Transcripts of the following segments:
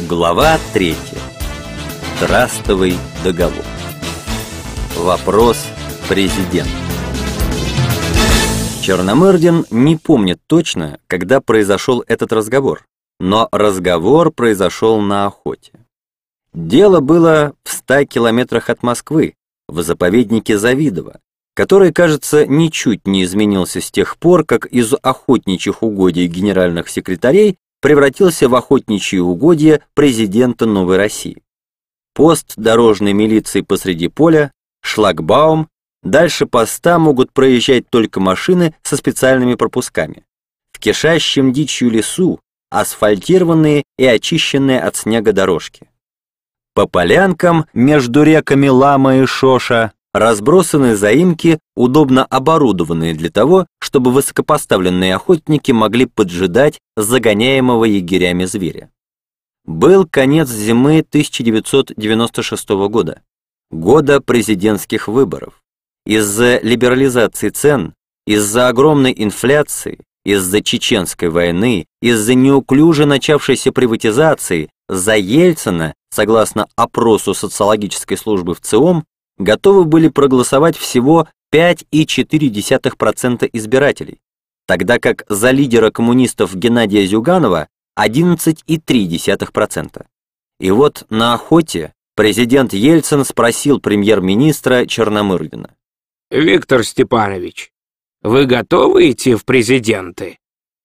Глава 3. Трастовый договор. Вопрос президента. Черномырдин не помнит точно, когда произошел этот разговор, но разговор произошел на охоте. Дело было в 100 километрах от Москвы, в заповеднике Завидово, который, кажется, ничуть не изменился с тех пор, как из охотничьих угодий генеральных секретарей превратился в охотничьи угодья президента Новой России. Пост дорожной милиции посреди поля, шлагбаум, дальше поста могут проезжать только машины со специальными пропусками. В кишащем дичью лесу асфальтированные и очищенные от снега дорожки. По полянкам между реками Лама и Шоша разбросаны заимки, удобно оборудованные для того, чтобы высокопоставленные охотники могли поджидать загоняемого егерями зверя. Был конец зимы 1996 года, года президентских выборов. Из-за либерализации цен, из-за огромной инфляции, из-за чеченской войны, из-за неуклюже начавшейся приватизации, за Ельцина, согласно опросу социологической службы в ЦИОМ, готовы были проголосовать всего 5,4% избирателей, тогда как за лидера коммунистов Геннадия Зюганова 11,3%. И вот на охоте президент Ельцин спросил премьер-министра Черномырдина: «Виктор Степанович, вы готовы идти в президенты?»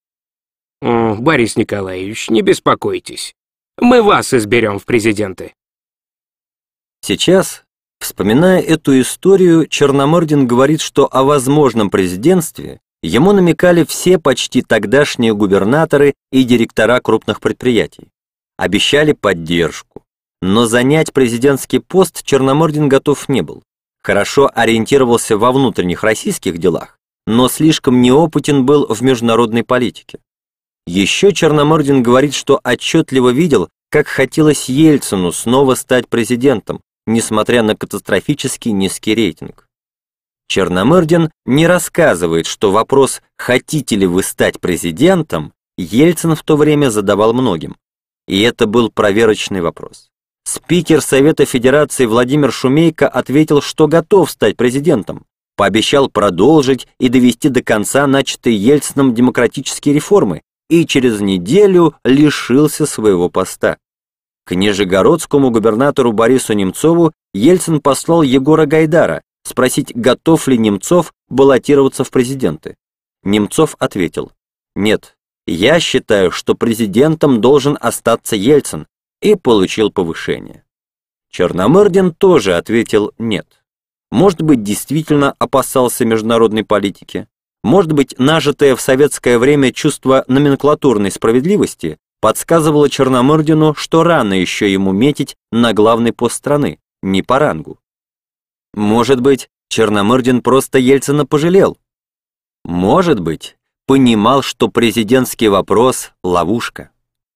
«Борис Николаевич, не беспокойтесь, мы вас изберем в президенты». Сейчас, вспоминая эту историю, Черномырдин говорит, что о возможном президентстве ему намекали все почти тогдашние губернаторы и директора крупных предприятий. Обещали поддержку. Но занять президентский пост Черномырдин готов не был. Хорошо ориентировался во внутренних российских делах, но слишком неопытен был в международной политике. Еще Черномырдин говорит, что отчетливо видел, как хотелось Ельцину снова стать президентом, несмотря на катастрофически низкий рейтинг. Черномырдин не рассказывает, что вопрос «хотите ли вы стать президентом?» Ельцин в то время задавал многим. И это был проверочный вопрос. Спикер Совета Федерации Владимир Шумейко ответил, что готов стать президентом, пообещал продолжить и довести до конца начатые Ельцином демократические реформы и через неделю лишился своего поста. К нижегородскому губернатору Борису Немцову Ельцин послал Егора Гайдара спросить, готов ли Немцов баллотироваться в президенты. Немцов ответил: «Нет, я считаю, что президентом должен остаться Ельцин», и получил повышение. Черномырдин тоже ответил «нет». Может быть, действительно опасался международной политики, может быть, нажитое в советское время чувство номенклатурной справедливости подсказывало Черномырдину, что рано еще ему метить на главный пост страны, не по рангу. Может быть, Черномырдин просто Ельцина пожалел. Может быть, понимал, что президентский вопрос – ловушка.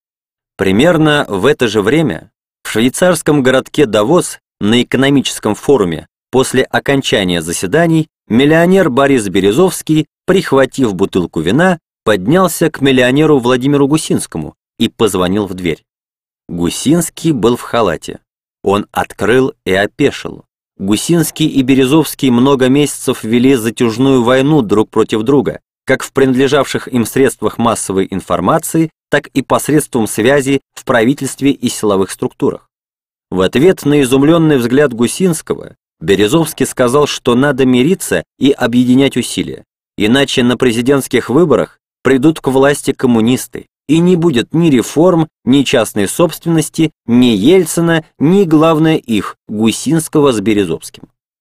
Примерно в это же время в швейцарском городке Давос на экономическом форуме после окончания заседаний миллионер Борис Березовский, прихватив бутылку вина, поднялся к миллионеру Владимиру Гусинскому и позвонил в дверь. Гусинский был в халате. Он открыл и опешил. Гусинский и Березовский много месяцев вели затяжную войну друг против друга, как в принадлежавших им средствах массовой информации, так и посредством связи в правительстве и силовых структурах. В ответ на изумленный взгляд Гусинского Березовский сказал, что надо мириться и объединять усилия, иначе на президентских выборах придут к власти коммунисты, и не будет ни реформ, ни частной собственности, ни Ельцина, ни, главное, их, Гусинского с Березовским.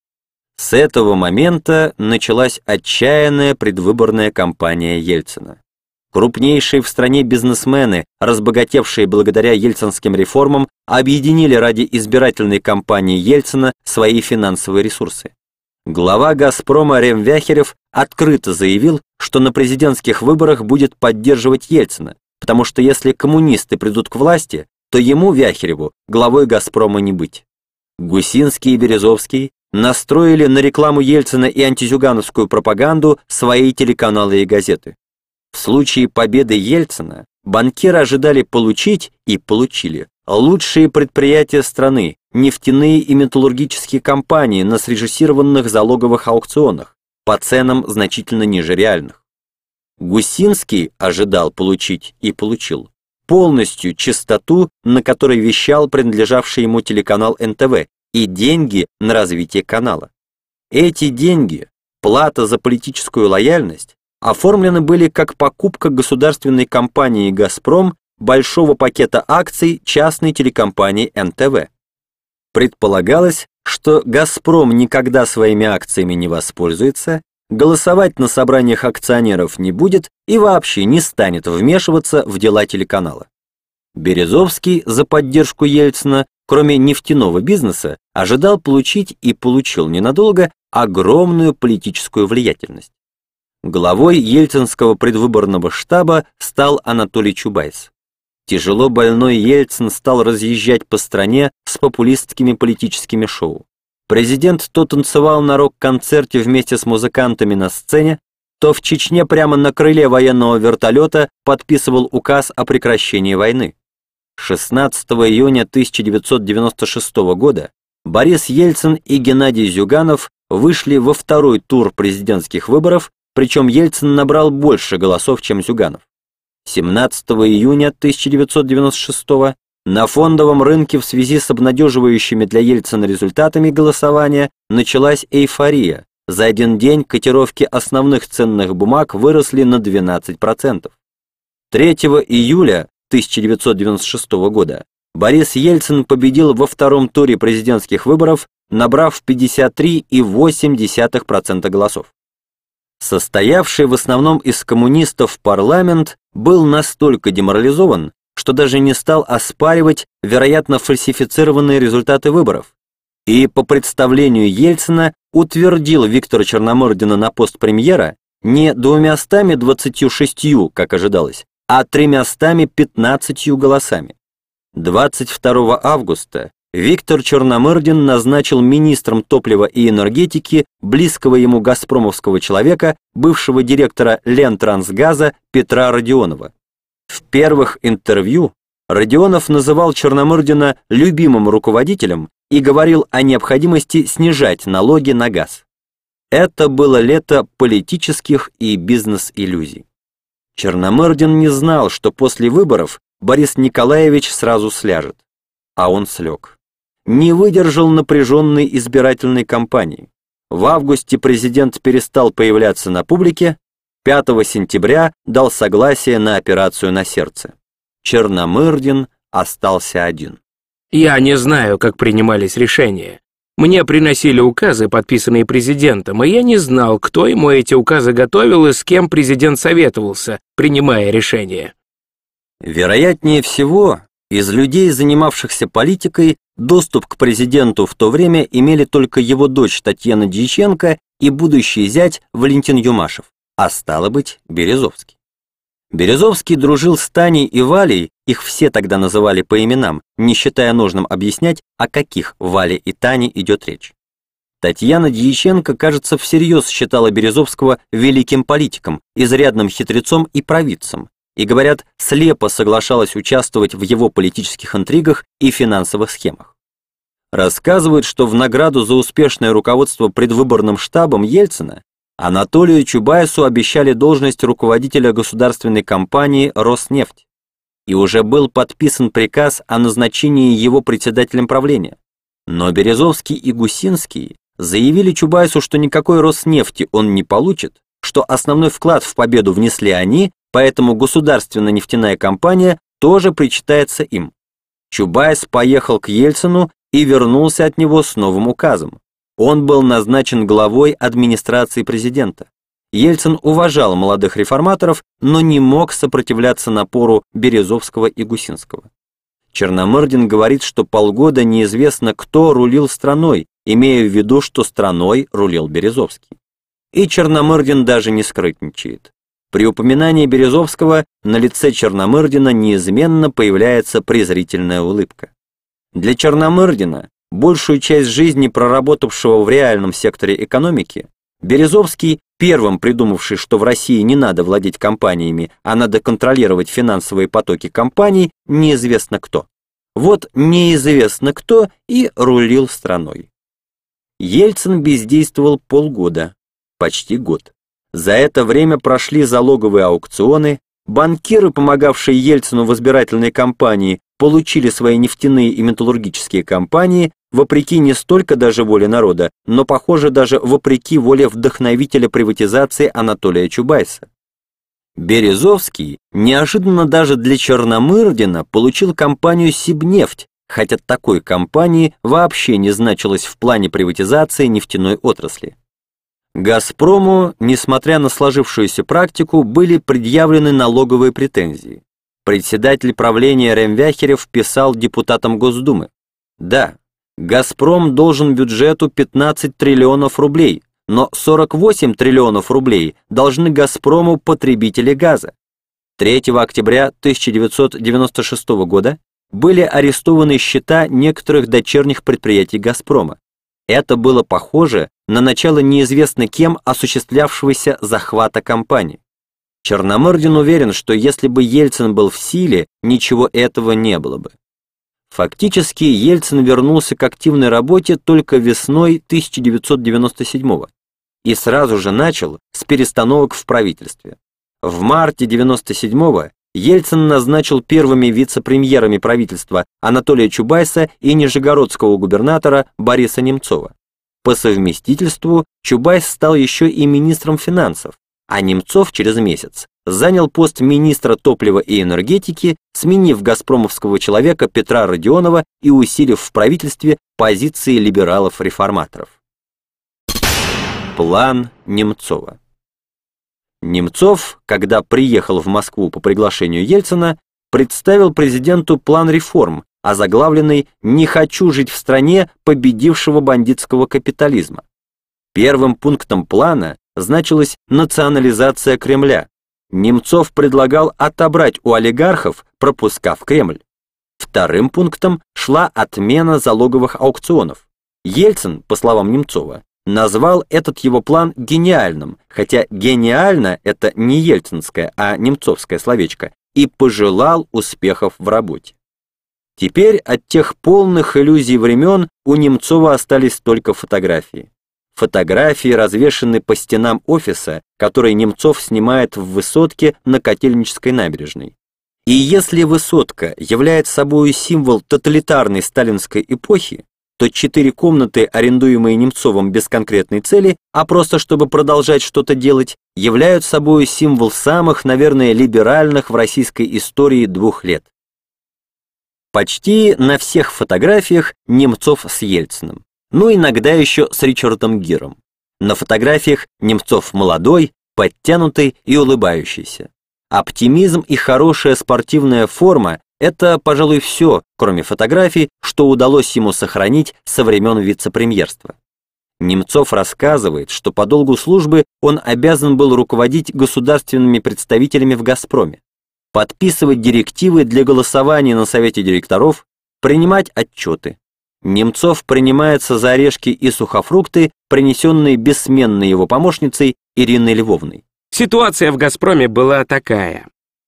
С этого момента началась отчаянная предвыборная кампания Ельцина. Крупнейшие в стране бизнесмены, разбогатевшие благодаря ельцинским реформам, объединили ради избирательной кампании Ельцина свои финансовые ресурсы. Глава «Газпрома» Рем Вяхерев открыто заявил, что на президентских выборах будет поддерживать Ельцина, потому что если коммунисты придут к власти, то ему, Вяхереву, главой «Газпрома» не быть. Гусинский и Березовский настроили на рекламу Ельцина и антизюгановскую пропаганду свои телеканалы и газеты. В случае победы Ельцина банкиры ожидали получить и получили лучшие предприятия страны, нефтяные и металлургические компании на срежиссированных залоговых аукционах, по ценам значительно ниже реальных. Гусинский ожидал получить и получил полностью частоту, на которой вещал принадлежавший ему телеканал НТВ, и деньги на развитие канала. Эти деньги, плата за политическую лояльность, оформлены были как покупка государственной компании «Газпром» большого пакета акций частной телекомпании НТВ. Предполагалось, что «Газпром» никогда своими акциями не воспользуется, голосовать на собраниях акционеров не будет и вообще не станет вмешиваться в дела телеканала. Березовский за поддержку Ельцина, кроме нефтяного бизнеса, ожидал получить и получил ненадолго огромную политическую влиятельность. Главой ельцинского предвыборного штаба стал Анатолий Чубайс. Тяжело больной Ельцин стал разъезжать по стране с популистскими политическими шоу. Президент то танцевал на рок-концерте вместе с музыкантами на сцене, то в Чечне прямо на крыле военного вертолета подписывал указ о прекращении войны. 16 июня 1996 года Борис Ельцин и Геннадий Зюганов вышли во второй тур президентских выборов, причем Ельцин набрал больше голосов, чем Зюганов. 17 июня 1996 на фондовом рынке в связи с обнадеживающими для Ельцина результатами голосования началась эйфория. За один день котировки основных ценных бумаг выросли на 12%. 3 июля 1996 года Борис Ельцин победил во втором туре президентских выборов, набрав 53,8% голосов. Состоявший в основном из коммунистов парламент был настолько деморализован, что даже не стал оспаривать, вероятно, фальсифицированные результаты выборов, и по представлению Ельцина утвердил Виктора Черномырдина на пост премьера не 226, как ожидалось, а 315 голосами. 22 августа Виктор Черномырдин назначил министром топлива и энергетики близкого ему газпромовского человека, бывшего директора Лентрансгаза Петра Родионова. В первых интервью Родионов называл Черномырдина любимым руководителем и говорил о необходимости снижать налоги на газ. Это было лето политических и бизнес-иллюзий. Черномырдин не знал, что после выборов Борис Николаевич сразу сляжет. А он слег. Не выдержал напряженной избирательной кампании. В августе президент перестал появляться на публике, 5 сентября дал согласие на операцию на сердце. Черномырдин остался один. Я не знаю, как принимались решения. Мне приносили указы, подписанные президентом, и я не знал, кто ему эти указы готовил и с кем президент советовался, принимая решения. Вероятнее всего, из людей, занимавшихся политикой, доступ к президенту в то время имели только его дочь Татьяна Дьяченко и будущий зять Валентин Юмашев, а стало быть, Березовский. Березовский дружил с Таней и Валей, их все тогда называли по именам, не считая нужным объяснять, о каких Вале и Тане идет речь. Татьяна Дьяченко, кажется, всерьез считала Березовского великим политиком, изрядным хитрецом и провидцем, и, говорят, слепо соглашалась участвовать в его политических интригах и финансовых схемах. Рассказывают, что в награду за успешное руководство предвыборным штабом Ельцина Анатолию Чубайсу обещали должность руководителя государственной компании «Роснефть», и уже был подписан приказ о назначении его председателем правления. Но Березовский и Гусинский заявили Чубайсу, что никакой «Роснефти» он не получит, что основной вклад в победу внесли они, поэтому государственная нефтяная компания тоже причитается им. Чубайс поехал к Ельцину и вернулся от него с новым указом. Он был назначен главой администрации президента. Ельцин уважал молодых реформаторов, но не мог сопротивляться напору Березовского и Гусинского. Черномырдин говорит, что полгода неизвестно, кто рулил страной, имея в виду, что страной рулил Березовский. И Черномырдин даже не скрытничает. При упоминании Березовского на лице Черномырдина неизменно появляется презрительная улыбка. Для Черномырдина, большую часть жизни проработавшего в реальном секторе экономики, Березовский, первым придумавший, что в России не надо владеть компаниями, а надо контролировать финансовые потоки компаний, неизвестно кто. Вот неизвестно кто и рулил страной. Ельцин бездействовал полгода, почти год. За это время прошли залоговые аукционы, банкиры, помогавшие Ельцину в избирательной кампании, получили свои нефтяные и металлургические компании, вопреки не столько даже воле народа, но, похоже, даже вопреки воле вдохновителя приватизации Анатолия Чубайса. Березовский неожиданно даже для Черномырдина получил компанию «Сибнефть», хотя такой компании вообще не значилось в плане приватизации нефтяной отрасли. «Газпрому», несмотря на сложившуюся практику, были предъявлены налоговые претензии. Председатель правления Ремвяхерев писал депутатам Госдумы: «Да, «Газпром» должен бюджету 15 триллионов рублей, но 48 триллионов рублей должны «Газпрому» потребители газа». 3 октября 1996 года были арестованы счета некоторых дочерних предприятий «Газпрома». Это было похоже на начало неизвестно кем осуществлявшегося захвата компании. Черномырдин уверен, что если бы Ельцин был в силе, ничего этого не было бы. Фактически Ельцин вернулся к активной работе только весной 1997-го и сразу же начал с перестановок в правительстве. В марте 1997-го Ельцин назначил первыми вице-премьерами правительства Анатолия Чубайса и нижегородского губернатора Бориса Немцова. По совместительству Чубайс стал еще и министром финансов, а Немцов через месяц занял пост министра топлива и энергетики, сменив газпромовского человека Петра Родионова и усилив в правительстве позиции либералов-реформаторов. План Немцова. Немцов, когда приехал в Москву по приглашению Ельцина, представил президенту план реформ, озаглавленный «Не хочу жить в стране победившего бандитского капитализма». Первым пунктом плана значилась национализация Кремля. Немцов предлагал отобрать у олигархов пропуска в Кремль. Вторым пунктом шла отмена залоговых аукционов. Ельцин, по словам Немцова, назвал этот его план гениальным, хотя «гениально» — это не ельцинское, а немцовское словечко, и пожелал успехов в работе. Теперь от тех полных иллюзий времен у Немцова остались только фотографии. Фотографии развешаны по стенам офиса, который Немцов снимает в высотке на Котельнической набережной. И если высотка является собой символ тоталитарной сталинской эпохи, то 4 комнаты, арендуемые Немцовым без конкретной цели, а просто чтобы продолжать что-то делать, являются собой символ самых, наверное, либеральных в российской истории 2 лет. Почти на всех фотографиях Немцов с Ельциным, ну иногда еще с Ричардом Гиром. На фотографиях Немцов молодой, подтянутый и улыбающийся. Оптимизм и хорошая спортивная форма – это, пожалуй, все, кроме фотографий, что удалось ему сохранить со времен вице-премьерства. Немцов рассказывает, что по долгу службы он обязан был руководить государственными представителями в «Газпроме», подписывать директивы для голосования на совете директоров, принимать отчеты. Немцов принимается за орешки и сухофрукты, принесенные бессменной его помощницей Ириной Львовной. Ситуация в «Газпроме» была такая.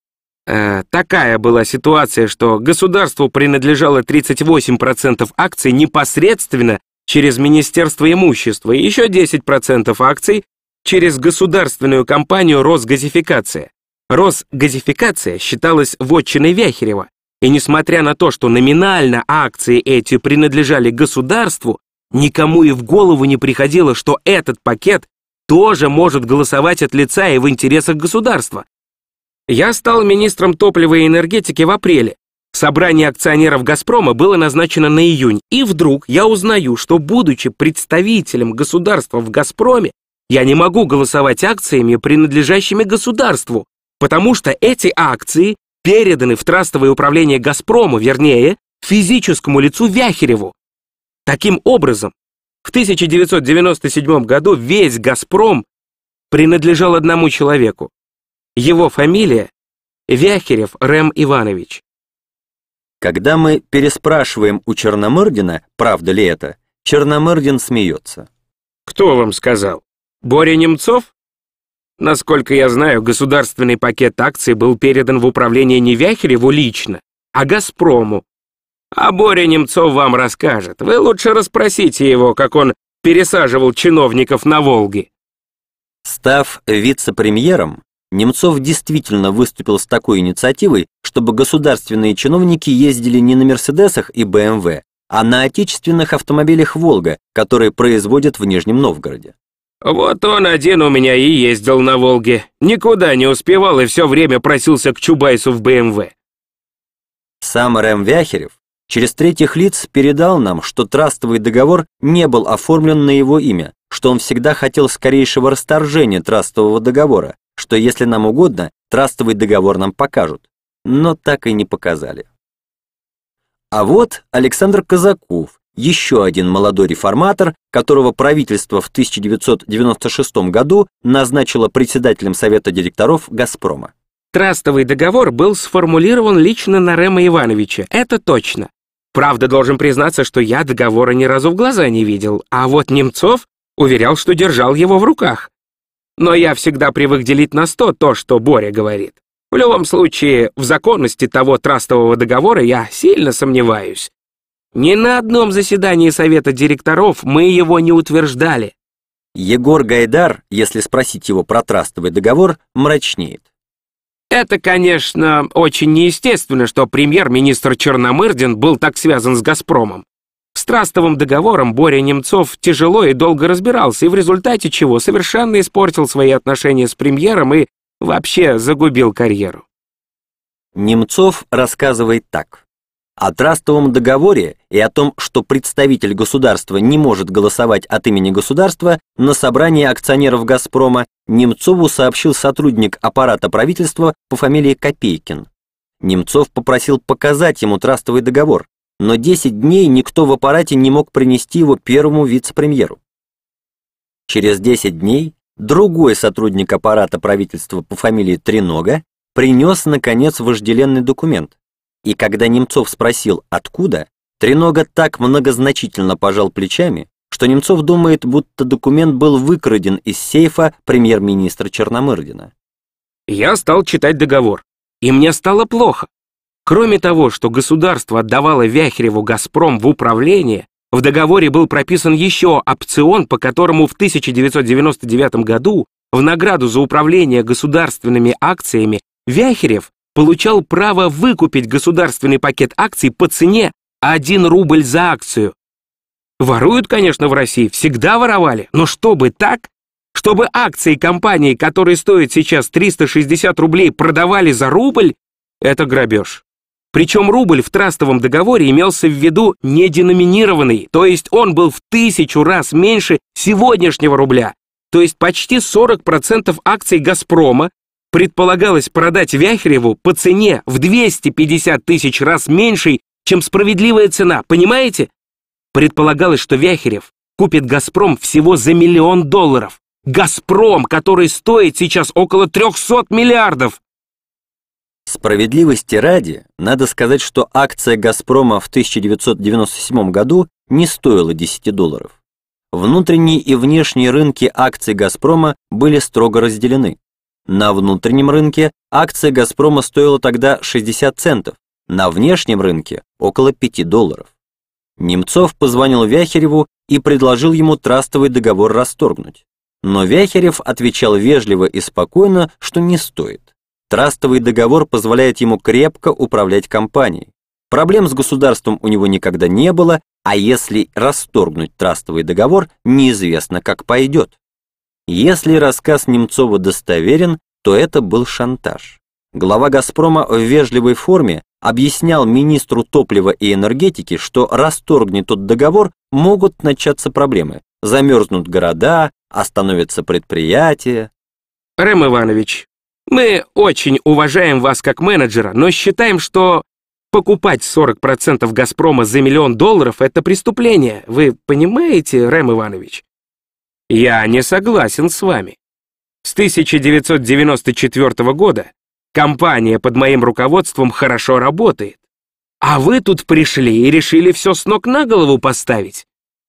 Такая была ситуация, что государству принадлежало 38% акций непосредственно через Министерство имущества и еще 10% акций через государственную компанию «Росгазификация». «Росгазификация» считалась вотчиной Вяхерева, и несмотря на то, что номинально акции эти принадлежали государству, никому и в голову не приходило, что этот пакет тоже может голосовать от лица и в интересах государства. Я стал министром топлива и энергетики в апреле. Собрание акционеров «Газпрома» было назначено на июнь, и вдруг я узнаю, что, будучи представителем государства в «Газпроме», я не могу голосовать акциями, принадлежащими государству, потому что эти акции переданы в трастовое управление «Газпрому», вернее, физическому лицу Вяхереву. Таким образом, в 1997 году весь «Газпром» принадлежал одному человеку. Его фамилия – Вяхерев Рэм Иванович. Когда мы переспрашиваем у Черномырдина, правда ли это, Черномырдин смеется. Кто вам сказал? Боря Немцов? Насколько я знаю, государственный пакет акций был передан в управление не Вяхереву лично, а «Газпрому». А Боря Немцов вам расскажет. Вы лучше расспросите его, как он пересаживал чиновников на Волге. Став вице-премьером, Немцов действительно выступил с такой инициативой, чтобы государственные чиновники ездили не на «Мерседесах» и «БМВ», а на отечественных автомобилях «Волга», которые производят в Нижнем Новгороде. Вот он один у меня и ездил на Волге. Никуда не успевал и все время просился к Чубайсу в БМВ. Сам Рэм Вяхерев через третьих лиц передал нам, что трастовый договор не был оформлен на его имя, что он всегда хотел скорейшего расторжения трастового договора, что если нам угодно, трастовый договор нам покажут, но так и не показали. А вот Александр Казаков, еще один молодой реформатор, которого правительство в 1996 году назначило председателем Совета директоров «Газпрома». Трастовый договор был сформулирован лично на Рэма Ивановича, это точно. Правда, должен признаться, что я договора ни разу в глаза не видел, а вот Немцов уверял, что держал его в руках. Но я всегда привык делить на 100 то, что Боря говорит. В любом случае, в законности того трастового договора я сильно сомневаюсь. Ни на одном заседании Совета директоров мы его не утверждали. Егор Гайдар, если спросить его про трастовый договор, мрачнеет. Это, конечно, очень неестественно, что премьер-министр Черномырдин был так связан с «Газпромом». С трастовым договором Боря Немцов тяжело и долго разбирался, и в результате чего совершенно испортил свои отношения с премьером и вообще загубил карьеру. Немцов рассказывает так. О трастовом договоре и о том, что представитель государства не может голосовать от имени государства на собрании акционеров «Газпрома», Немцову сообщил сотрудник аппарата правительства по фамилии Копейкин. Немцов попросил показать ему трастовый договор, но 10 дней никто в аппарате не мог принести его первому вице-премьеру. Через 10 дней другой сотрудник аппарата правительства по фамилии Тренога принес, наконец, вожделенный документ. И когда Немцов спросил, откуда, Тренога так многозначительно пожал плечами, что Немцов думает, будто документ был выкраден из сейфа премьер-министра Черномырдина. Я стал читать договор, и мне стало плохо. Кроме того, что государство отдавало Вяхереву «Газпром» в управление, в договоре был прописан еще опцион, по которому в 1999 году в награду за управление государственными акциями Вяхерев получал право выкупить государственный пакет акций по цене 1 рубль за акцию. Воруют, конечно, в России, всегда воровали, но чтобы так, чтобы акции компании, которые стоят сейчас 360 рублей, продавали за рубль, это грабеж. Причем рубль в трастовом договоре имелся в виду неденоминированный, то есть он был в 1000 раз меньше сегодняшнего рубля, то есть почти 40% акций «Газпрома» предполагалось продать Вяхереву по цене в 250 тысяч раз меньшей, чем справедливая цена, понимаете? Предполагалось, что Вяхерев купит «Газпром» всего за $1 миллион. «Газпром», который стоит сейчас около 300 миллиардов. Справедливости ради, надо сказать, что акция «Газпрома» в 1997 году не стоила $10. Внутренние и внешние рынки акций «Газпрома» были строго разделены. На внутреннем рынке акция «Газпрома» стоила тогда 60 центов, на внешнем рынке около $5. Немцов позвонил Вяхереву и предложил ему трастовый договор расторгнуть. Но Вяхерев отвечал вежливо и спокойно, что не стоит. Трастовый договор позволяет ему крепко управлять компанией. Проблем с государством у него никогда не было, а если расторгнуть трастовый договор, неизвестно, как пойдет. Если рассказ Немцова достоверен, то это был шантаж. Глава «Газпрома» в вежливой форме объяснял министру топлива и энергетики, что расторгнет тот договор, могут начаться проблемы. Замерзнут города, остановятся предприятия. Рэм Иванович, мы очень уважаем вас как менеджера, но считаем, что покупать 40% «Газпрома» за $1 миллион – это преступление. Вы понимаете, Рэм Иванович? Я не согласен с вами. С 1994 года компания под моим руководством хорошо работает. А вы тут пришли и решили все с ног на голову поставить.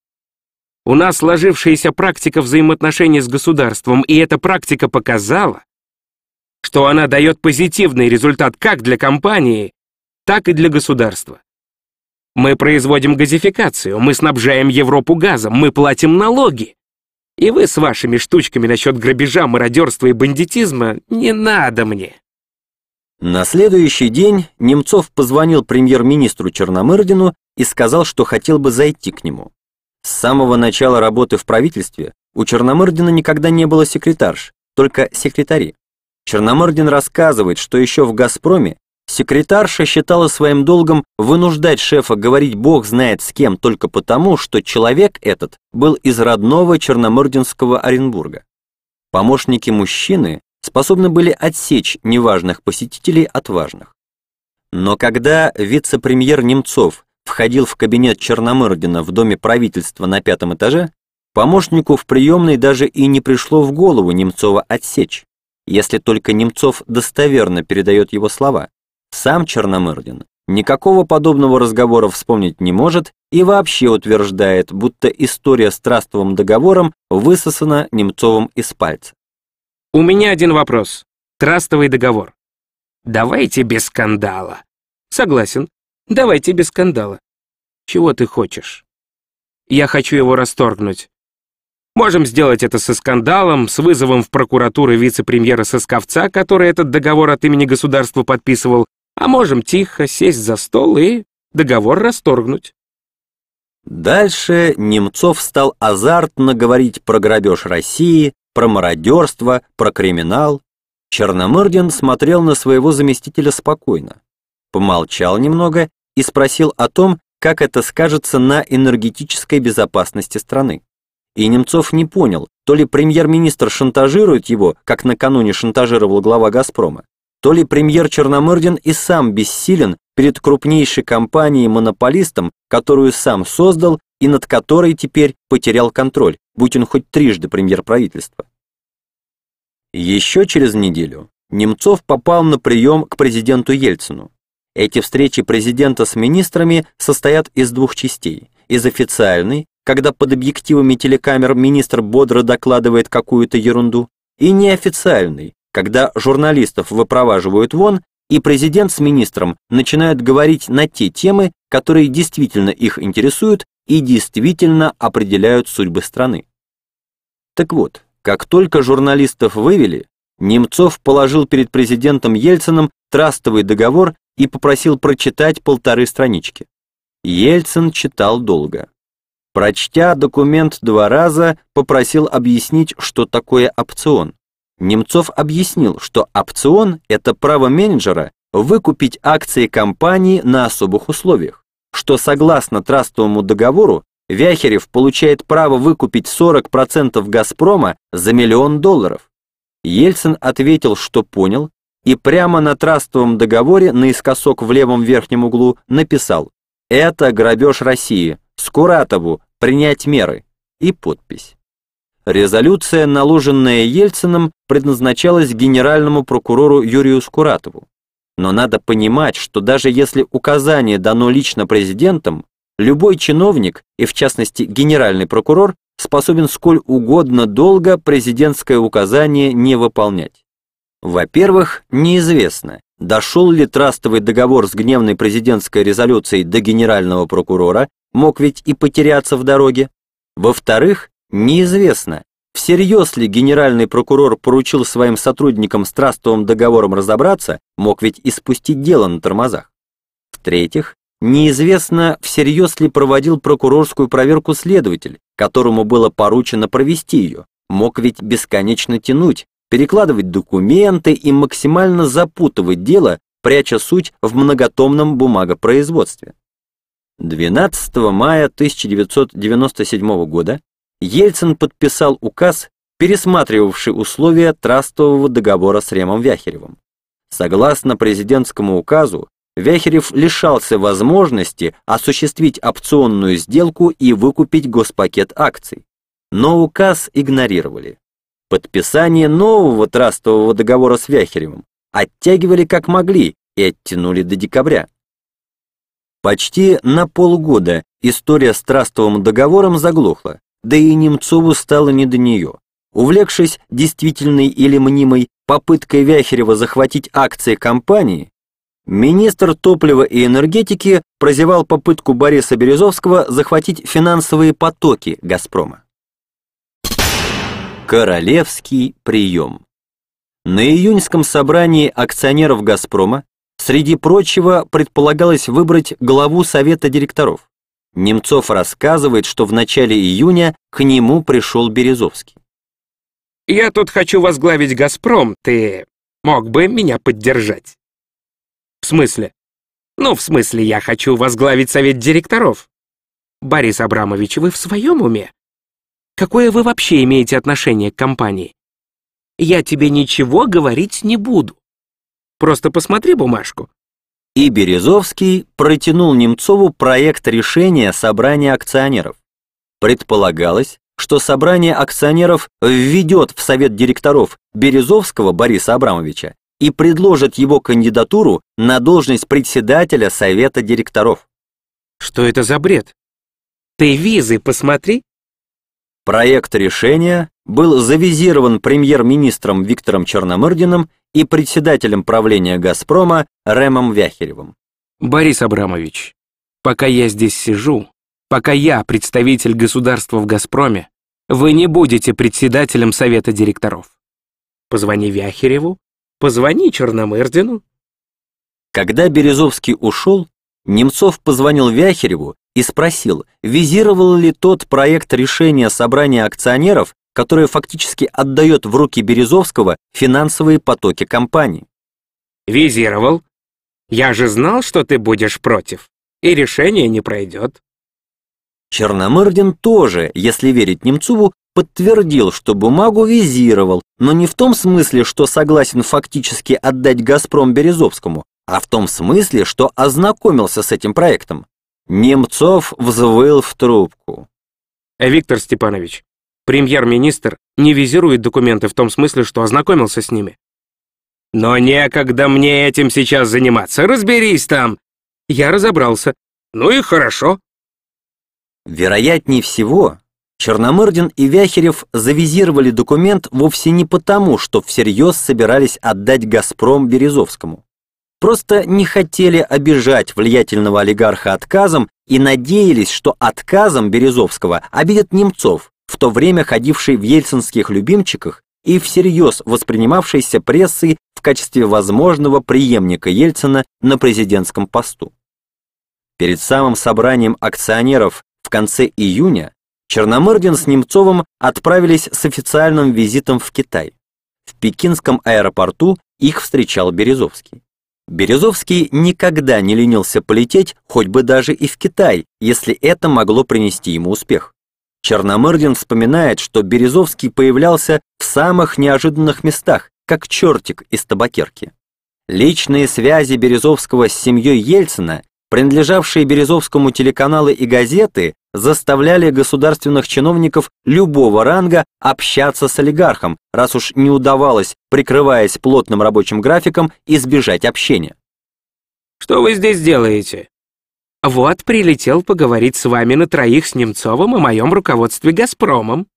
У нас сложившаяся практика взаимоотношений с государством, и эта практика показала, что она дает позитивный результат как для компании, так и для государства. Мы производим газификацию, мы снабжаем Европу газом, мы платим налоги. И вы с вашими штучками насчет грабежа, мародерства и бандитизма не надо мне». На следующий день Немцов позвонил премьер-министру Черномырдину и сказал, что хотел бы зайти к нему. С самого начала работы в правительстве у Черномырдина никогда не было секретарш, только секретари. Черномырдин рассказывает, что еще в «Газпроме» секретарша считала своим долгом вынуждать шефа говорить бог знает с кем только потому, что человек этот был из родного черномырдинского Оренбурга. Помощники-мужчины способны были отсечь неважных посетителей от важных. Но когда вице-премьер Немцов входил в кабинет Черномырдина в доме правительства на 5-м этаже, помощнику в приемной даже и не пришло в голову Немцова отсечь, если только Немцов достоверно передает его слова. Сам Черномырдин никакого подобного разговора вспомнить не может и вообще утверждает, будто история с трастовым договором высосана Немцовым из пальца. У меня один вопрос. Трастовый договор. Давайте без скандала. Согласен. Давайте без скандала. Чего ты хочешь? Я хочу его расторгнуть. Можем сделать это со скандалом, с вызовом в прокуратуру вице-премьера Сосковца, который этот договор от имени государства подписывал, а можем тихо сесть за стол и договор расторгнуть. Дальше Немцов стал азартно говорить про грабеж России, про мародерство, про криминал. Черномырдин смотрел на своего заместителя спокойно, помолчал немного и спросил о том, как это скажется на энергетической безопасности страны. И Немцов не понял, то ли премьер-министр шантажирует его, как накануне шантажировал глава «Газпрома», то ли премьер Черномырдин и сам бессилен перед крупнейшей компанией-монополистом, которую сам создал и над которой теперь потерял контроль, будь он хоть трижды премьер правительства. Еще через неделю Немцов попал на прием к президенту Ельцину. Эти встречи президента с министрами состоят из двух частей. Из официальной, когда под объективами телекамер министр бодро докладывает какую-то ерунду, и неофициальной, когда журналистов выпроваживают вон, и президент с министром начинают говорить на те темы, которые действительно их интересуют и действительно определяют судьбы страны. Так вот, как только журналистов вывели, Немцов положил перед президентом Ельциным трастовый договор и попросил прочитать 1,5 странички. Ельцин читал долго. Прочтя документ 2 раза, попросил объяснить, что такое опцион. Немцов объяснил, что опцион – это право менеджера выкупить акции компании на особых условиях, что согласно трастовому договору Вяхерев получает право выкупить 40% «Газпрома» за $1 миллион. Ельцин ответил, что понял, и прямо на трастовом договоре наискосок в левом верхнем углу написал «Это грабеж России, Скуратову принять меры» и подпись. Резолюция, наложенная Ельциным, предназначалась генеральному прокурору Юрию Скуратову. Но надо понимать, что даже если указание дано лично президентом, любой чиновник, и в частности генеральный прокурор, способен сколь угодно долго президентское указание не выполнять. Во-первых, неизвестно, дошел ли трастовый договор с гневной президентской резолюцией до генерального прокурора, мог ведь и потеряться в дороге. Во-вторых, неизвестно, всерьез ли генеральный прокурор поручил своим сотрудникам с трастовым договором разобраться, мог ведь и спустить дело на тормозах. В-третьих, неизвестно, всерьез ли проводил прокурорскую проверку следователь, которому было поручено провести ее, мог ведь бесконечно тянуть, перекладывать документы и максимально запутывать дело, пряча суть в многотомном бумагопроизводстве. 12 мая 1997 года Ельцин подписал указ, пересматривавший условия трастового договора с Ремом Вяхеревым. Согласно президентскому указу, Вяхерев лишался возможности осуществить опционную сделку и выкупить госпакет акций. Но указ игнорировали. Подписание нового трастового договора с Вяхеревым оттягивали как могли и оттянули до декабря. Почти на полгода история с трастовым договором заглохла, да и Немцову стало не до нее. Увлекшись действительной или мнимой попыткой Вяхерева захватить акции компании, Министр топлива и энергетики прозевал попытку Бориса Березовского захватить финансовые потоки «Газпрома». Королевский прием. На июньском собрании акционеров «Газпрома» среди прочего предполагалось выбрать главу совета директоров. Немцов рассказывает, что в начале июня к нему пришел Березовский. «Я тут хочу возглавить «Газпром», ты мог бы меня поддержать?» «В смысле?» «Ну, в смысле, я хочу возглавить совет директоров». «Борис Абрамович, вы в своем уме? Какое вы вообще имеете отношение к компании? Я тебе ничего говорить не буду. Просто посмотри бумажку». И Березовский протянул Немцову проект решения собрания акционеров. Предполагалось, что собрание акционеров введет в совет директоров Березовского Бориса Абрамовича и предложит его кандидатуру на должность председателя совета директоров. Что это за бред? Ты визы посмотри. Проект решения был завизирован премьер-министром Виктором Черномырдиным и председателем правления «Газпрома» Рэмом Вяхеревым. Борис Абрамович, пока я здесь сижу, пока я представитель государства в «Газпроме», вы не будете председателем совета директоров. Позвони Вяхереву, позвони Черномырдину. Когда Березовский ушел, Немцов позвонил Вяхереву и спросил, визировал ли тот проект решения собрания акционеров, которое фактически отдает в руки Березовского финансовые потоки компании. Визировал. Я же знал, что ты будешь против, и решение не пройдет. Черномырдин тоже, если верить Немцову, подтвердил, что бумагу визировал, но не в том смысле, что согласен фактически отдать «Газпром» Березовскому, а в том смысле, что ознакомился с этим проектом. Немцов взвыл в трубку. Виктор Степанович, премьер-министр не визирует документы в том смысле, что ознакомился с ними. Но некогда мне этим сейчас заниматься, разберись там. Я разобрался. Ну и хорошо. Вероятнее всего, Черномырдин и Вяхерев завизировали документ вовсе не потому, что всерьез собирались отдать «Газпром» Березовскому. Просто не хотели обижать влиятельного олигарха отказом и надеялись, что отказом Березовского обидят Немцов, в то время ходивший в ельцинских любимчиках и всерьез воспринимавшийся прессой в качестве возможного преемника Ельцина на президентском посту. Перед самым собранием акционеров в конце июня Черномырдин с Немцовым отправились с официальным визитом в Китай. В пекинском аэропорту их встречал Березовский. Березовский никогда не ленился полететь, хоть бы даже и в Китай, если это могло принести ему успех. Черномырдин вспоминает, что Березовский появлялся в самых неожиданных местах, как чертик из табакерки. Личные связи Березовского с семьей Ельцина, принадлежавшие Березовскому телеканалы и газеты, заставляли государственных чиновников любого ранга общаться с олигархом, раз уж не удавалось, прикрываясь плотным рабочим графиком, избежать общения. Что вы здесь делаете? Вот прилетел поговорить с вами на троих с Немцовым о моем руководстве «Газпромом».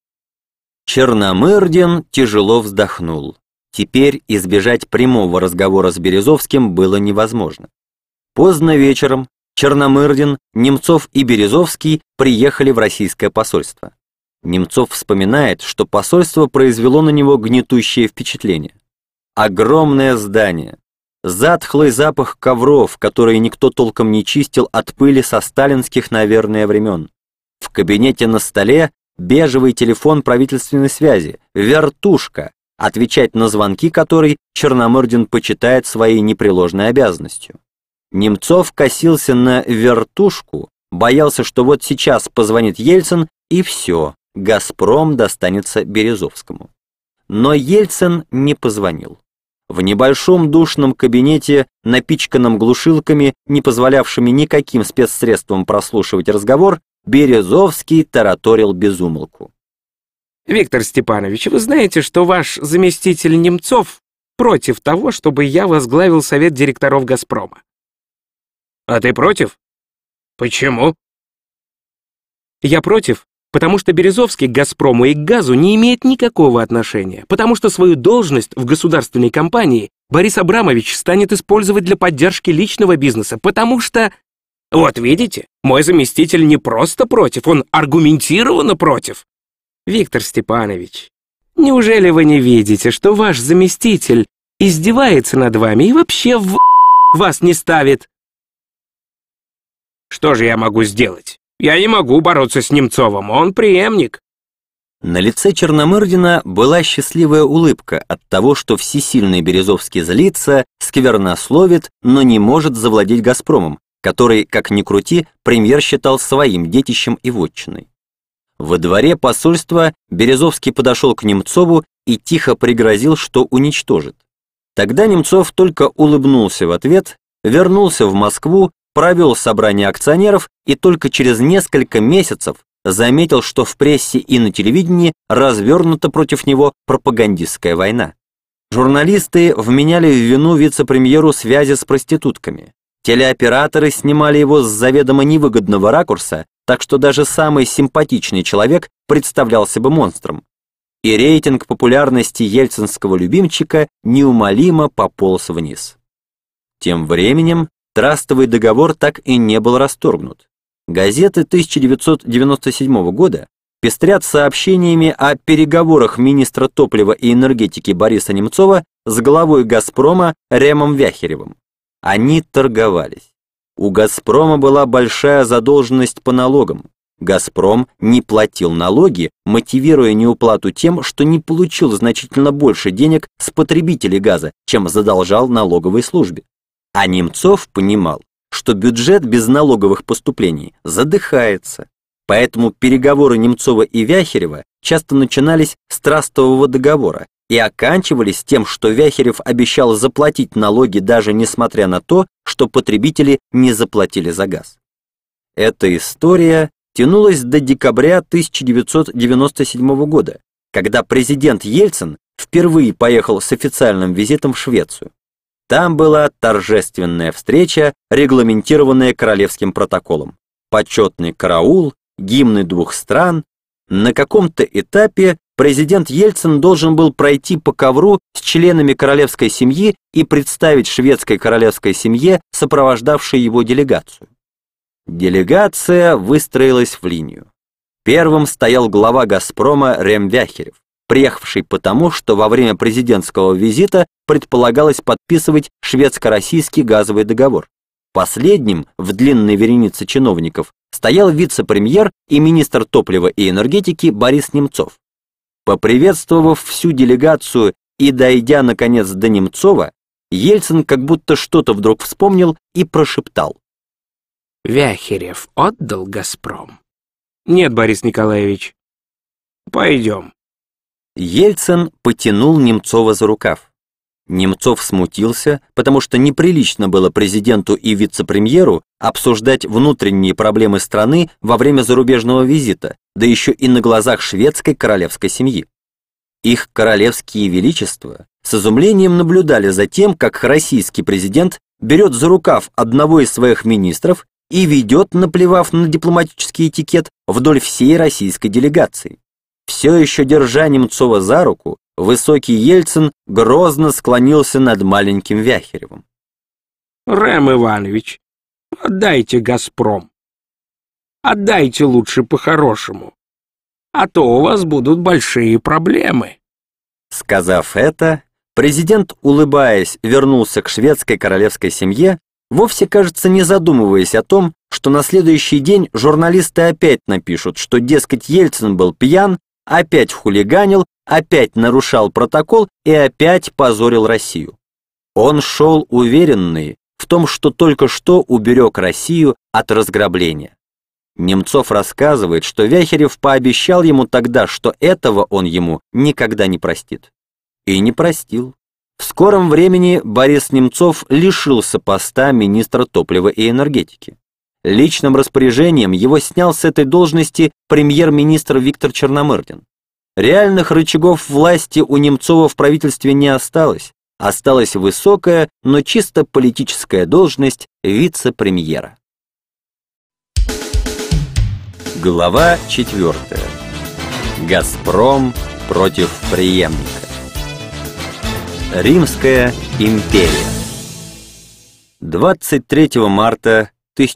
Черномырдин тяжело вздохнул. Теперь избежать прямого разговора с Березовским было невозможно. Поздно вечером Черномырдин, Немцов и Березовский приехали в российское посольство. Немцов вспоминает, что посольство произвело на него гнетущее впечатление. Огромное здание, затхлый запах ковров, которые никто толком не чистил от пыли со сталинских, наверное, времен. В кабинете на столе бежевый телефон правительственной связи, вертушка, отвечать на звонки которой Черномырдин почитает своей непреложной обязанностью. Немцов косился на вертушку, боялся, что вот сейчас позвонит Ельцин, и все, «Газпром» достанется Березовскому. Но Ельцин не позвонил. В небольшом душном кабинете, напичканном глушилками, не позволявшими никаким спецсредствам прослушивать разговор, Березовский тараторил без умолку. Виктор Степанович, вы знаете, что ваш заместитель Немцов против того, чтобы я возглавил совет директоров «Газпрома». А ты против? Почему? Я против, Потому что Березовский к «Газпрому» и к газу не имеет никакого отношения. Потому что свою должность в государственной компании Борис Абрамович станет использовать для поддержки личного бизнеса. Потому что... Вот видите, мой заместитель не просто против, он аргументированно против. Виктор Степанович, неужели вы не видите, что ваш заместитель издевается над вами и вообще вас не ставит? Что же я могу сделать? Я не могу бороться с Немцовым, он преемник. На лице Черномырдина была счастливая улыбка от того, что всесильный Березовский злится, сквернословит, но не может завладеть «Газпромом», который, как ни крути, премьер считал своим детищем и вотчиной. Во дворе посольства Березовский подошел к Немцову и тихо пригрозил, что уничтожит. Тогда Немцов только улыбнулся в ответ, вернулся в Москву, провел собрание акционеров и только через несколько месяцев заметил, что в прессе и на телевидении развернута против него пропагандистская война. Журналисты вменяли в вину вице-премьеру связи с проститутками. Телеоператоры снимали его с заведомо невыгодного ракурса, так что даже самый симпатичный человек представлялся бы монстром. И рейтинг популярности ельцинского любимчика неумолимо пополз вниз. Тем временем трастовый договор так и не был расторгнут. Газеты 1997 года пестрят сообщениями о переговорах министра топлива и энергетики Бориса Немцова с главой «Газпрома» Ремом Вяхеревым. Они торговались. У «Газпрома» была большая задолженность по налогам. «Газпром» не платил налоги, мотивируя неуплату тем, что не получил значительно больше денег с потребителей газа, чем задолжал налоговой службе. А Немцов понимал, что бюджет без налоговых поступлений задыхается. Поэтому переговоры Немцова и Вяхерева часто начинались с трастового договора и оканчивались тем, что Вяхерев обещал заплатить налоги даже несмотря на то, что потребители не заплатили за газ. Эта история тянулась до декабря 1997 года, когда президент Ельцин впервые поехал с официальным визитом в Швецию. Там была торжественная встреча, регламентированная королевским протоколом. Почетный караул, гимны двух стран. На каком-то этапе президент Ельцин должен был пройти по ковру с членами королевской семьи и представить шведской королевской семье, сопровождавшей его делегацию. Делегация выстроилась в линию. Первым стоял глава «Газпрома» Рем Вяхерев, приехавший потому, что во время президентского визита предполагалось подписывать шведско-российский газовый договор. Последним в длинной веренице чиновников стоял вице-премьер и министр топлива и энергетики Борис Немцов. Поприветствовав всю делегацию и дойдя, наконец, до Немцова, Ельцин как будто что-то вдруг вспомнил и прошептал: «Вяхерев отдал «Газпром»?» «Нет, Борис Николаевич». «Пойдем». Ельцин потянул Немцова за рукав. Немцов смутился, потому что неприлично было президенту и вице-премьеру обсуждать внутренние проблемы страны во время зарубежного визита, да еще и на глазах шведской королевской семьи. Их королевские величества с изумлением наблюдали за тем, как российский президент берет за рукав одного из своих министров и ведет, наплевав на дипломатический этикет, вдоль всей российской делегации. Все еще держа Немцова за руку, высокий Ельцин грозно склонился над маленьким Вяхеревым. «Рэм Иванович, отдайте «Газпром». Отдайте лучше по-хорошему, а то у вас будут большие проблемы». Сказав это, президент, улыбаясь, вернулся к шведской королевской семье, вовсе, кажется, не задумываясь о том, что на следующий день журналисты опять напишут, что, дескать, Ельцин был пьян, опять хулиганил, опять нарушал протокол и опять позорил Россию. Он шел уверенный в том, что только что уберег Россию от разграбления. Немцов рассказывает, что Вяхерев пообещал ему тогда, что этого он ему никогда не простит. И не простил. В скором времени Борис Немцов лишился поста министра топлива и энергетики. Личным распоряжением его снял с этой должности премьер-министр Виктор Черномырдин. Реальных рычагов власти у Немцова в правительстве не осталось. Осталась высокая, но чисто политическая должность вице-премьера. Глава 4. «Газпром против преемника». Римская империя. 23 марта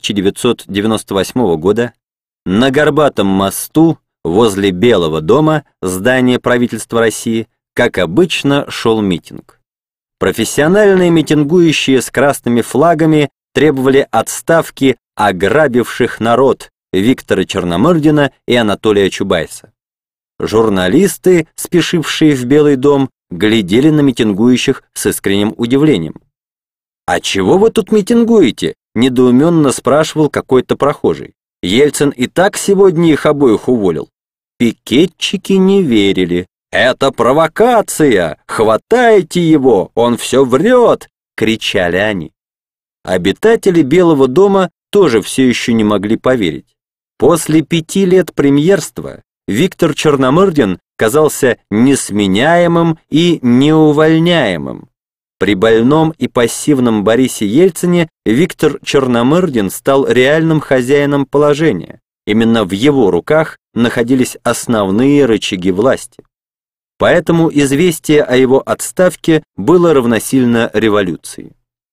1998 года на Горбатом мосту возле Белого дома, здания правительства России, как обычно, шел митинг. Профессиональные митингующие с красными флагами требовали отставки ограбивших народ Виктора Черномырдина и Анатолия Чубайса. Журналисты, спешившие в Белый дом, глядели на митингующих с искренним удивлением. «А чего вы тут митингуете?» – недоуменно спрашивал какой-то прохожий. «Ельцин и так сегодня их обоих уволил». Пикетчики не верили. «Это провокация! Хватайте его! Он все врет!» – кричали они. Обитатели Белого дома тоже все еще не могли поверить. После 5 лет премьерства Виктор Черномырдин казался несменяемым и неувольняемым. При больном и пассивном Борисе Ельцине Виктор Черномырдин стал реальным хозяином положения. Именно в его руках находились основные рычаги власти. Поэтому известие о его отставке было равносильно революции.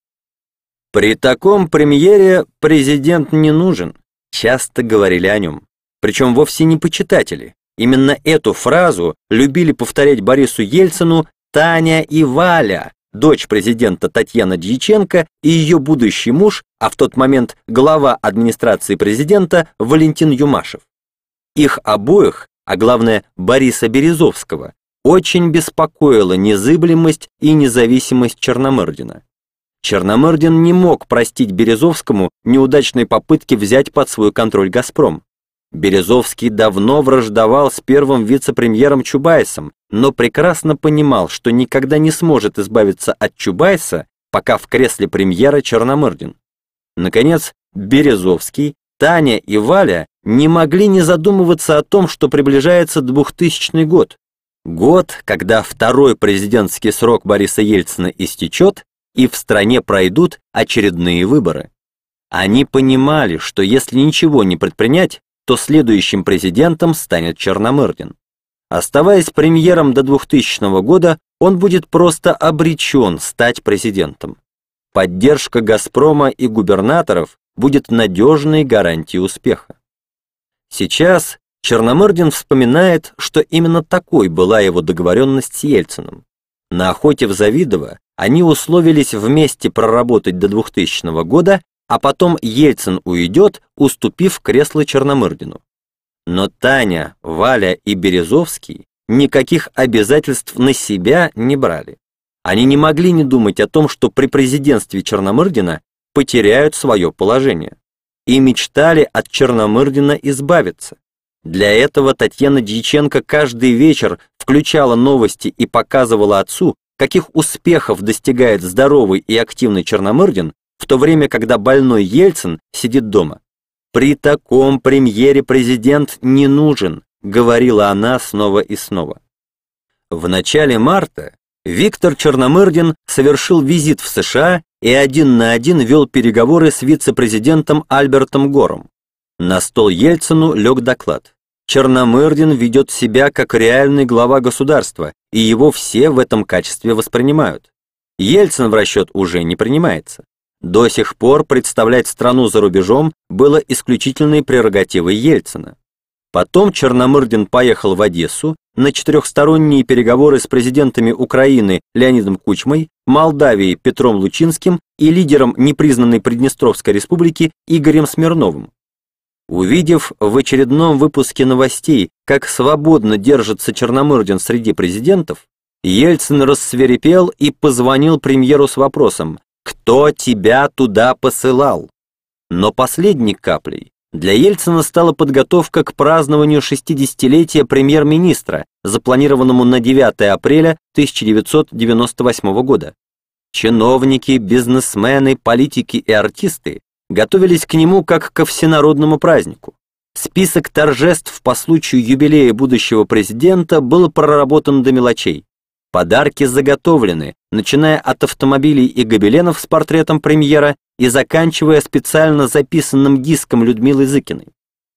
При таком премьере президент не нужен, часто говорили о нем. Причем вовсе не почитатели. Именно эту фразу любили повторять Борису Ельцину Таня и Валя, дочь президента Татьяна Дьяченко, и ее будущий муж, а в тот момент глава администрации президента Валентин Юмашев. Их обоих, а главное Бориса Березовского, очень беспокоила незыблемость и независимость Черномырдина. Черномырдин не мог простить Березовскому неудачной попытки взять под свой контроль «Газпром». Березовский давно враждовал с первым вице-премьером Чубайсом, но прекрасно понимал, что никогда не сможет избавиться от Чубайса, пока в кресле премьера Черномырдин. Наконец, Березовский, Таня и Валя не могли не задумываться о том, что приближается 2000 год. Год, когда второй президентский срок Бориса Ельцина истечет, и в стране пройдут очередные выборы. Они понимали, что если ничего не предпринять, то следующим президентом станет Черномырдин. Оставаясь премьером до 2000 года, он будет просто обречен стать президентом. Поддержка «Газпрома» и губернаторов будет надежной гарантией успеха. Сейчас Черномырдин вспоминает, что именно такой была его договоренность с Ельциным. На охоте в Завидово они условились вместе проработать до 2000 года, а потом Ельцин уйдет, уступив кресло Черномырдину. Но Таня, Валя и Березовский никаких обязательств на себя не брали. Они не могли не думать о том, что при президентстве Черномырдина потеряют свое положение. И мечтали от Черномырдина избавиться. Для этого Татьяна Дьяченко каждый вечер включала новости и показывала отцу, каких успехов достигает здоровый и активный Черномырдин, в то время, когда больной Ельцин сидит дома. «При таком премьере президент не нужен», — говорила она снова и снова. В начале марта Виктор Черномырдин совершил визит в США и 1 на 1 вел переговоры с вице-президентом Альбертом Гором. На стол Ельцину лег доклад. Черномырдин ведет себя как реальный глава государства, и его все в этом качестве воспринимают. Ельцин в расчет уже не принимается. До сих пор представлять страну за рубежом было исключительной прерогативой Ельцина. Потом Черномырдин поехал в Одессу на 4-сторонние переговоры с президентами Украины Леонидом Кучмой, Молдавии Петром Лучинским и лидером непризнанной Приднестровской республики Игорем Смирновым. Увидев в очередном выпуске новостей, как свободно держится Черномырдин среди президентов, Ельцин рассвирепел и позвонил премьеру с вопросом: «Кто тебя туда посылал?» Но последней каплей для Ельцина стала подготовка к празднованию 60-летия премьер-министра, запланированному на 9 апреля 1998 года. Чиновники, бизнесмены, политики и артисты готовились к нему как ко всенародному празднику. Список торжеств по случаю юбилея будущего президента был проработан до мелочей. Подарки заготовлены, начиная от автомобилей и гобеленов с портретом премьера и заканчивая специально записанным диском Людмилы Зыкиной.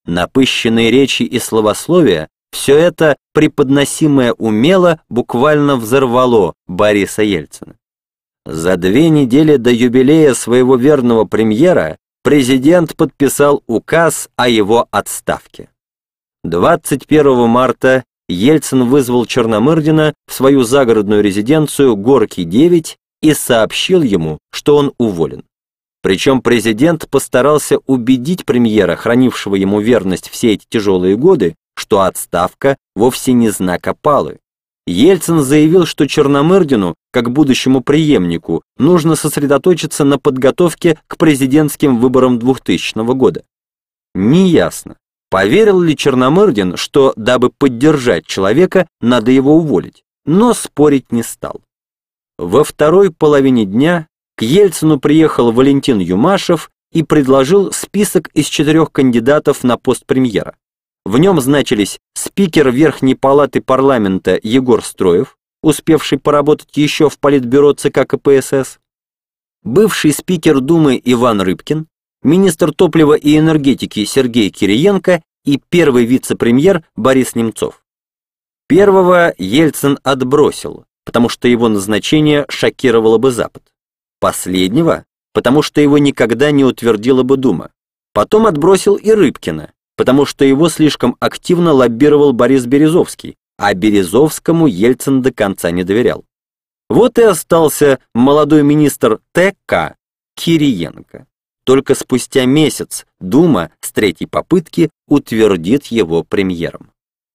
Напыщенные речи и словословия, все это, преподносимое умело, буквально взорвало Бориса Ельцина. За 2 недели до юбилея своего верного премьера президент подписал указ о его отставке. 21 марта Ельцин вызвал Черномырдина в свою загородную резиденцию Горький 9 и сообщил ему, что он уволен. Причем президент постарался убедить премьера, хранившего ему верность все эти тяжелые годы, что отставка вовсе не знак опалы. Ельцин заявил, что Черномырдину, как будущему преемнику, нужно сосредоточиться на подготовке к президентским выборам 2000 года. Неясно, поверил ли Черномырдин, что, дабы поддержать человека, надо его уволить, но спорить не стал. Во второй половине дня к Ельцину приехал Валентин Юмашев и предложил список из 4 кандидатов на пост премьера. В нем значились спикер Верхней палаты парламента Егор Строев, успевший поработать еще в политбюро ЦК КПСС, бывший спикер Думы Иван Рыбкин, министр топлива и энергетики Сергей Кириенко и первый вице-премьер Борис Немцов. Первого Ельцин отбросил, потому что его назначение шокировало бы Запад. Последнего, потому что его никогда не утвердила бы Дума. Потом отбросил и Рыбкина, потому что его слишком активно лоббировал Борис Березовский, а Березовскому Ельцин до конца не доверял. Вот и остался молодой министр ТК Кириенко. Только спустя месяц Дума с 3-й попытки утвердит его премьером.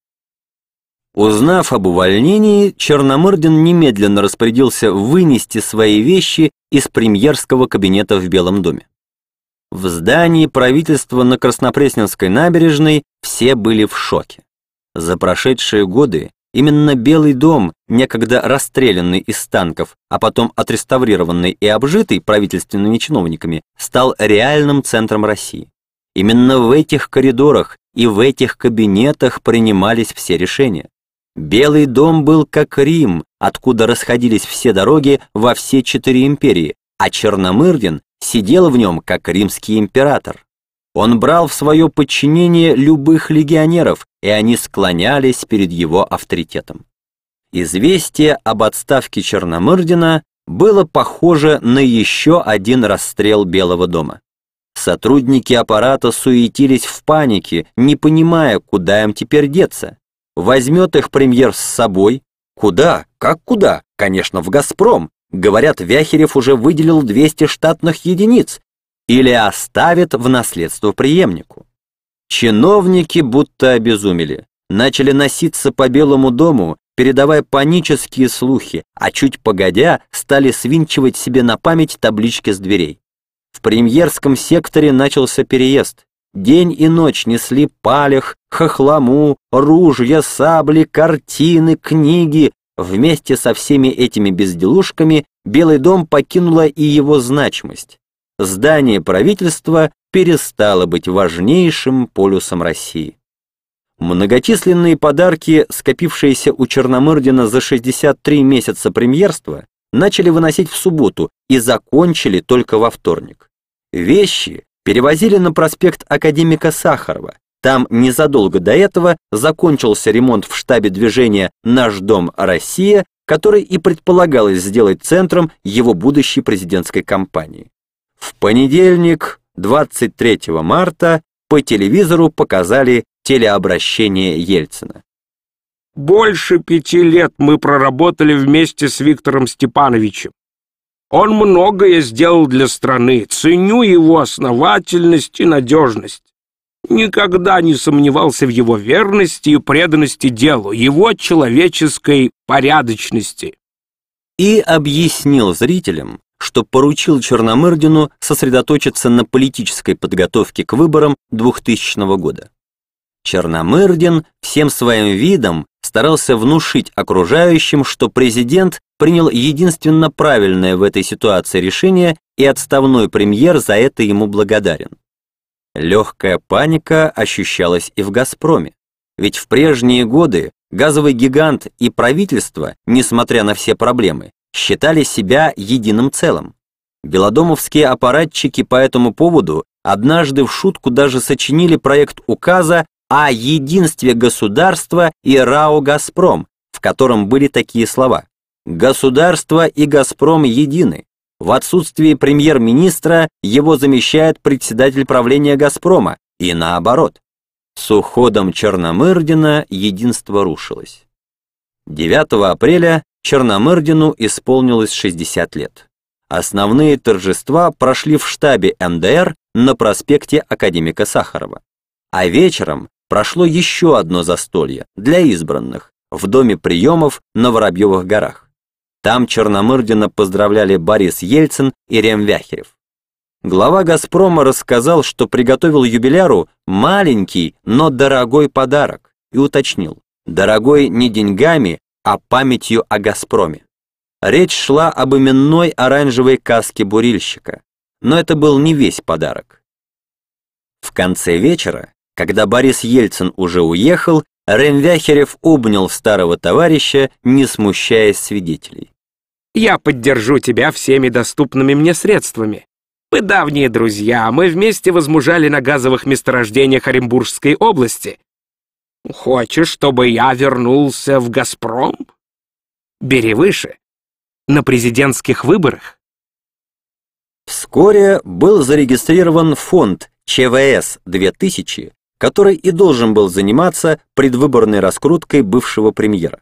Узнав об увольнении, Черномырдин немедленно распорядился вынести свои вещи из премьерского кабинета в Белом доме. В здании правительства на Краснопресненской набережной все были в шоке. За прошедшие годы именно Белый дом, некогда расстрелянный из танков, а потом отреставрированный и обжитый правительственными чиновниками, стал реальным центром России. Именно в этих коридорах и в этих кабинетах принимались все решения. Белый дом был как Рим, откуда расходились все дороги во все 4 империи, а Черномырдин сидел в нем как римский император. Он брал в свое подчинение любых легионеров, и они склонялись перед его авторитетом. Известие об отставке Черномырдина было похоже на еще один расстрел Белого дома. Сотрудники аппарата суетились в панике, не понимая, куда им теперь деться. Возьмет их премьер с собой? Куда? Как куда? Конечно, в «Газпром». Говорят, Вяхерев уже выделил 200 штатных единиц. Или оставит в наследство преемнику. Чиновники будто обезумели. Начали носиться по Белому дому, передавая панические слухи, а чуть погодя стали свинчивать себе на память таблички с дверей. В премьерском секторе начался переезд. День и ночь несли палех, хохлому, ружья, сабли, картины, книги. Вместе со всеми этими безделушками Белый дом покинула и его значимость. Здание правительства перестало быть важнейшим полюсом России. Многочисленные подарки, скопившиеся у Черномырдина за 63 месяца премьерства, начали выносить в субботу и закончили только во вторник. Вещи перевозили на проспект академика Сахарова. Там незадолго до этого закончился ремонт в штабе движения «Наш дом Россия», который и предполагалось сделать центром его будущей президентской кампании. В понедельник, 23 марта, по телевизору показали телеобращение Ельцина. Больше 5 лет мы проработали вместе с Виктором Степановичем. Он многое сделал для страны, ценю его основательность и надежность. Никогда не сомневался в его верности и преданности делу, его человеческой порядочности. И объяснил зрителям, что поручил Черномырдину сосредоточиться на политической подготовке к выборам 2000 года. Черномырдин всем своим видом старался внушить окружающим, что президент принял единственно правильное в этой ситуации решение, и отставной премьер за это ему благодарен. Легкая паника ощущалась и в «Газпроме», ведь в прежние годы газовый гигант и правительство, несмотря на все проблемы, считали себя единым целым. Белодомовские аппаратчики по этому поводу однажды в шутку даже сочинили проект указа о единстве государства и РАО «Газпром», в котором были такие слова: «Государство и «Газпром» едины. В отсутствие премьер-министра его замещает председатель правления «Газпрома», и наоборот». С уходом Черномырдина единство рушилось. 9 апреля Черномырдину исполнилось 60 лет. Основные торжества прошли в штабе НДР на проспекте Академика Сахарова. А вечером прошло еще одно застолье для избранных в доме приемов на Воробьевых горах. Там Черномырдина поздравляли Борис Ельцин и Рем Вяхерев. Глава «Газпрома» рассказал, что приготовил юбиляру маленький, но дорогой подарок, и уточнил: дорогой не деньгами, а памятью о «Газпроме». Речь шла об именной оранжевой каске бурильщика, но это был не весь подарок. В конце вечера, когда Борис Ельцин уже уехал, Рем Вяхерев обнял старого товарища, не смущаясь свидетелей. «Я поддержу тебя всеми доступными мне средствами. Мы давние друзья, мы вместе возмужали на газовых месторождениях Оренбургской области. Хочешь, чтобы я вернулся в «Газпром»? Бери выше. На президентских выборах». Вскоре был зарегистрирован фонд ЧВС-2000, который и должен был заниматься предвыборной раскруткой бывшего премьера.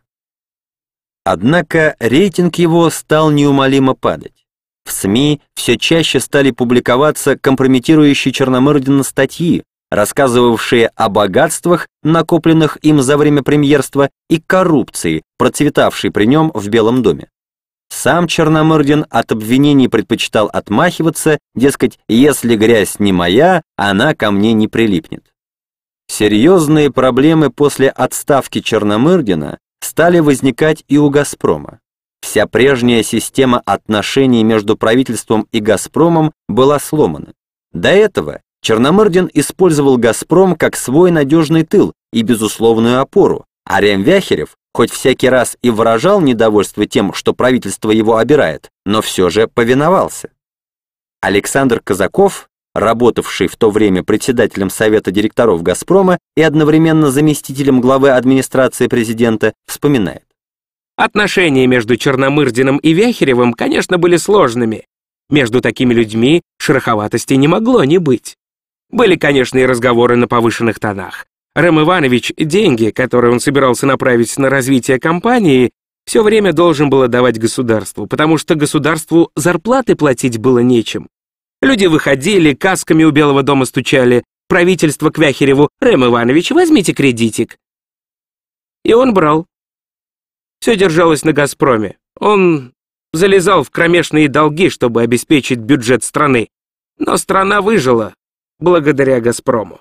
Однако рейтинг его стал неумолимо падать. В СМИ все чаще стали публиковаться компрометирующие Черномырдина статьи, рассказывавшие о богатствах, накопленных им за время премьерства, и коррупции, процветавшей при нем в Белом доме. Сам Черномырдин от обвинений предпочитал отмахиваться, дескать, если грязь не моя, она ко мне не прилипнет. Серьезные проблемы после отставки Черномырдина стали возникать и у «Газпрома». Вся прежняя система отношений между правительством и «Газпромом» была сломана. До этого Черномырдин использовал «Газпром» как свой надежный тыл и безусловную опору, а Рем Вяхерев, хоть всякий раз и выражал недовольство тем, что правительство его обирает, но все же повиновался. Александр Казаков, работавший в то время председателем Совета директоров «Газпрома» и одновременно заместителем главы администрации президента, вспоминает: «Отношения между Черномырдиным и Вяхеревым, конечно, были сложными. Между такими людьми шероховатости не могло не быть. Были, конечно, и разговоры на повышенных тонах. Рем Иванович деньги, которые он собирался направить на развитие компании, все время должен был отдавать государству, потому что государству зарплаты платить было нечем. Люди выходили, касками у Белого дома стучали, правительство к Вяхереву: Рем Иванович, возьмите кредитик. И он брал. Все держалось на «Газпроме». Он залезал в кромешные долги, чтобы обеспечить бюджет страны. Но страна выжила благодаря «Газпрому».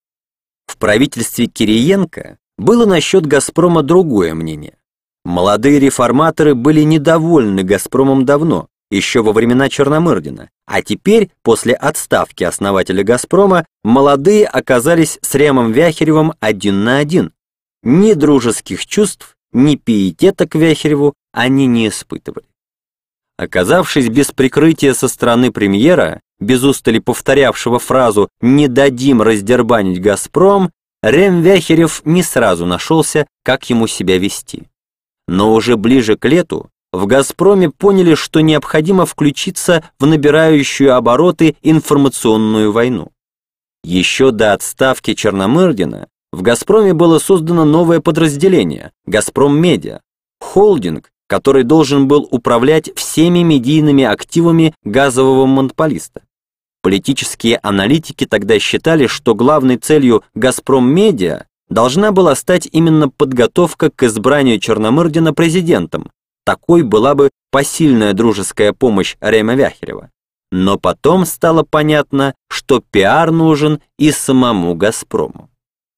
В правительстве Кириенко было насчет «Газпрома» другое мнение. Молодые реформаторы были недовольны «Газпромом» давно, еще во времена Черномырдина, а теперь, после отставки основателя «Газпрома», молодые оказались с Ремом Вяхеревым один на один. Ни дружеских чувств, ни пиетета к Вяхереву они не испытывали. Оказавшись без прикрытия со стороны премьера, без устали повторявшего фразу «не дадим раздербанить «Газпром», Рем Вяхерев не сразу нашелся, как ему себя вести. Но уже ближе к лету в «Газпроме» поняли, что необходимо включиться в набирающую обороты информационную войну. Еще до отставки Черномырдина в «Газпроме» было создано новое подразделение «Газпром Медиа», холдинг, который должен был управлять всеми медийными активами газового монополиста. Политические аналитики тогда считали, что главной целью «Газпром Медиа» должна была стать именно подготовка к избранию Черномырдина президентом. Такой была бы посильная дружеская помощь Рема Вяхерева. Но потом стало понятно, что пиар нужен и самому «Газпрому».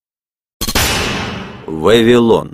Вавилон.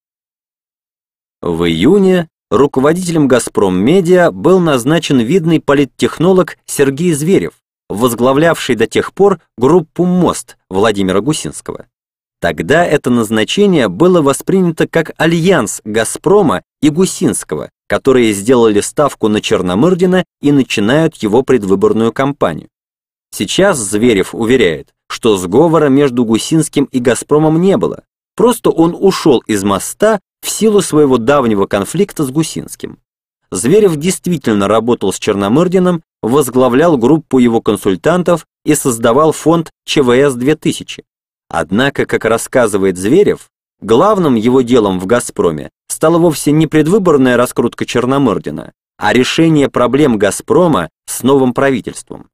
В июне руководителем «Газпром Медиа» был назначен видный политтехнолог Сергей Зверев, возглавлявший до тех пор группу «Мост» Владимира Гусинского. Тогда это назначение было воспринято как альянс «Газпрома» и Гусинского, которые сделали ставку на Черномырдина и начинают его предвыборную кампанию. Сейчас Зверев уверяет, что сговора между Гусинским и «Газпромом» не было, просто он ушел из моста в силу своего давнего конфликта с Гусинским. Зверев действительно работал с Черномырдиным, возглавлял группу его консультантов и создавал фонд ЧВС-2000. Однако, как рассказывает Зверев, главным его делом в «Газпроме» стала вовсе не предвыборная раскрутка Черномырдина, а решение проблем «Газпрома» с новым правительством.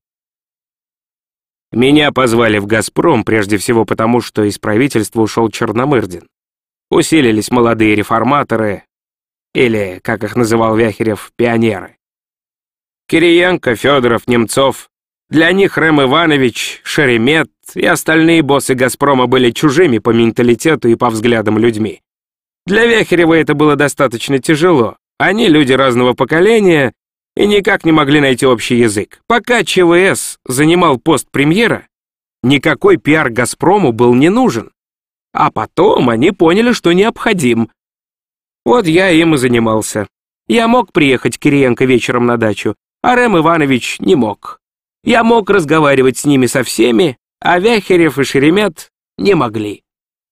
Меня позвали в «Газпром» прежде всего потому, что из правительства ушел Черномырдин. Усилились молодые реформаторы, или, как их называл Вяхерев, пионеры. Кириенко, Федоров, Немцов. Для них Рэм Иванович, Шеремет и остальные боссы «Газпрома» были чужими по менталитету и по взглядам людьми. Для Вяхерева это было достаточно тяжело. Они люди разного поколения и никак не могли найти общий язык. Пока ЧВС занимал пост премьера, никакой пиар «Газпрому» был не нужен. А потом они поняли, что необходим. Вот я им и занимался. Я мог приехать к Кириенко вечером на дачу, а Рэм Иванович не мог. Я мог разговаривать с ними со всеми, а Вяхерев и Шеремет не могли.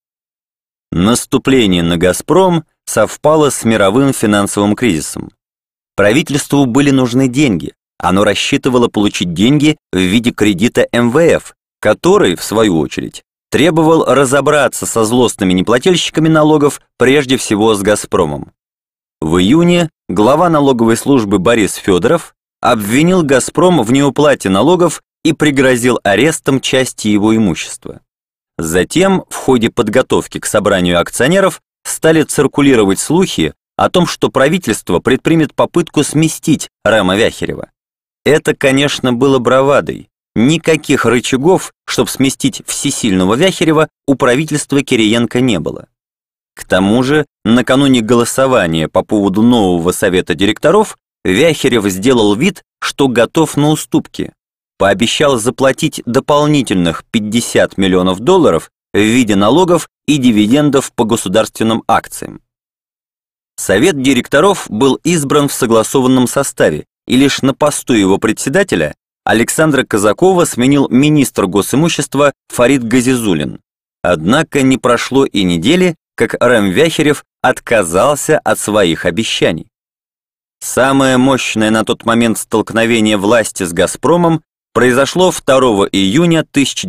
Наступление на «Газпром» совпало с мировым финансовым кризисом. Правительству были нужны деньги. Оно рассчитывало получить деньги в виде кредита МВФ, который, в свою очередь, требовал разобраться со злостными неплательщиками налогов, прежде всего с «Газпромом». В июне глава налоговой службы Борис Федоров обвинил «Газпром» в неуплате налогов и пригрозил арестом части его имущества. Затем, в ходе подготовки к собранию акционеров, стали циркулировать слухи о том, что правительство предпримет попытку сместить Рэма Вяхерева. Это, конечно, было бравадой. Никаких рычагов, чтобы сместить всесильного Вяхерева, у правительства Кириенко не было. К тому же, накануне голосования по поводу нового совета директоров, Вяхерев сделал вид, что готов на уступки. Пообещал заплатить дополнительных $50 миллионов в виде налогов и дивидендов по государственным акциям. Совет директоров был избран в согласованном составе, и лишь на посту его председателя Александра Казакова сменил министр госимущества Фарид Газизуллин. Однако не прошло и недели, как Рэм Вяхерев отказался от своих обещаний. Самое мощное на тот момент столкновение власти с «Газпромом» произошло 2 июня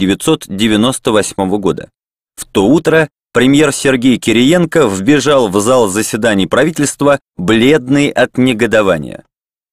1998 года. В то утро премьер Сергей Кириенко вбежал в зал заседаний правительства, бледный от негодования.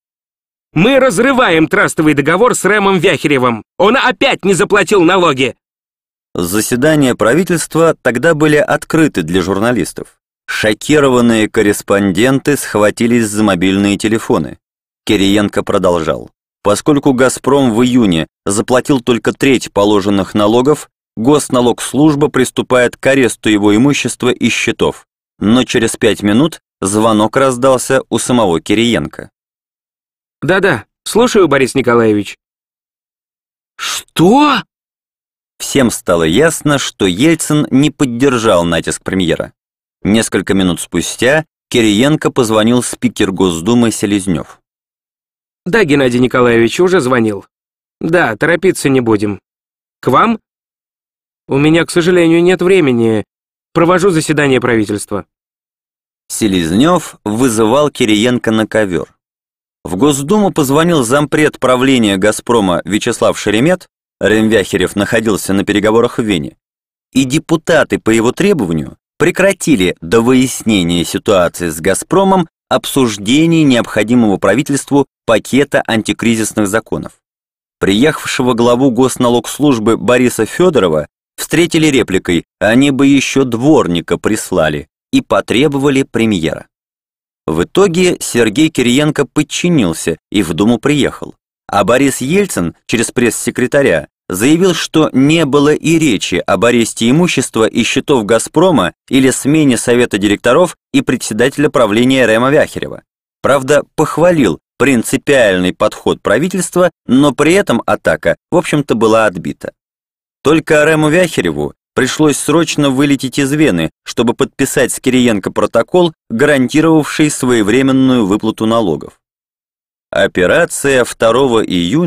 Мы разрываем трастовый договор с Рэмом Вяхеревым. Он опять не заплатил налоги. Заседания правительства тогда были открыты для журналистов. Шокированные корреспонденты схватились за мобильные телефоны. Кириенко продолжал. Поскольку «Газпром» в июне заплатил только треть положенных налогов, Госналогслужба приступает к аресту его имущества и счетов. Но через 5 минут звонок раздался у самого Кириенко. Да-да, слушаю, Борис Николаевич. Что? Всем стало ясно, что Ельцин не поддержал натиск премьера. Несколько минут спустя Кириенко позвонил спикер Госдумы Селезнев. Да, Геннадий Николаевич, уже звонил. Да, торопиться не будем. К вам? У меня, к сожалению, нет времени. Провожу заседание правительства. Селезнев вызывал Кириенко на ковер. В Госдуму позвонил зампред правления «Газпрома» Вячеслав Шеремет, Рэм Вяхерев находился на переговорах в Вене, и депутаты по его требованию прекратили до выяснения ситуации с «Газпромом» обсуждение необходимого правительству пакета антикризисных законов. Приехавшего главу Госналогслужбы Бориса Федорова встретили репликой «они бы еще дворника прислали» и потребовали премьера. В итоге Сергей Кириенко подчинился и в Думу приехал, а Борис Ельцин через пресс-секретаря заявил, что не было и речи об аресте имущества и счетов «Газпрома» или смене совета директоров и председателя правления Рэма Вяхерева. Правда, похвалил принципиальный подход правительства, но при этом атака, в общем-то, была отбита. Только Рэму Вяхереву пришлось срочно вылететь из Вены, чтобы подписать с Кириенко протокол, гарантировавший своевременную выплату налогов. Операция 2 июня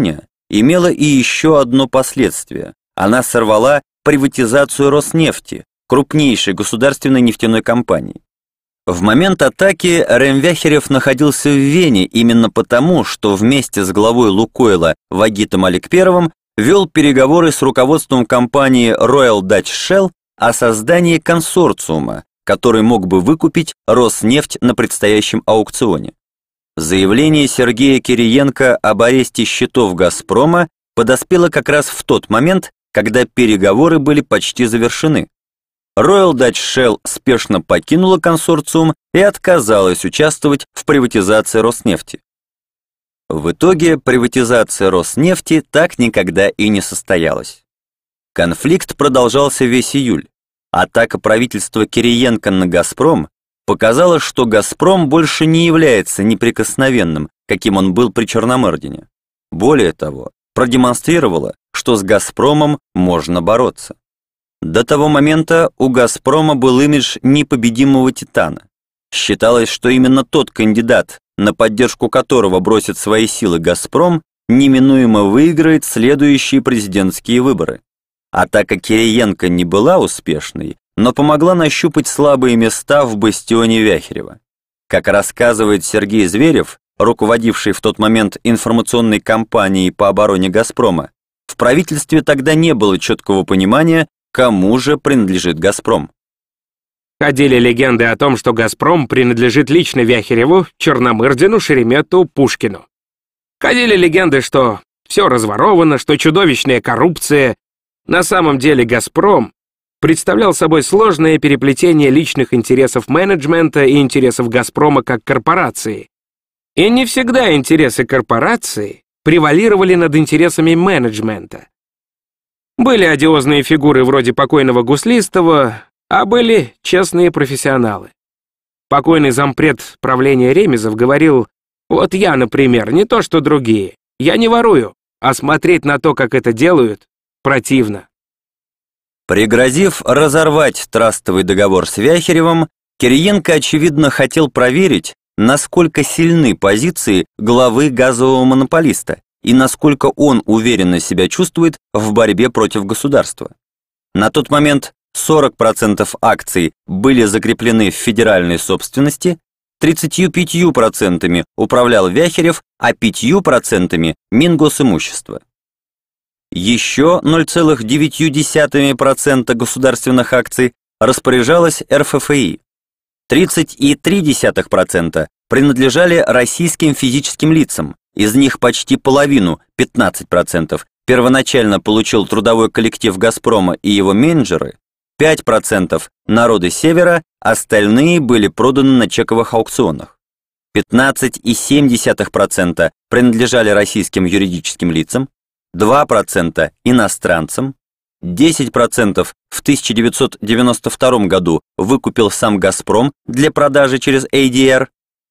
имела и еще одно последствие. Она сорвала приватизацию Роснефти, крупнейшей государственной нефтяной компании. В момент атаки Рем-Вяхерев находился в Вене именно потому, что вместе с главой Лукойла Вагитом Аликперовым вел переговоры с руководством компании Royal Dutch Shell о создании консорциума, который мог бы выкупить Роснефть на предстоящем аукционе. Заявление Сергея Кириенко об аресте счетов «Газпрома» подоспело как раз в тот момент, когда переговоры были почти завершены. Royal Dutch Shell спешно покинула консорциум и отказалась участвовать в приватизации Роснефти. В итоге приватизация Роснефти так никогда и не состоялась. Конфликт продолжался весь июль. Атака правительства Кириенко на «Газпром» показала, что «Газпром» больше не является неприкосновенным, каким он был при Черномырдине. Более того, продемонстрировала, что с «Газпромом» можно бороться. До того момента у «Газпрома» был имидж непобедимого титана. Считалось, что именно тот кандидат, на поддержку которого бросит свои силы «Газпром», неминуемо выиграет следующие президентские выборы. Атака Кириенко не была успешной, но помогла нащупать слабые места в бастионе Вяхерева. Как рассказывает Сергей Зверев, руководивший в тот момент информационной кампанией по обороне «Газпрома», в правительстве тогда не было четкого понимания, кому же принадлежит «Газпром». Ходили легенды о том, что «Газпром» принадлежит лично Вяхереву, Черномырдину, Шеремету, Пушкину. Ходили легенды, что все разворовано, что чудовищная коррупция. На самом деле «Газпром» представлял собой сложное переплетение личных интересов менеджмента и интересов «Газпрома» как корпорации. И не всегда интересы корпорации превалировали над интересами менеджмента. Были одиозные фигуры вроде покойного Гуслистова, а были честные профессионалы. Покойный зампред правления Ремезов говорил: «Вот я, например, не то что другие. Я не ворую, а смотреть на то, как это делают, противно». Пригрозив разорвать трастовый договор с Вяхеревым, Кириенко, очевидно, хотел проверить, насколько сильны позиции главы газового монополиста и насколько он уверенно себя чувствует в борьбе против государства. На тот момент 40% акций были закреплены в федеральной собственности, 35% управлял Вяхерев, а 5% Мингосимущество. Еще 0,9% государственных акций распоряжалась РФФИ. 30,3% принадлежали российским физическим лицам, из них почти половину, 15%, первоначально получил трудовой коллектив «Газпрома» и его менеджеры, 5% народы Севера, остальные были проданы на чековых аукционах. 15,7% принадлежали российским юридическим лицам, 2% иностранцам, 10% в 1992 году выкупил сам «Газпром» для продажи через ADR,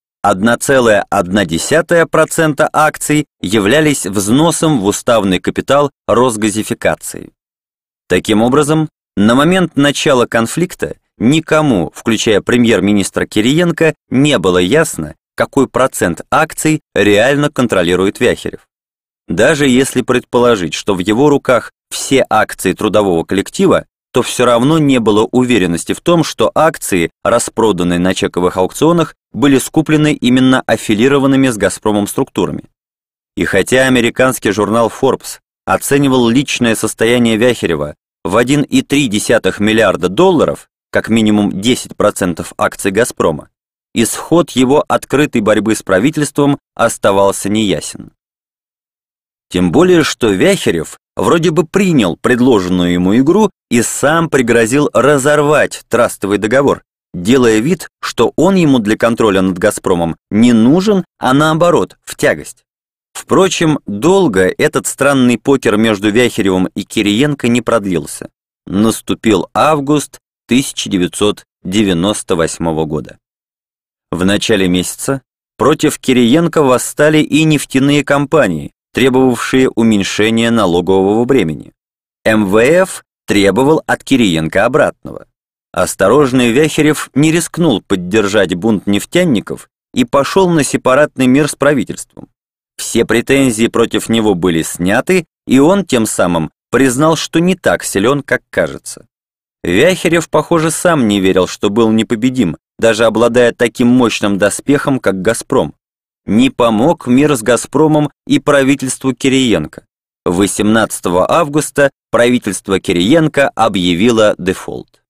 1,1% акций являлись взносом в уставный капитал Росгазификации. Таким образом, на момент начала конфликта никому, включая премьер-министра Кириенко, не было ясно, какой процент акций реально контролирует Вяхерев. Даже если предположить, что в его руках все акции трудового коллектива, то все равно не было уверенности в том, что акции, распроданные на чековых аукционах, были скуплены именно аффилированными с «Газпромом» структурами. И хотя американский журнал Forbes оценивал личное состояние Вяхерева в 1,3 миллиарда долларов, как минимум 10% акций «Газпрома», исход его открытой борьбы с правительством оставался неясен. Тем более, что Вяхерев вроде бы принял предложенную ему игру и сам пригрозил разорвать трастовый договор, делая вид, что он ему для контроля над «Газпромом» не нужен, а наоборот, в тягость. Впрочем, долго этот странный покер между Вяхеревым и Кириенко не продлился. Наступил август 1998 года. В начале месяца против Кириенко восстали и нефтяные компании, требовавшие уменьшения налогового бремени. МВФ требовал от Кириенко обратного. Осторожный Вяхерев не рискнул поддержать бунт нефтяников и пошел на сепаратный мир с правительством. Все претензии против него были сняты, и он тем самым признал, что не так силен, как кажется. Вяхерев, похоже, сам не верил, что был непобедим, даже обладая таким мощным доспехом, как «Газпром». Не помог мир с «Газпромом» и правительству Кириенко. 18 августа правительство Кириенко объявило дефолт.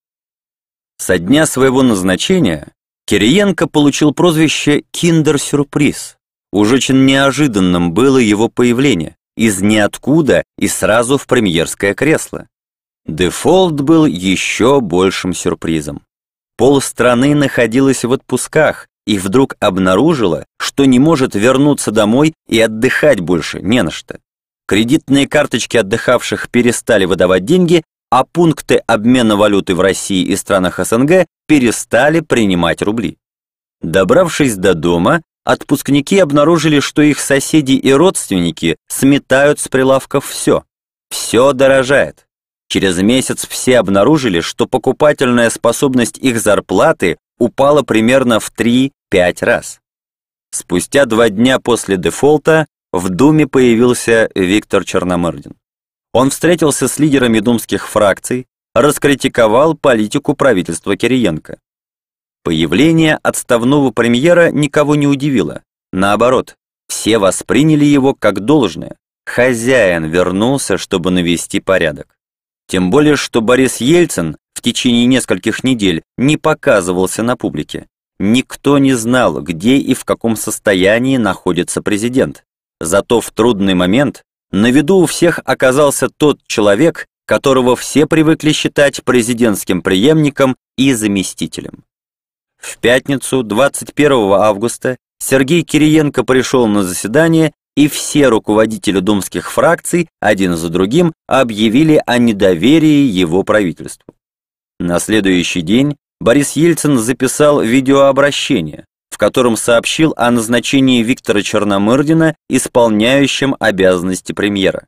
Со дня своего назначения Кириенко получил прозвище «Киндер-сюрприз». Уж очень неожиданным было его появление, из ниоткуда и сразу в премьерское кресло. Дефолт был еще большим сюрпризом. Полстраны находилась в отпусках и вдруг обнаружила, что не может вернуться домой и отдыхать больше не на что. Кредитные карточки отдыхавших перестали выдавать деньги, а пункты обмена валюты в России и странах СНГ перестали принимать рубли. Добравшись до дома, отпускники обнаружили, что их соседи и родственники сметают с прилавков все. Все дорожает. Через месяц все обнаружили, что покупательная способность их зарплаты упала примерно в 3-5 раз. Спустя 2 дня после дефолта в Думе появился Виктор Черномырдин. Он встретился с лидерами думских фракций, раскритиковал политику правительства Кириенко. Появление отставного премьера никого не удивило. Наоборот, все восприняли его как должное. Хозяин вернулся, чтобы навести порядок. Тем более, что Борис Ельцин в течение нескольких недель не показывался на публике. Никто не знал, где и в каком состоянии находится президент. Зато в трудный момент на виду у всех оказался тот человек, которого все привыкли считать президентским преемником и заместителем. В пятницу, 21 августа, Сергей Кириенко пришел на заседание, и все руководители думских фракций один за другим объявили о недоверии его правительству. На следующий день Борис Ельцин записал видеообращение, в котором сообщил о назначении Виктора Черномырдина исполняющим обязанности премьера.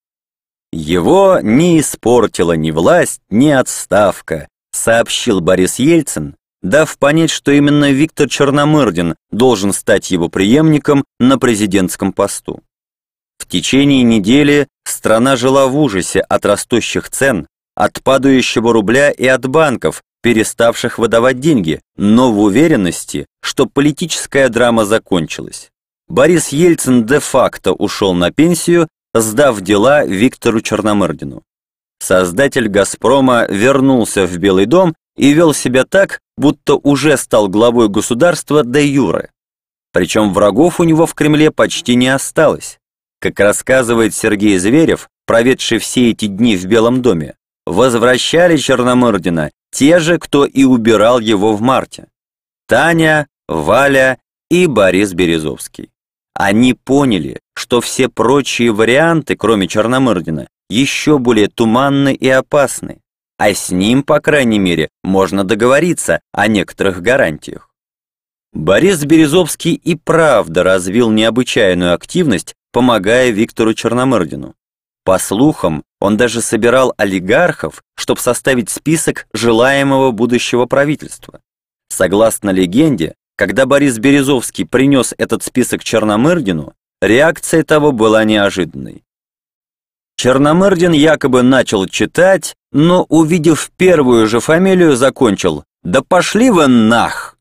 «Его не испортила ни власть, ни отставка», сообщил Борис Ельцин, дав понять, что именно Виктор Черномырдин должен стать его преемником на президентском посту. В течение недели страна жила в ужасе от растущих цен, от падающего рубля и от банков, переставших выдавать деньги, но в уверенности, что политическая драма закончилась. Борис Ельцин де-факто ушел на пенсию, сдав дела Виктору Черномырдину. Создатель «Газпрома» вернулся в Белый дом и вел себя так, будто уже стал главой государства де-юре. Причем врагов у него в Кремле почти не осталось. Как рассказывает Сергей Зверев, проведший все эти дни в Белом доме, возвращали Черномырдина те же, кто и убирал его в марте. Таня, Валя и Борис Березовский. Они поняли, что все прочие варианты, кроме Черномырдина, еще более туманны и опасны, а с ним, по крайней мере, можно договориться о некоторых гарантиях. Борис Березовский и правда развил необычайную активность, помогая Виктору Черномырдину. По слухам, он даже собирал олигархов, чтобы составить список желаемого будущего правительства. Согласно легенде, когда Борис Березовский принес этот список Черномырдину, реакция того была неожиданной. Черномырдин якобы начал читать, но, увидев первую же фамилию, закончил: «Да пошли вы нах!».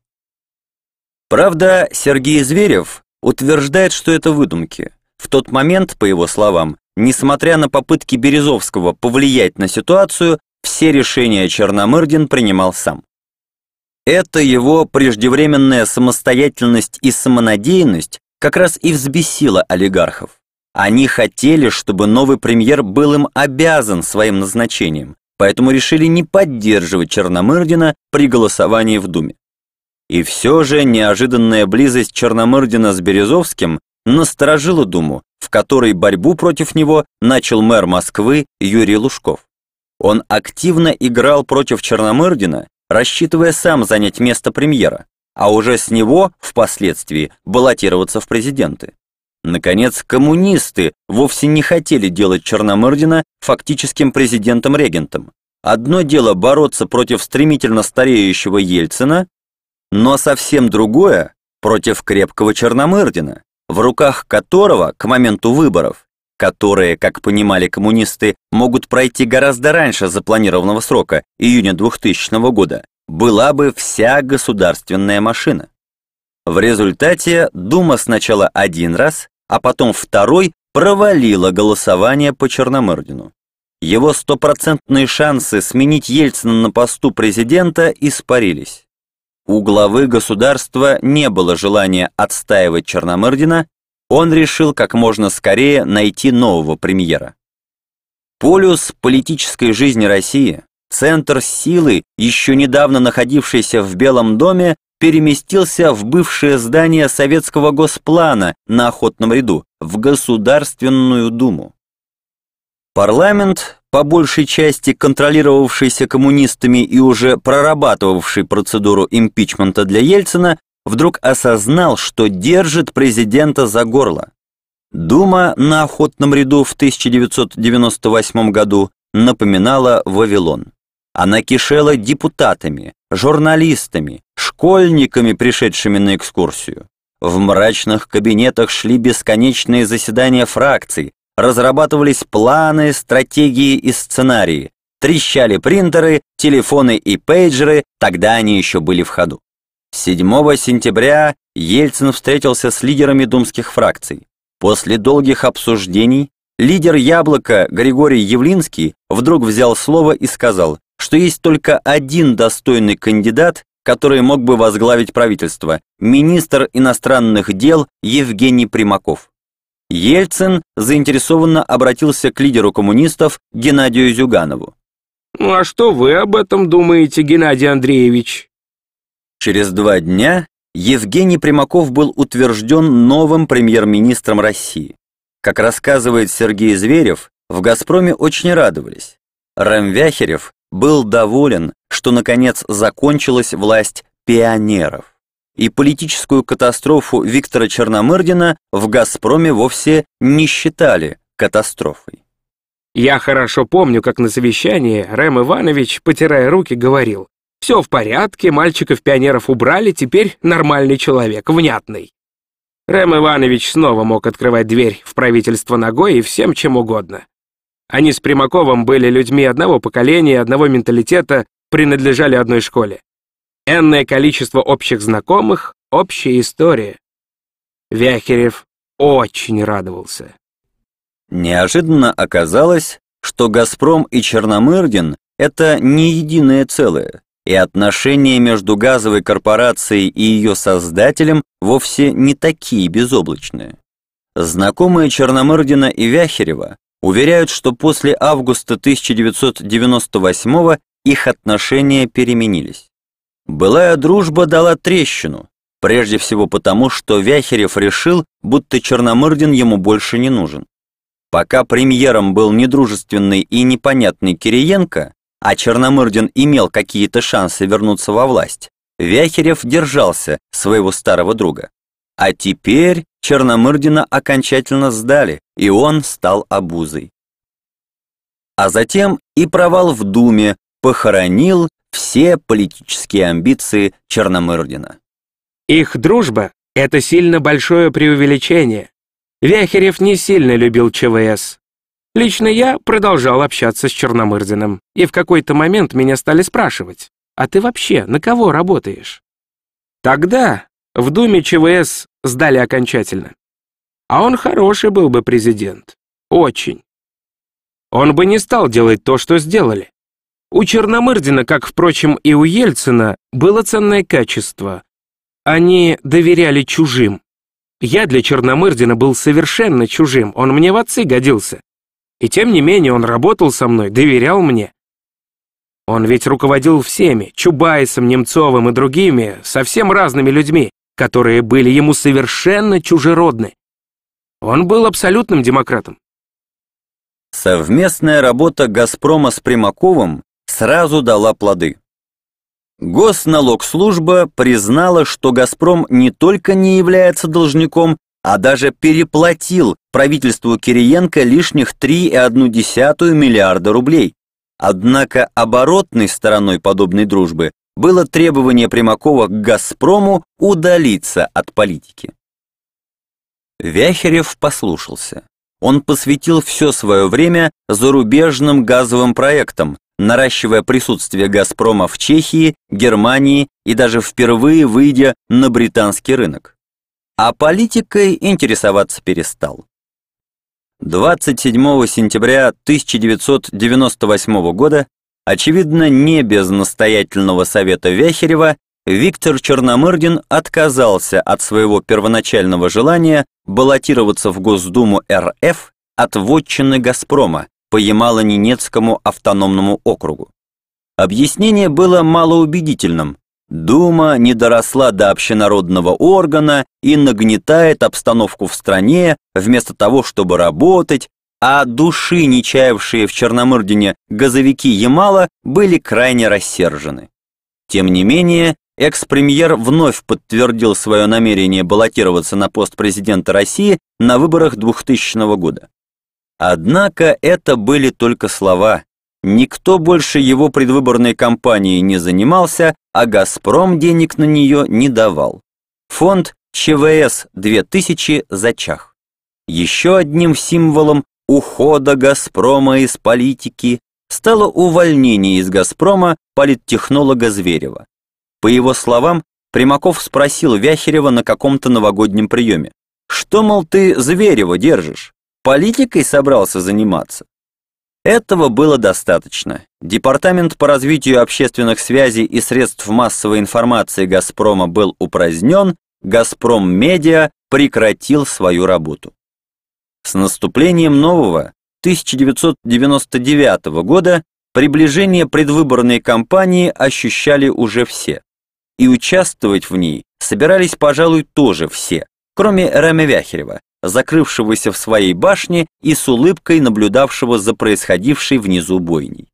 Правда, Сергей Зверев утверждает, что это выдумки. В тот момент, по его словам, несмотря на попытки Березовского повлиять на ситуацию, все решения Черномырдин принимал сам. Это его преждевременная самостоятельность и самонадеянность как раз и взбесила олигархов. Они хотели, чтобы новый премьер был им обязан своим назначением, поэтому решили не поддерживать Черномырдина при голосовании в Думе. И все же неожиданная близость Черномырдина с Березовским насторожила Думу, в которой борьбу против него начал мэр Москвы Юрий Лужков. Он активно играл против Черномырдина, рассчитывая сам занять место премьера, а уже с него впоследствии баллотироваться в президенты. Наконец, коммунисты вовсе не хотели делать Черномырдина фактическим президентом-регентом. Одно дело бороться против стремительно стареющего Ельцина, но совсем другое — против крепкого Черномырдина, в руках которого к моменту выборов, которые, как понимали коммунисты, могут пройти гораздо раньше запланированного срока, июня 2000 года, была бы вся государственная машина. В результате Дума сначала один раз, а потом второй провалила голосование по Черномырдину. Его стопроцентные шансы сменить Ельцина на посту президента испарились. У главы государства не было желания отстаивать Черномырдина, он решил как можно скорее найти нового премьера. Полюс политической жизни России, центр силы, еще недавно находившийся в Белом доме, переместился в бывшее здание Советского госплана на Охотном ряду, в Государственную Думу. Парламент, по большей части контролировавшийся коммунистами и уже прорабатывавший процедуру импичмента для Ельцина, вдруг осознал, что держит президента за горло. Дума на Охотном ряду в 1998 году напоминала Вавилон. Она кишела депутатами, журналистами, школьниками, пришедшими на экскурсию. В мрачных кабинетах шли бесконечные заседания фракций, разрабатывались планы, стратегии и сценарии, трещали принтеры, телефоны и пейджеры, тогда они еще были в ходу. 7 сентября Ельцин встретился с лидерами думских фракций. После долгих обсуждений лидер «Яблока» Григорий Явлинский вдруг взял слово и сказал, что есть только один достойный кандидат, который мог бы возглавить правительство – министр иностранных дел Евгений Примаков. Ельцин заинтересованно обратился к лидеру коммунистов Геннадию Зюганову. «Ну а что вы об этом думаете, Геннадий Андреевич?» Через 2 дня Евгений Примаков был утвержден новым премьер-министром России. Как рассказывает Сергей Зверев, в «Газпроме» очень радовались. Рамвяхерев был доволен, что наконец закончилась власть пионеров. И политическую катастрофу Виктора Черномырдина в «Газпроме» вовсе не считали катастрофой. Я хорошо помню, как на совещании Рэм Иванович, потирая руки, говорил: «Все в порядке, мальчиков-пионеров убрали, теперь нормальный человек, внятный». Рэм Иванович снова мог открывать дверь в правительство ногой и всем чем угодно. Они с Примаковым были людьми одного поколения, одного менталитета, принадлежали одной школе. Энное количество общих знакомых, общая история. Вяхерев очень радовался. Неожиданно оказалось, что «Газпром» и Черномырдин – это не единое целое, и отношения между газовой корпорацией и ее создателем вовсе не такие безоблачные. Знакомые Черномырдина и Вяхерева уверяют, что после августа 1998-го их отношения переменились. Былая дружба дала трещину, прежде всего потому, что Вяхерев решил, будто Черномырдин ему больше не нужен. Пока премьером был недружественный и непонятный Кириенко, а Черномырдин имел какие-то шансы вернуться во власть, Вяхерев держался своего старого друга. А теперь Черномырдина окончательно сдали, и он стал обузой. А затем и провал в Думе похоронил все политические амбиции Черномырдина. Их дружба — это сильно большое преувеличение. Вяхерев не сильно любил ЧВС. Лично я продолжал общаться с Черномырдиным, и в какой-то момент меня стали спрашивать: «А ты вообще на кого работаешь?» Тогда в Думе ЧВС сдали окончательно. А он хороший был бы президент. Очень. Он бы не стал делать то, что сделали. У Черномырдина, как, впрочем, и у Ельцина, было ценное качество. Они доверяли чужим. Я для Черномырдина был совершенно чужим, он мне в отцы годился. И тем не менее он работал со мной, доверял мне. Он ведь руководил всеми, Чубайсом, Немцовым и другими, совсем разными людьми, которые были ему совершенно чужеродны. Он был абсолютным демократом. Совместная работа «Газпрома» с Примаковым сразу дала плоды. Госналогслужба признала, что «Газпром» не только не является должником, а даже переплатил правительству Кириенко лишних 3,1 миллиарда рублей. Однако оборотной стороной подобной дружбы было требование Примакова к «Газпрому» удалиться от политики. Вяхерев послушался. Он посвятил все свое время зарубежным газовым проектам, наращивая присутствие «Газпрома» в Чехии, Германии и даже впервые выйдя на британский рынок. А политикой интересоваться перестал. 27 сентября 1998 года, очевидно, не без настоятельного совета Вяхерева, Виктор Черномырдин отказался от своего первоначального желания баллотироваться в Госдуму РФ от вотчины «Газпрома» по Ямало-Ненецкому автономному округу. Объяснение было малоубедительным. Дума не доросла до общенародного органа и нагнетает обстановку в стране вместо того, чтобы работать, а души, не чаявшие в Черномырдине газовики Ямала, были крайне рассержены. Тем не менее, экс-премьер вновь подтвердил свое намерение баллотироваться на пост президента России на выборах 2000 года. Однако это были только слова. Никто больше его предвыборной кампанией не занимался, а «Газпром» денег на нее не давал. Фонд ЧВС-2000 зачах. Еще одним символом ухода «Газпрома» из политики стало увольнение из «Газпрома» политтехнолога Зверева. По его словам, Примаков спросил Вяхерева на каком-то новогоднем приеме: «Что, мол, ты Зверева держишь? Политикой собрался заниматься?» Этого было достаточно. Департамент по развитию общественных связей и средств массовой информации «Газпрома» был упразднен, «Газпром Медиа» прекратил свою работу. С наступлением нового 1999 года приближение предвыборной кампании ощущали уже все. И участвовать в ней собирались, пожалуй, тоже все, кроме Рэма Вяхерева, закрывшегося в своей башне и с улыбкой наблюдавшего за происходившей внизу бойней.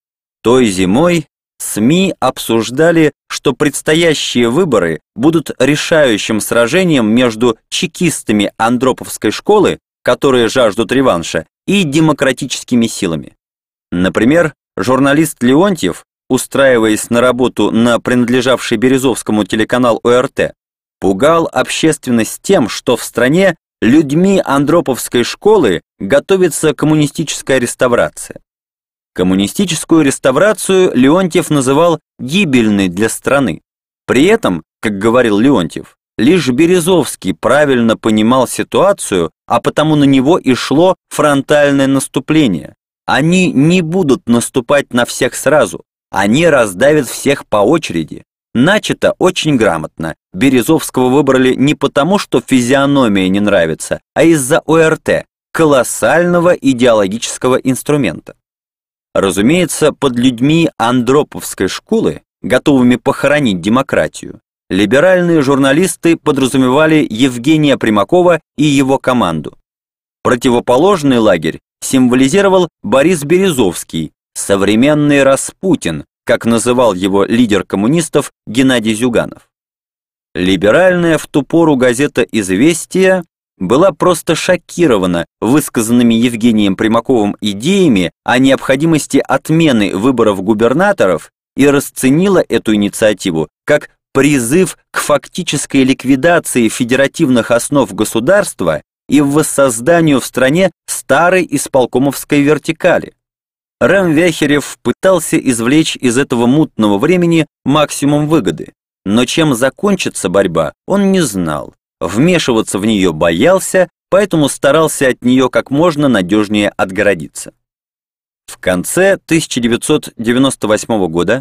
Той зимой СМИ обсуждали, что предстоящие выборы будут решающим сражением между чекистами Андроповской школы, которые жаждут реванша, и демократическими силами. Например, журналист Леонтьев, устраиваясь на работу на принадлежавший Березовскому телеканал ОРТ, пугал общественность тем, что в стране людьми Андроповской школы готовится коммунистическая реставрация. Коммунистическую реставрацию Леонтьев называл гибельной для страны. При этом, как говорил Леонтьев, лишь Березовский правильно понимал ситуацию, а потому на него и шло фронтальное наступление. Они не будут наступать на всех сразу, они раздавят всех по очереди. Начато очень грамотно. Березовского выбрали не потому, что физиономия не нравится, а из-за ОРТ, колоссального идеологического инструмента. Разумеется, под людьми Андроповской школы, готовыми похоронить демократию, либеральные журналисты подразумевали Евгения Примакова и его команду. Противоположный лагерь символизировал Борис Березовский, современный Распутин, как называл его лидер коммунистов Геннадий Зюганов. Либеральная в ту пору газета «Известия» была просто шокирована высказанными Евгением Примаковым идеями о необходимости отмены выборов губернаторов и расценила эту инициативу как призыв к фактической ликвидации федеративных основ государства и воссозданию в стране старой исполкомовской вертикали. Рэм Вяхерев пытался извлечь из этого мутного времени максимум выгоды, но чем закончится борьба, он не знал. Вмешиваться в нее боялся, поэтому старался от нее как можно надежнее отгородиться. В конце 1998 года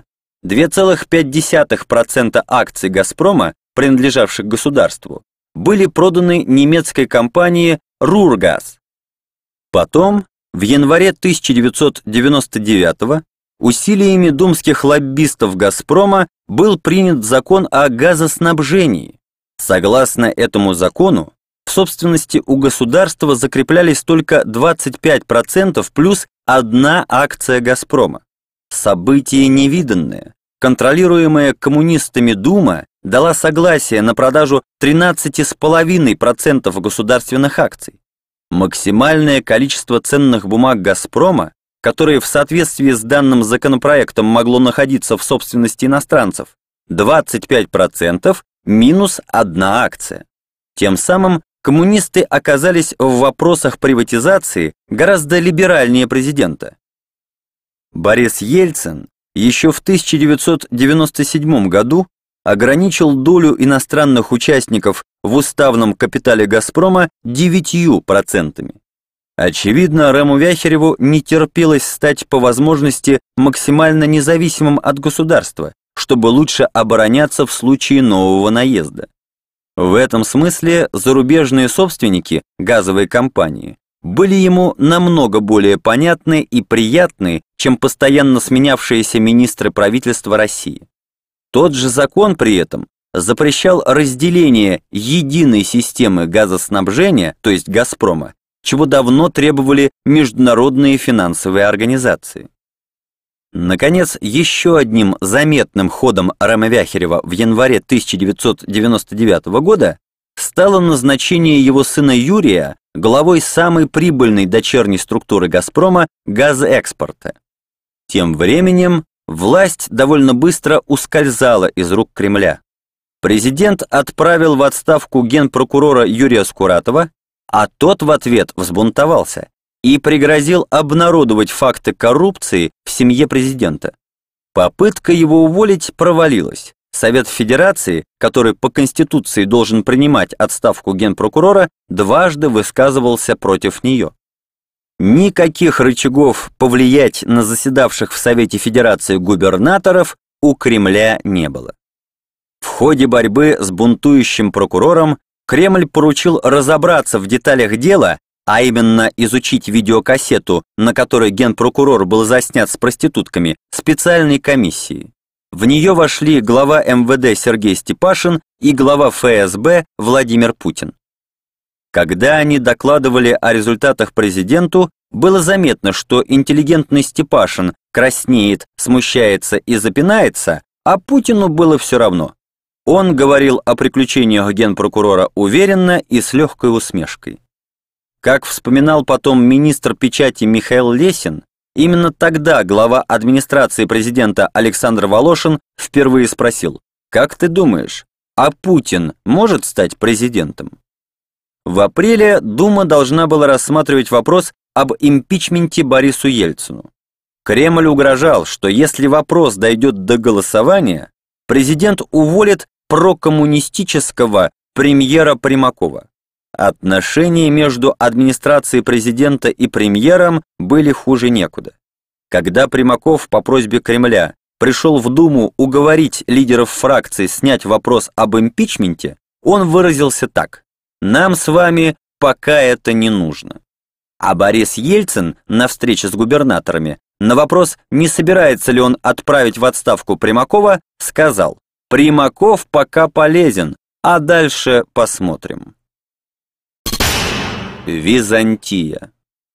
2,5% акций «Газпрома», принадлежавших государству, были проданы немецкой компании «Рургаз». Потом, в январе 1999 усилиями думских лоббистов «Газпрома» был принят закон о газоснабжении. Согласно этому закону, в собственности у государства закреплялись только 25% плюс одна акция «Газпрома». Событие невиданное. Контролируемая коммунистами Дума дала согласие на продажу 13,5% государственных акций. Максимальное количество ценных бумаг «Газпрома», которые в соответствии с данным законопроектом могло находиться в собственности иностранцев, 25% минус одна акция. Тем самым коммунисты оказались в вопросах приватизации гораздо либеральнее президента. Борис Ельцин еще в 1997 году ограничил долю иностранных участников в уставном капитале «Газпрома» 9%. Очевидно, Рэму Вяхереву не терпелось стать по возможности максимально независимым от государства, чтобы лучше обороняться в случае нового наезда. В этом смысле зарубежные собственники, газовые компании, были ему намного более понятны и приятны, чем постоянно сменявшиеся министры правительства России. Тот же закон при этом запрещал разделение единой системы газоснабжения, то есть «Газпрома», чего давно требовали международные финансовые организации. Наконец, еще одним заметным ходом Рэма Вяхерева в январе 1999 года стало назначение его сына Юрия главой самой прибыльной дочерней структуры «Газпрома» газэкспорта. Тем временем власть довольно быстро ускользала из рук Кремля. Президент отправил в отставку генпрокурора Юрия Скуратова, а тот в ответ взбунтовался и пригрозил обнародовать факты коррупции в семье президента. Попытка его уволить провалилась. Совет Федерации, который по Конституции должен принимать отставку генпрокурора, дважды высказывался против нее. Никаких рычагов повлиять на заседавших в Совете Федерации губернаторов у Кремля не было. В ходе борьбы с бунтующим прокурором Кремль поручил разобраться в деталях дела, а именно изучить видеокассету, на которой генпрокурор был заснят с проститутками, специальной комиссии. В нее вошли глава МВД Сергей Степашин и глава ФСБ Владимир Путин. Когда они докладывали о результатах президенту, было заметно, что интеллигентный Степашин краснеет, смущается и запинается, а Путину было все равно. Он говорил о приключениях генпрокурора уверенно и с легкой усмешкой. Как вспоминал потом министр печати Михаил Лесин, именно тогда глава администрации президента Александр Волошин впервые спросил: «Как ты думаешь, а Путин может стать президентом?» В апреле Дума должна была рассматривать вопрос об импичменте Борису Ельцину. Кремль угрожал, что если вопрос дойдет до голосования, президент уволит прокоммунистического премьера Примакова. Отношения между администрацией президента и премьером были хуже некуда. Когда Примаков по просьбе Кремля пришел в Думу уговорить лидеров фракций снять вопрос об импичменте, он выразился так: «Нам с вами пока это не нужно». А Борис Ельцин на встрече с губернаторами на вопрос, не собирается ли он отправить в отставку Примакова, сказал: «Примаков пока полезен, а дальше посмотрим». Византия.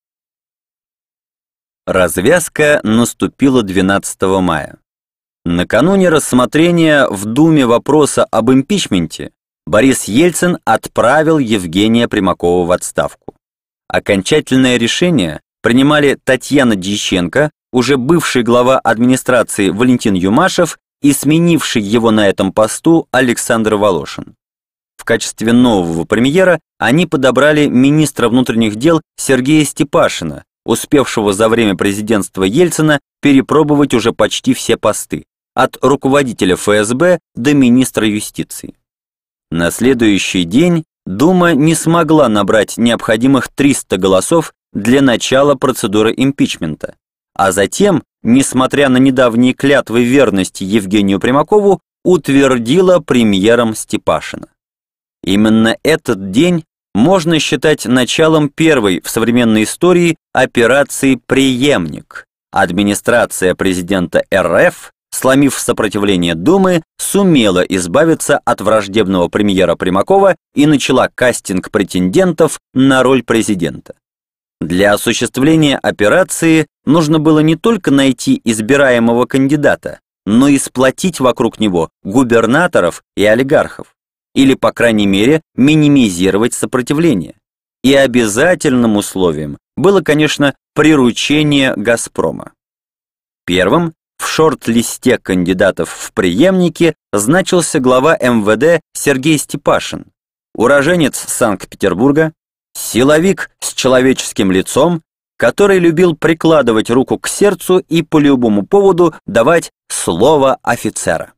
Развязка наступила 12 мая. Накануне рассмотрения в Думе вопроса об импичменте Борис Ельцин отправил Евгения Примакова в отставку. Окончательное решение принимали Татьяна Дьяченко, уже бывший глава администрации Валентин Юмашев и сменивший его на этом посту Александр Волошин. В качестве нового премьера они подобрали министра внутренних дел Сергея Степашина, успевшего за время президентства Ельцина перепробовать уже почти все посты, от руководителя ФСБ до министра юстиции. На следующий день Дума не смогла набрать необходимых 300 голосов для начала процедуры импичмента, а затем, несмотря на недавние клятвы верности Евгению Примакову, утвердила премьером Степашина. Именно этот день можно считать началом первой в современной истории операции «Преемник». Администрация президента РФ, сломив сопротивление Думы, сумела избавиться от враждебного премьера Примакова и начала кастинг претендентов на роль президента. Для осуществления операции нужно было не только найти избираемого кандидата, но и сплотить вокруг него губернаторов и олигархов, или, по крайней мере, минимизировать сопротивление. И обязательным условием было, конечно, приручение «Газпрома». Первым в шорт-листе кандидатов в преемники значился глава МВД Сергей Степашин. уроженец Санкт-Петербурга, силовик с человеческим лицом, который любил прикладывать руку к сердцу и по любому поводу давать слово офицера.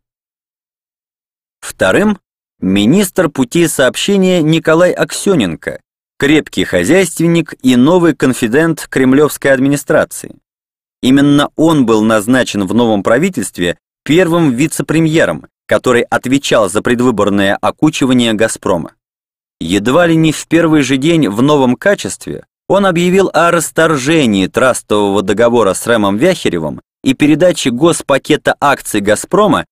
Вторым – министр путей сообщения Николай Аксененко, крепкий хозяйственник и новый конфидент кремлевской администрации. Именно он был назначен в новом правительстве первым вице-премьером, который отвечал за предвыборное окучивание «Газпрома». Едва ли не в первый же день в новом качестве он объявил о расторжении трастового договора с Рэмом Вяхеревым и передаче госпакета акций «Газпрома»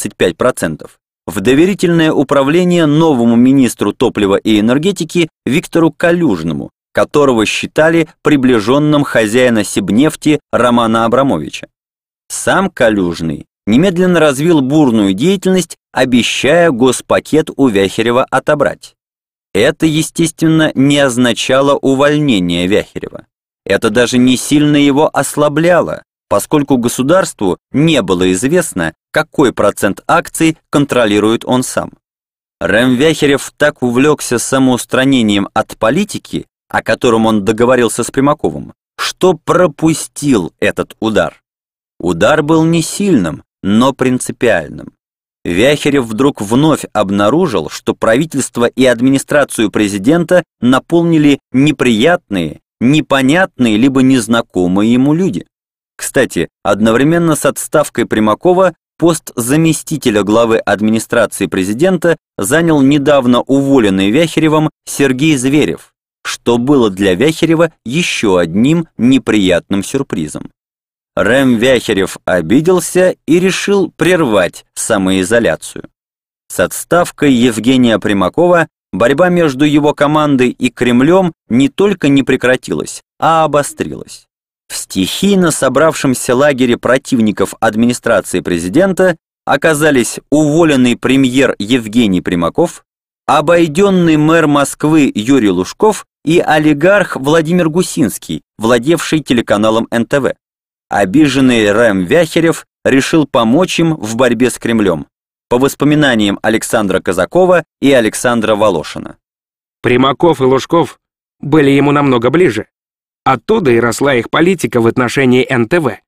35% в доверительное управление новому министру топлива и энергетики Виктору Калюжному, которого считали приближенным хозяина Сибнефти Романа Абрамовича. Сам Калюжный немедленно развил бурную деятельность, обещая госпакет у Вяхерева отобрать. Это, естественно, не означало увольнение Вяхерева. Это даже не сильно его ослабляло, поскольку государству не было известно, какой процент акций контролирует он сам. Рэм Вяхерев так увлекся самоустранением от политики, о котором он договорился с Примаковым, что пропустил этот удар. Удар был не сильным, но принципиальным. Вяхерев вдруг вновь обнаружил, что правительство и администрацию президента наполнили неприятные, непонятные либо незнакомые ему люди. Кстати, одновременно с отставкой Примакова пост заместителя главы администрации президента занял недавно уволенный Вяхеревым Сергей Зверев, что было для Вяхерева еще одним неприятным сюрпризом. Рэм Вяхерев обиделся и решил прервать самоизоляцию. С отставкой Евгения Примакова борьба между его командой и Кремлем не только не прекратилась, а обострилась. В стихийно собравшемся лагере противников администрации президента оказались уволенный премьер Евгений Примаков, обойденный мэр Москвы Юрий Лужков и олигарх Владимир Гусинский, владевший телеканалом НТВ. Обиженный Рэм Вяхерев решил помочь им в борьбе с Кремлем, по воспоминаниям Александра Казакова и Александра Волошина. Примаков и Лужков были ему намного ближе. Оттуда и росла их политика в отношении НТВ.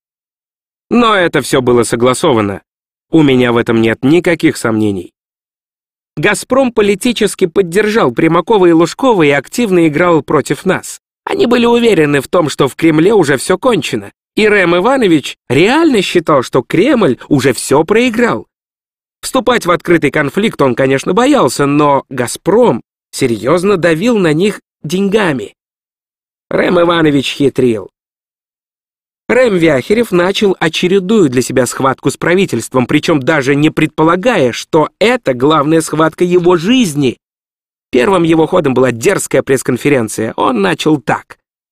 Но это все было согласовано. У меня в этом нет никаких сомнений. «Газпром» политически поддержал Примакова и Лужкова и активно играл против нас. Они были уверены в том, что в Кремле уже все кончено, и Рэм Иванович реально считал, что Кремль уже все проиграл. Вступать в открытый конфликт он, конечно, боялся, но «Газпром» серьезно давил на них деньгами. Рэм Иванович хитрил. Рэм Вяхерев начал очередную для себя схватку с правительством, причем даже не предполагая, что это главная схватка его жизни. Первым его ходом была дерзкая пресс-конференция. Он начал так.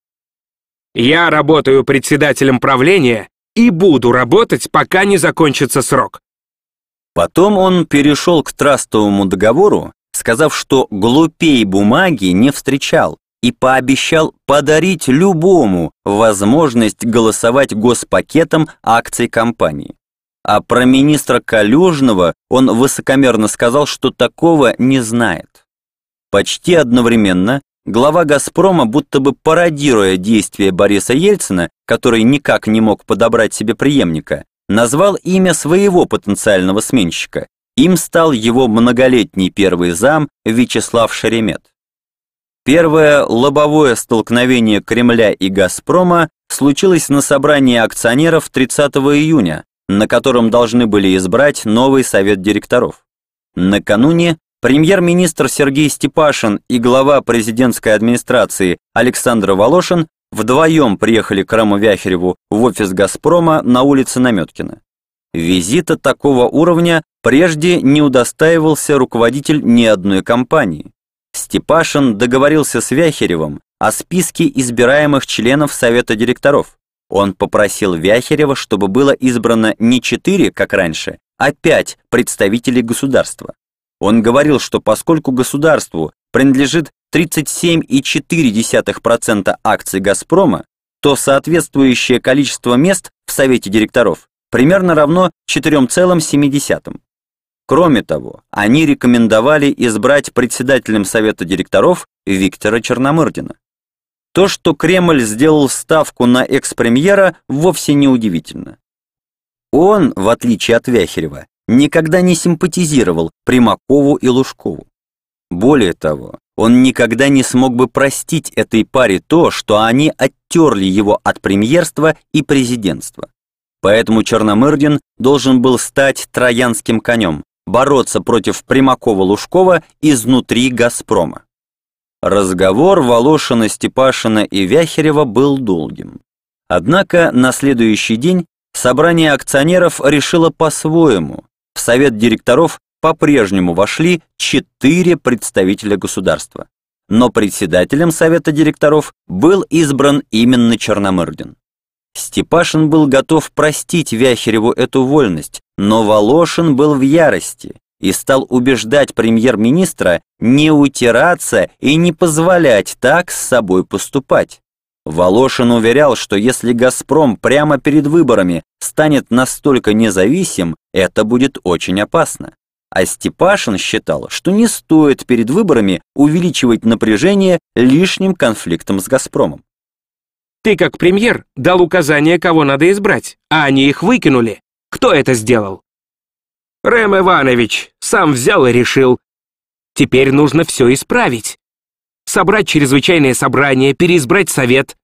«Я работаю председателем правления и буду работать, пока не закончится срок». Потом он перешел к трастовому договору, сказав, что глупей бумаги не встречал, и пообещал подарить любому возможность голосовать госпакетом акций компании. А про министра Калюжного он высокомерно сказал, что такого не знает. Почти одновременно глава «Газпрома», будто бы пародируя действия Бориса Ельцина, который никак не мог подобрать себе преемника, назвал имя своего потенциального сменщика. Им стал его многолетний первый зам Вячеслав Шеремет. Первое лобовое столкновение Кремля и «Газпрома» случилось на собрании акционеров 30 июня, на котором должны были избрать новый совет директоров. Накануне премьер-министр Сергей Степашин и глава президентской администрации Александр Волошин вдвоем приехали к Рэму Вяхереву в офис «Газпрома» на улице Наметкина. Визита такого уровня прежде не удостаивался руководитель ни одной компании. Степашин договорился с Вяхеревым о списке избираемых членов Совета директоров. Он попросил Вяхерева, чтобы было избрано не 4, как раньше, а 5 представителей государства. Он говорил, что поскольку государству принадлежит 37,4% акций «Газпрома», то соответствующее количество мест в Совете директоров примерно равно 4,7. Кроме того, они рекомендовали избрать председателем Совета директоров Виктора Черномырдина. То, что Кремль сделал ставку на экс-премьера, вовсе не удивительно. Он, в отличие от Вяхерева, никогда не симпатизировал Примакову и Лужкову. Более того, он никогда не смог бы простить этой паре то, что они оттерли его от премьерства и президентства. Поэтому Черномырдин должен был стать троянским конем, бороться против Примакова-Лужкова изнутри «Газпрома». Разговор Волошина, Степашина и Вяхерева был долгим. Однако на следующий день собрание акционеров решило по-своему. В совет директоров по-прежнему вошли 4 представителя государства. Но председателем совета директоров был избран именно Черномырдин. Степашин был готов простить Вяхереву эту вольность, но Волошин был в ярости и стал убеждать премьер-министра не утираться и не позволять так с собой поступать. Волошин уверял, что если «Газпром» прямо перед выборами станет настолько независим, это будет очень опасно. А Степашин считал, что не стоит перед выборами увеличивать напряжение лишним конфликтом с «Газпромом». Ты, как премьер, дал указание, кого надо избрать, а они их выкинули. Кто это сделал? Рэм Иванович сам взял и решил. Теперь нужно все исправить. Собрать чрезвычайное собрание, переизбрать совет.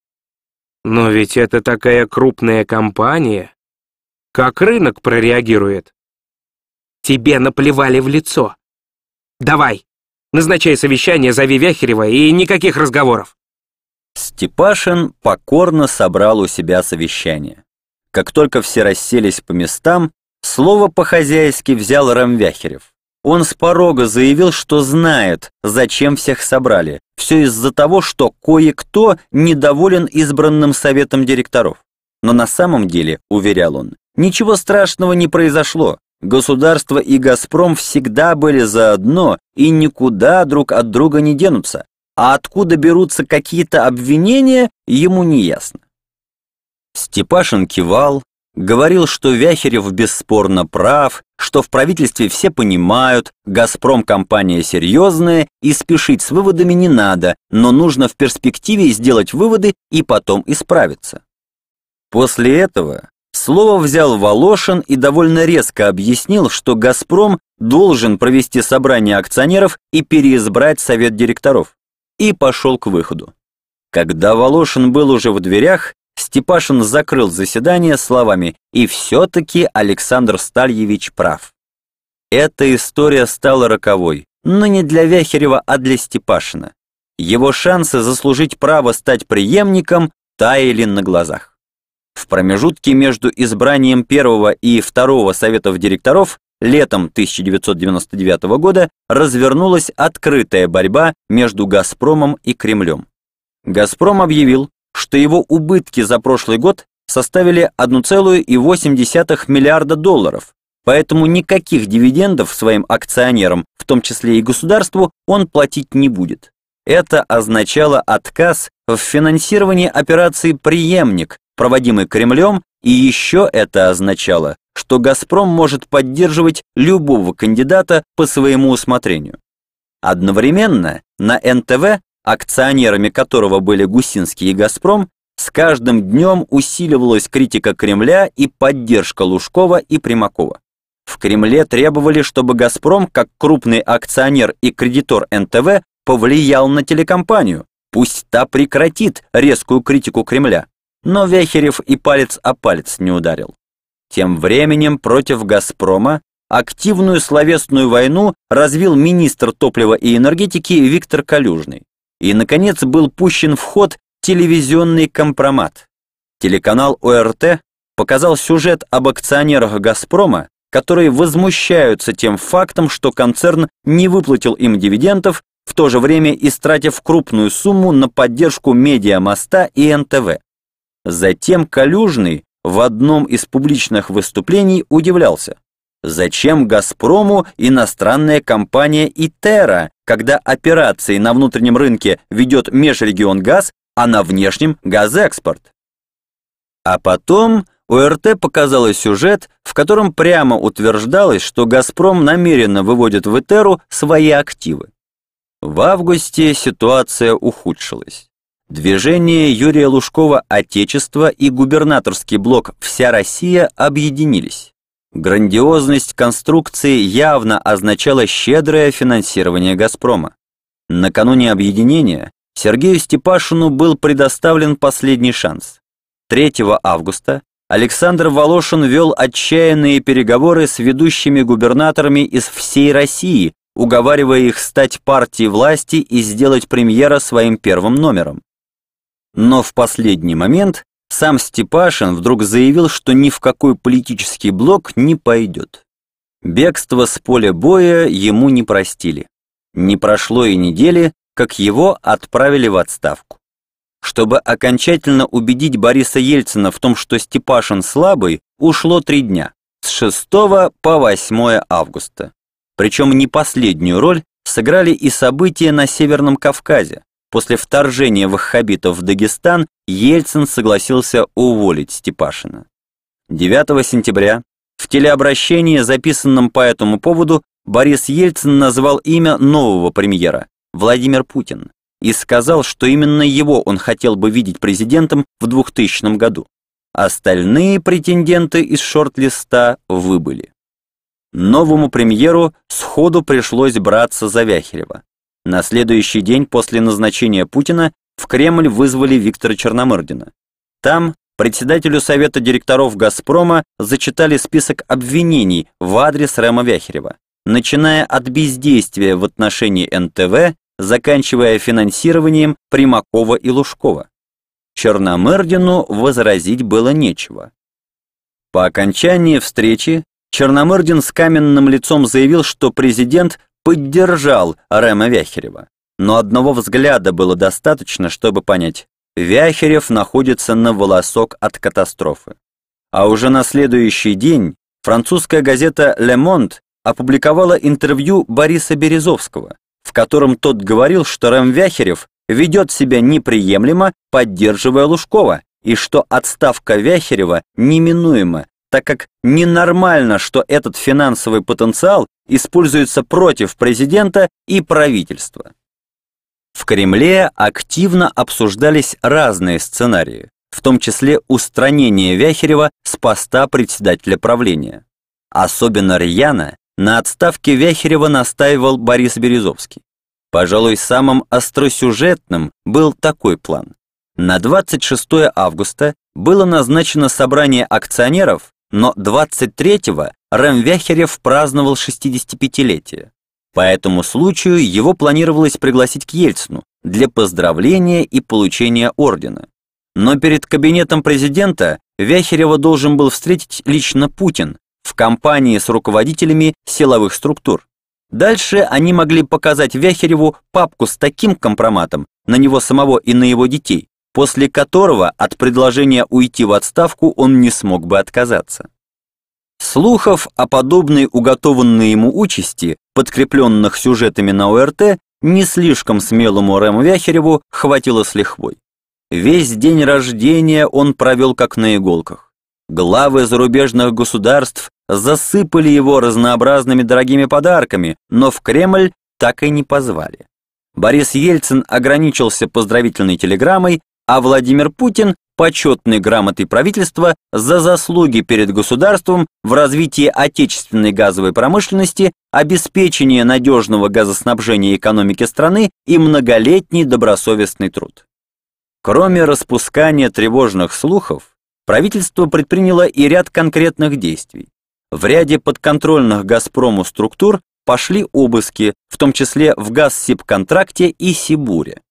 Но ведь это такая крупная компания. Как рынок прореагирует? Тебе наплевали в лицо. Давай, назначай совещание, зови Вяхерева и никаких разговоров. Степашин покорно собрал у себя совещание. Как только все расселись по местам, слово по-хозяйски взял Рэм Вяхерев. Он с порога заявил, что знает, зачем всех собрали. Все из-за того, что кое-кто недоволен избранным советом директоров. Но на самом деле, уверял он, ничего страшного не произошло. Государство и «Газпром» всегда были заодно и никуда друг от друга не денутся. А откуда берутся какие-то обвинения, ему не ясно. Степашин кивал, говорил, что Вяхерев бесспорно прав, что в правительстве все понимают, «Газпром» компания серьезная и спешить с выводами не надо, но нужно в перспективе сделать выводы и потом исправиться. После этого слово взял Волошин и довольно резко объяснил, что «Газпром» должен провести собрание акционеров и переизбрать совет директоров. И пошел к выходу. Когда Волошин был уже в дверях, Степашин закрыл заседание словами «И все-таки Александр Стальевич прав». Эта история стала роковой, но не для Вяхерева, а для Степашина. Его шансы заслужить право стать преемником таяли на глазах. В промежутке между избранием первого и второго советов директоров летом 1999 года развернулась открытая борьба между «Газпромом» и Кремлем. «Газпром» объявил, что его убытки за прошлый год составили 1,8 миллиарда долларов, поэтому никаких дивидендов своим акционерам, в том числе и государству, он платить не будет. Это означало отказ в финансировании операции «Преемник», проводимой Кремлем, и еще это означало, что «Газпром» может поддерживать любого кандидата по своему усмотрению. Одновременно на НТВ, акционерами которого были Гусинский и «Газпром», с каждым днем усиливалась критика Кремля и поддержка Лужкова и Примакова. В Кремле требовали, чтобы «Газпром», как крупный акционер и кредитор НТВ, повлиял на телекомпанию, пусть та прекратит резкую критику Кремля. Но Вяхерев и палец о палец не ударил. Тем временем против «Газпрома» активную словесную войну развил министр топлива и энергетики Виктор Калюжный. И, наконец, был пущен в ход телевизионный компромат. Телеканал ОРТ показал сюжет об акционерах «Газпрома», которые возмущаются тем фактом, что концерн не выплатил им дивидендов, в то же время истратив крупную сумму на поддержку «Медиамоста» и НТВ. Затем Калюжный в одном из публичных выступлений удивлялся. Зачем «Газпрому» иностранная компания «Итерра», когда операции на внутреннем рынке ведет Межрегионгаз, а на внешнем – «Газэкспорт»? А потом ОРТ показала сюжет, в котором прямо утверждалось, что «Газпром» намеренно выводит в этеру свои активы. В августе ситуация ухудшилась. Движение Юрия Лужкова «Отечество» и губернаторский блок «Вся Россия» объединились. Грандиозность конструкции явно означала щедрое финансирование «Газпрома». Накануне объединения Сергею Степашину был предоставлен последний шанс. 3 августа Александр Волошин вел отчаянные переговоры с ведущими губернаторами из всей России, уговаривая их стать партией власти и сделать премьера своим первым номером. Но в последний момент сам Степашин вдруг заявил, что ни в какой политический блок не пойдет. Бегство с поля боя ему не простили. Не прошло и недели, как его отправили в отставку. Чтобы окончательно убедить Бориса Ельцина в том, что Степашин слабый, ушло 3 дня, с 6 по 8 августа. Причем не последнюю роль сыграли и события на Северном Кавказе. После вторжения ваххабитов в Дагестан Ельцин согласился уволить Степашина. 9 сентября в телеобращении, записанном по этому поводу, Борис Ельцин назвал имя нового премьера – Владимир Путин, и сказал, что именно его он хотел бы видеть президентом в 2000 году. Остальные претенденты из шорт-листа выбыли. Новому премьеру сходу пришлось браться за Вяхерева. На следующий день после назначения Путина в Кремль вызвали Виктора Черномырдина. Там председателю Совета директоров «Газпрома» зачитали список обвинений в адрес Рема Вяхерева, начиная от бездействия в отношении НТВ, заканчивая финансированием Примакова и Лужкова. Черномырдину возразить было нечего. По окончании встречи Черномырдин с каменным лицом заявил, что президент поддержал Рема Вяхерева, но одного взгляда было достаточно, чтобы понять, Вяхерев находится на волосок от катастрофы. А уже на следующий день французская газета «Le Monde» опубликовала интервью Бориса Березовского, в котором тот говорил, что Рем Вяхерев ведет себя неприемлемо, поддерживая Лужкова, и что отставка Вяхерева неминуема, так как ненормально, что этот финансовый потенциал используется против президента и правительства. В Кремле активно обсуждались разные сценарии, в том числе устранение Вяхерева с поста председателя правления. Особенно рьяно на отставке Вяхерева настаивал Борис Березовский. Пожалуй, самым остросюжетным был такой план. На 26 августа было назначено собрание акционеров, но 23-го Рем Вяхерев праздновал 65-летие. По этому случаю его планировалось пригласить к Ельцину для поздравления и получения ордена. Но перед кабинетом президента Вяхерева должен был встретить лично Путин в компании с руководителями силовых структур. Дальше они могли показать Вяхереву папку с таким компроматом на него самого и на его детей, после которого от предложения уйти в отставку он не смог бы отказаться. Слухов о подобной уготованной ему участи, подкрепленных сюжетами на ОРТ, не слишком смелому Рему Вяхереву хватило с лихвой. Весь день рождения он провел как на иголках. Главы зарубежных государств засыпали его разнообразными дорогими подарками, но в Кремль так и не позвали. Борис Ельцин ограничился поздравительной телеграммой, а Владимир Путин – почетной грамотой правительства за заслуги перед государством в развитии отечественной газовой промышленности, обеспечении надежного газоснабжения экономики страны и многолетний добросовестный труд. Кроме распускания тревожных слухов, правительство предприняло и ряд конкретных действий. В ряде подконтрольных «Газпрому» структур пошли обыски, в том числе в Газсибконтракте и Сибуре.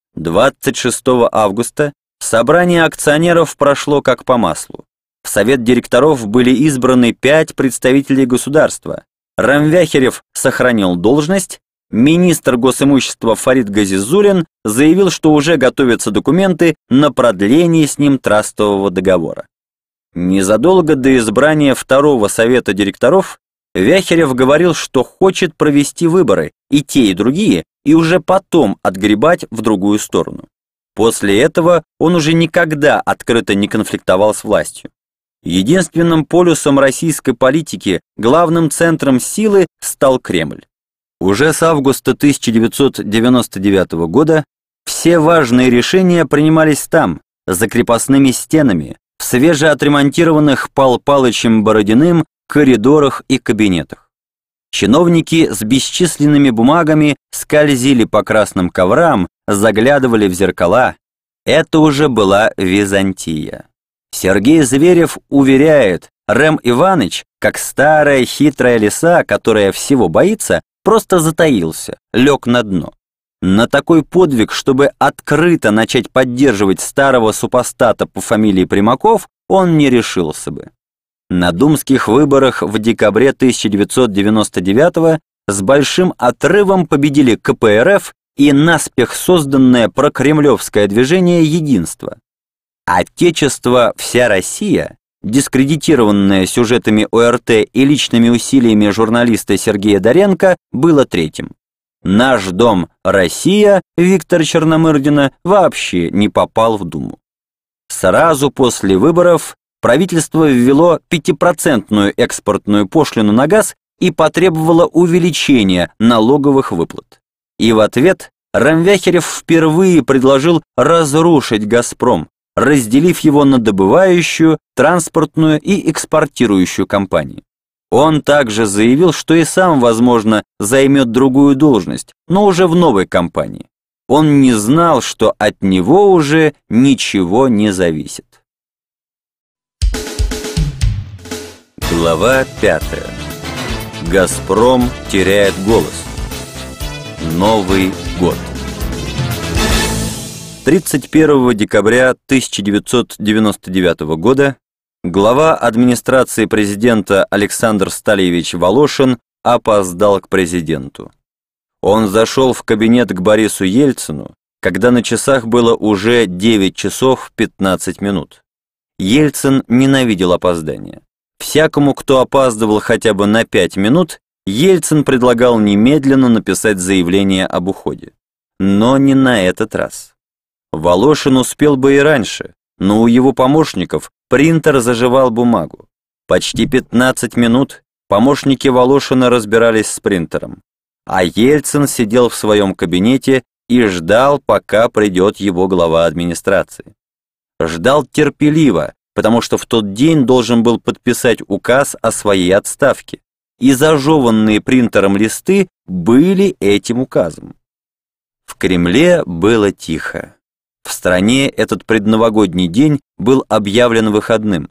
26 августа собрание акционеров прошло как по маслу. В совет директоров были избраны 5 представителей государства. Рем Вяхерев сохранил должность, министр госимущества Фарид Газизуллин заявил, что уже готовятся документы на продление с ним трастового договора. Незадолго до избрания второго совета директоров Вяхерев говорил, что хочет провести выборы, и те, и другие, и уже потом отгребать в другую сторону. После этого он уже никогда открыто не конфликтовал с властью. Единственным полюсом российской политики, главным центром силы стал Кремль. Уже с августа 1999 года все важные решения принимались там, за крепостными стенами, в свежеотремонтированных Пал Палычем Бородиным коридорах и кабинетах. Чиновники с бесчисленными бумагами скользили по красным коврам, заглядывали в зеркала. Это уже была Византия. Сергей Зверев уверяет, Рэм Иваныч, как старая хитрая лиса, которая всего боится, просто затаился, лег на дно. На такой подвиг, чтобы открыто начать поддерживать старого супостата по фамилии Примаков, он не решился бы. На думских выборах в декабре 1999 с большим отрывом победили КПРФ и наспех созданное прокремлевское движение «Единство». Отечество «Вся Россия», дискредитированное сюжетами ОРТ и личными усилиями журналиста Сергея Доренко, было третьим. «Наш дом Россия» Виктора Черномырдина вообще не попал в Думу. Сразу после выборов правительство ввело 5% экспортную пошлину на газ и потребовало увеличения налоговых выплат. И в ответ Рамвяхерев впервые предложил разрушить «Газпром», разделив его на добывающую, транспортную и экспортирующую компании. Он также заявил, что и сам, возможно, займет другую должность, но уже в новой компании. Он не знал, что от него уже ничего не зависит. Глава 5. «Газпром теряет голос». Новый год. 31 декабря 1999 года глава администрации президента Александр Стальевич Волошин опоздал к президенту. Он зашел в кабинет к Борису Ельцину, когда на часах было уже 9 часов 15 минут. Ельцин ненавидел опоздания. Всякому, кто опаздывал хотя бы на 5 минут, Ельцин предлагал немедленно написать заявление об уходе. Но не на этот раз. Волошин успел бы и раньше, но у его помощников принтер заживал бумагу. Почти 15 минут помощники Волошина разбирались с принтером, а Ельцин сидел в своем кабинете и ждал, пока придет его глава администрации. Ждал терпеливо, потому что в тот день должен был подписать указ о своей отставке, и зажеванные принтером листы были этим указом. В Кремле было тихо. В стране этот предновогодний день был объявлен выходным.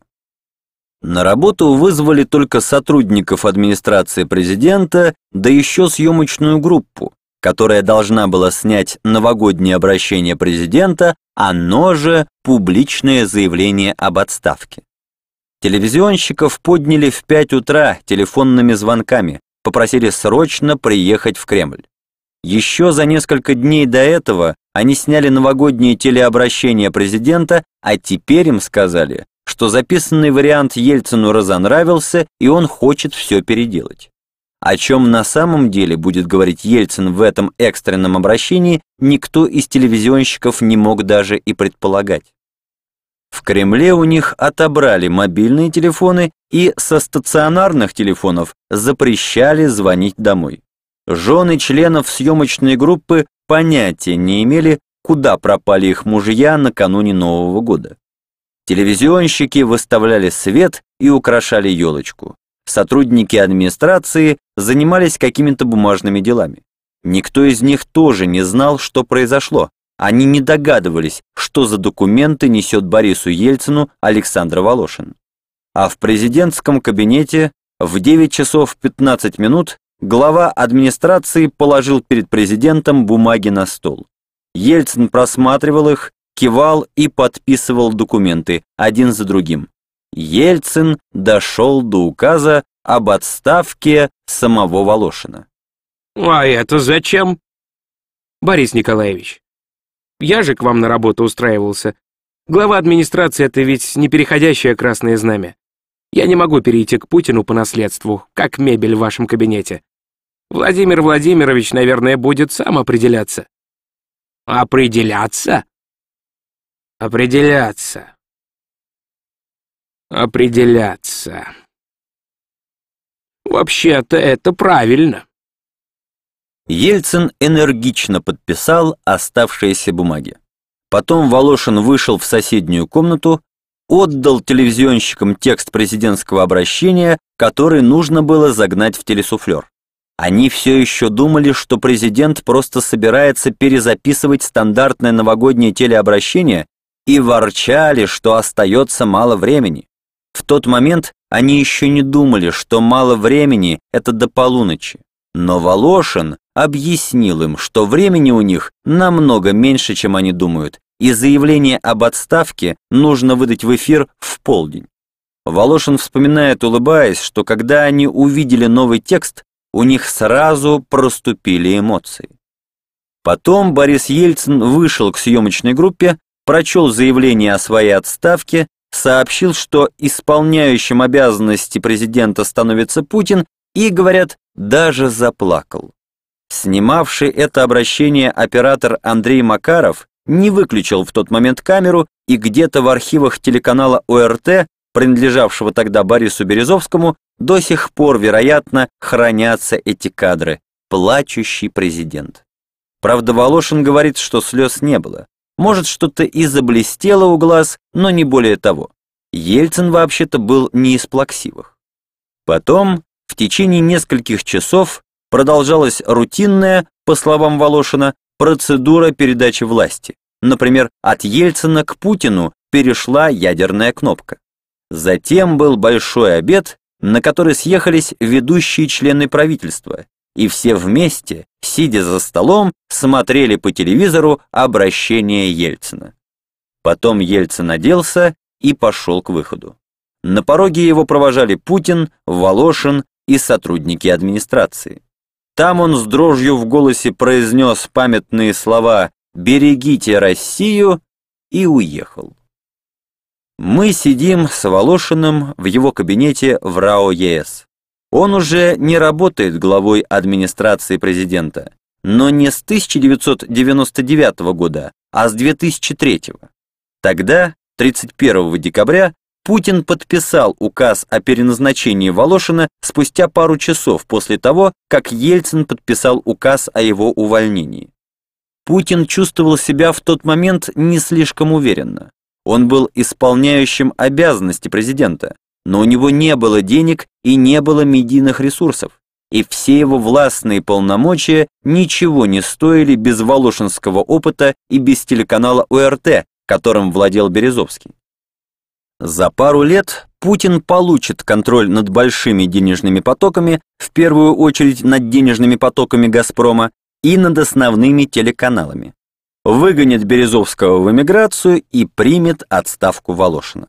На работу вызвали только сотрудников администрации президента, да еще съемочную группу, которая должна была снять новогоднее обращение президента, оно же публичное заявление об отставке. Телевизионщиков подняли в 5 утра телефонными звонками, попросили срочно приехать в Кремль. Еще за несколько дней до этого они сняли новогоднее телеобращение президента, а теперь им сказали, что записанный вариант Ельцину разонравился и он хочет все переделать. О чем на самом деле будет говорить Ельцин в этом экстренном обращении, никто из телевизионщиков не мог даже и предполагать. В Кремле у них отобрали мобильные телефоны и со стационарных телефонов запрещали звонить домой. Жены членов съемочной группы понятия не имели, куда пропали их мужья накануне Нового года. Телевизионщики выставляли свет и украшали елочку. Сотрудники администрации занимались какими-то бумажными делами. Никто из них тоже не знал, что произошло. Они не догадывались, что за документы несет Борису Ельцину Александр Волошин. А в президентском кабинете в 9 часов 15 минут глава администрации положил перед президентом бумаги на стол. Ельцин просматривал их, кивал и подписывал документы один за другим. Ельцин дошел до указа об отставке самого Волошина. А это зачем? Борис Николаевич, я же к вам на работу устраивался. Глава администрации — это ведь не переходящее красное знамя. Я не могу перейти к Путину по наследству, как мебель в вашем кабинете. Владимир Владимирович, наверное, будет сам определяться. Определяться? Определяться. определяться. Вообще-то это правильно. Ельцин энергично подписал оставшиеся бумаги. Потом Волошин вышел в соседнюю комнату, отдал телевизионщикам текст президентского обращения, который нужно было загнать в телесуфлер. Они все еще думали, что президент просто собирается перезаписывать стандартное новогоднее телеобращение, и ворчали, что остается мало времени. В тот момент они еще не думали, что мало времени — это до полуночи. Но Волошин объяснил им, что времени у них намного меньше, чем они думают, и заявление об отставке нужно выдать в эфир в полдень. Волошин вспоминает, улыбаясь, что когда они увидели новый текст, у них сразу проступили эмоции. Потом Борис Ельцин вышел к съемочной группе, прочел заявление о своей отставке, сообщил, что исполняющим обязанности президента становится Путин, и, говорят, даже заплакал. Снимавший это обращение оператор Андрей Макаров не выключил в тот момент камеру, и где-то в архивах телеканала ОРТ, принадлежавшего тогда Борису Березовскому, до сих пор, вероятно, хранятся эти кадры. Плачущий президент. Правда, Волошин говорит, что слез не было. Может, что-то и заблестело у глаз, но не более того. Ельцин вообще-то был не из плаксивых. Потом, в течение нескольких часов, продолжалась рутинная, по словам Волошина, процедура передачи власти. Например, от Ельцина к Путину перешла ядерная кнопка. Затем был большой обед, на который съехались ведущие члены правительства, и все вместе, сидя за столом, смотрели по телевизору обращение Ельцина. Потом Ельцин оделся и пошел к выходу. На пороге его провожали Путин, Волошин и сотрудники администрации. Там он с дрожью в голосе произнес памятные слова «Берегите Россию» и уехал. Мы сидим с Волошиным в его кабинете в РАО ЕС. Он уже не работает главой администрации президента, но не с 1999 года, а с 2003. Тогда, 31 декабря, Путин подписал указ о переназначении Волошина спустя пару часов после того, как Ельцин подписал указ о его увольнении. Путин чувствовал себя в тот момент не слишком уверенно. Он был исполняющим обязанности президента, но у него не было денег и не было медийных ресурсов, и все его властные полномочия ничего не стоили без волошинского опыта и без телеканала ОРТ, которым владел Березовский. За пару лет Путин получит контроль над большими денежными потоками, в первую очередь над денежными потоками «Газпрома», и над основными телеканалами. Выгонит Березовского в эмиграцию и примет отставку Волошина.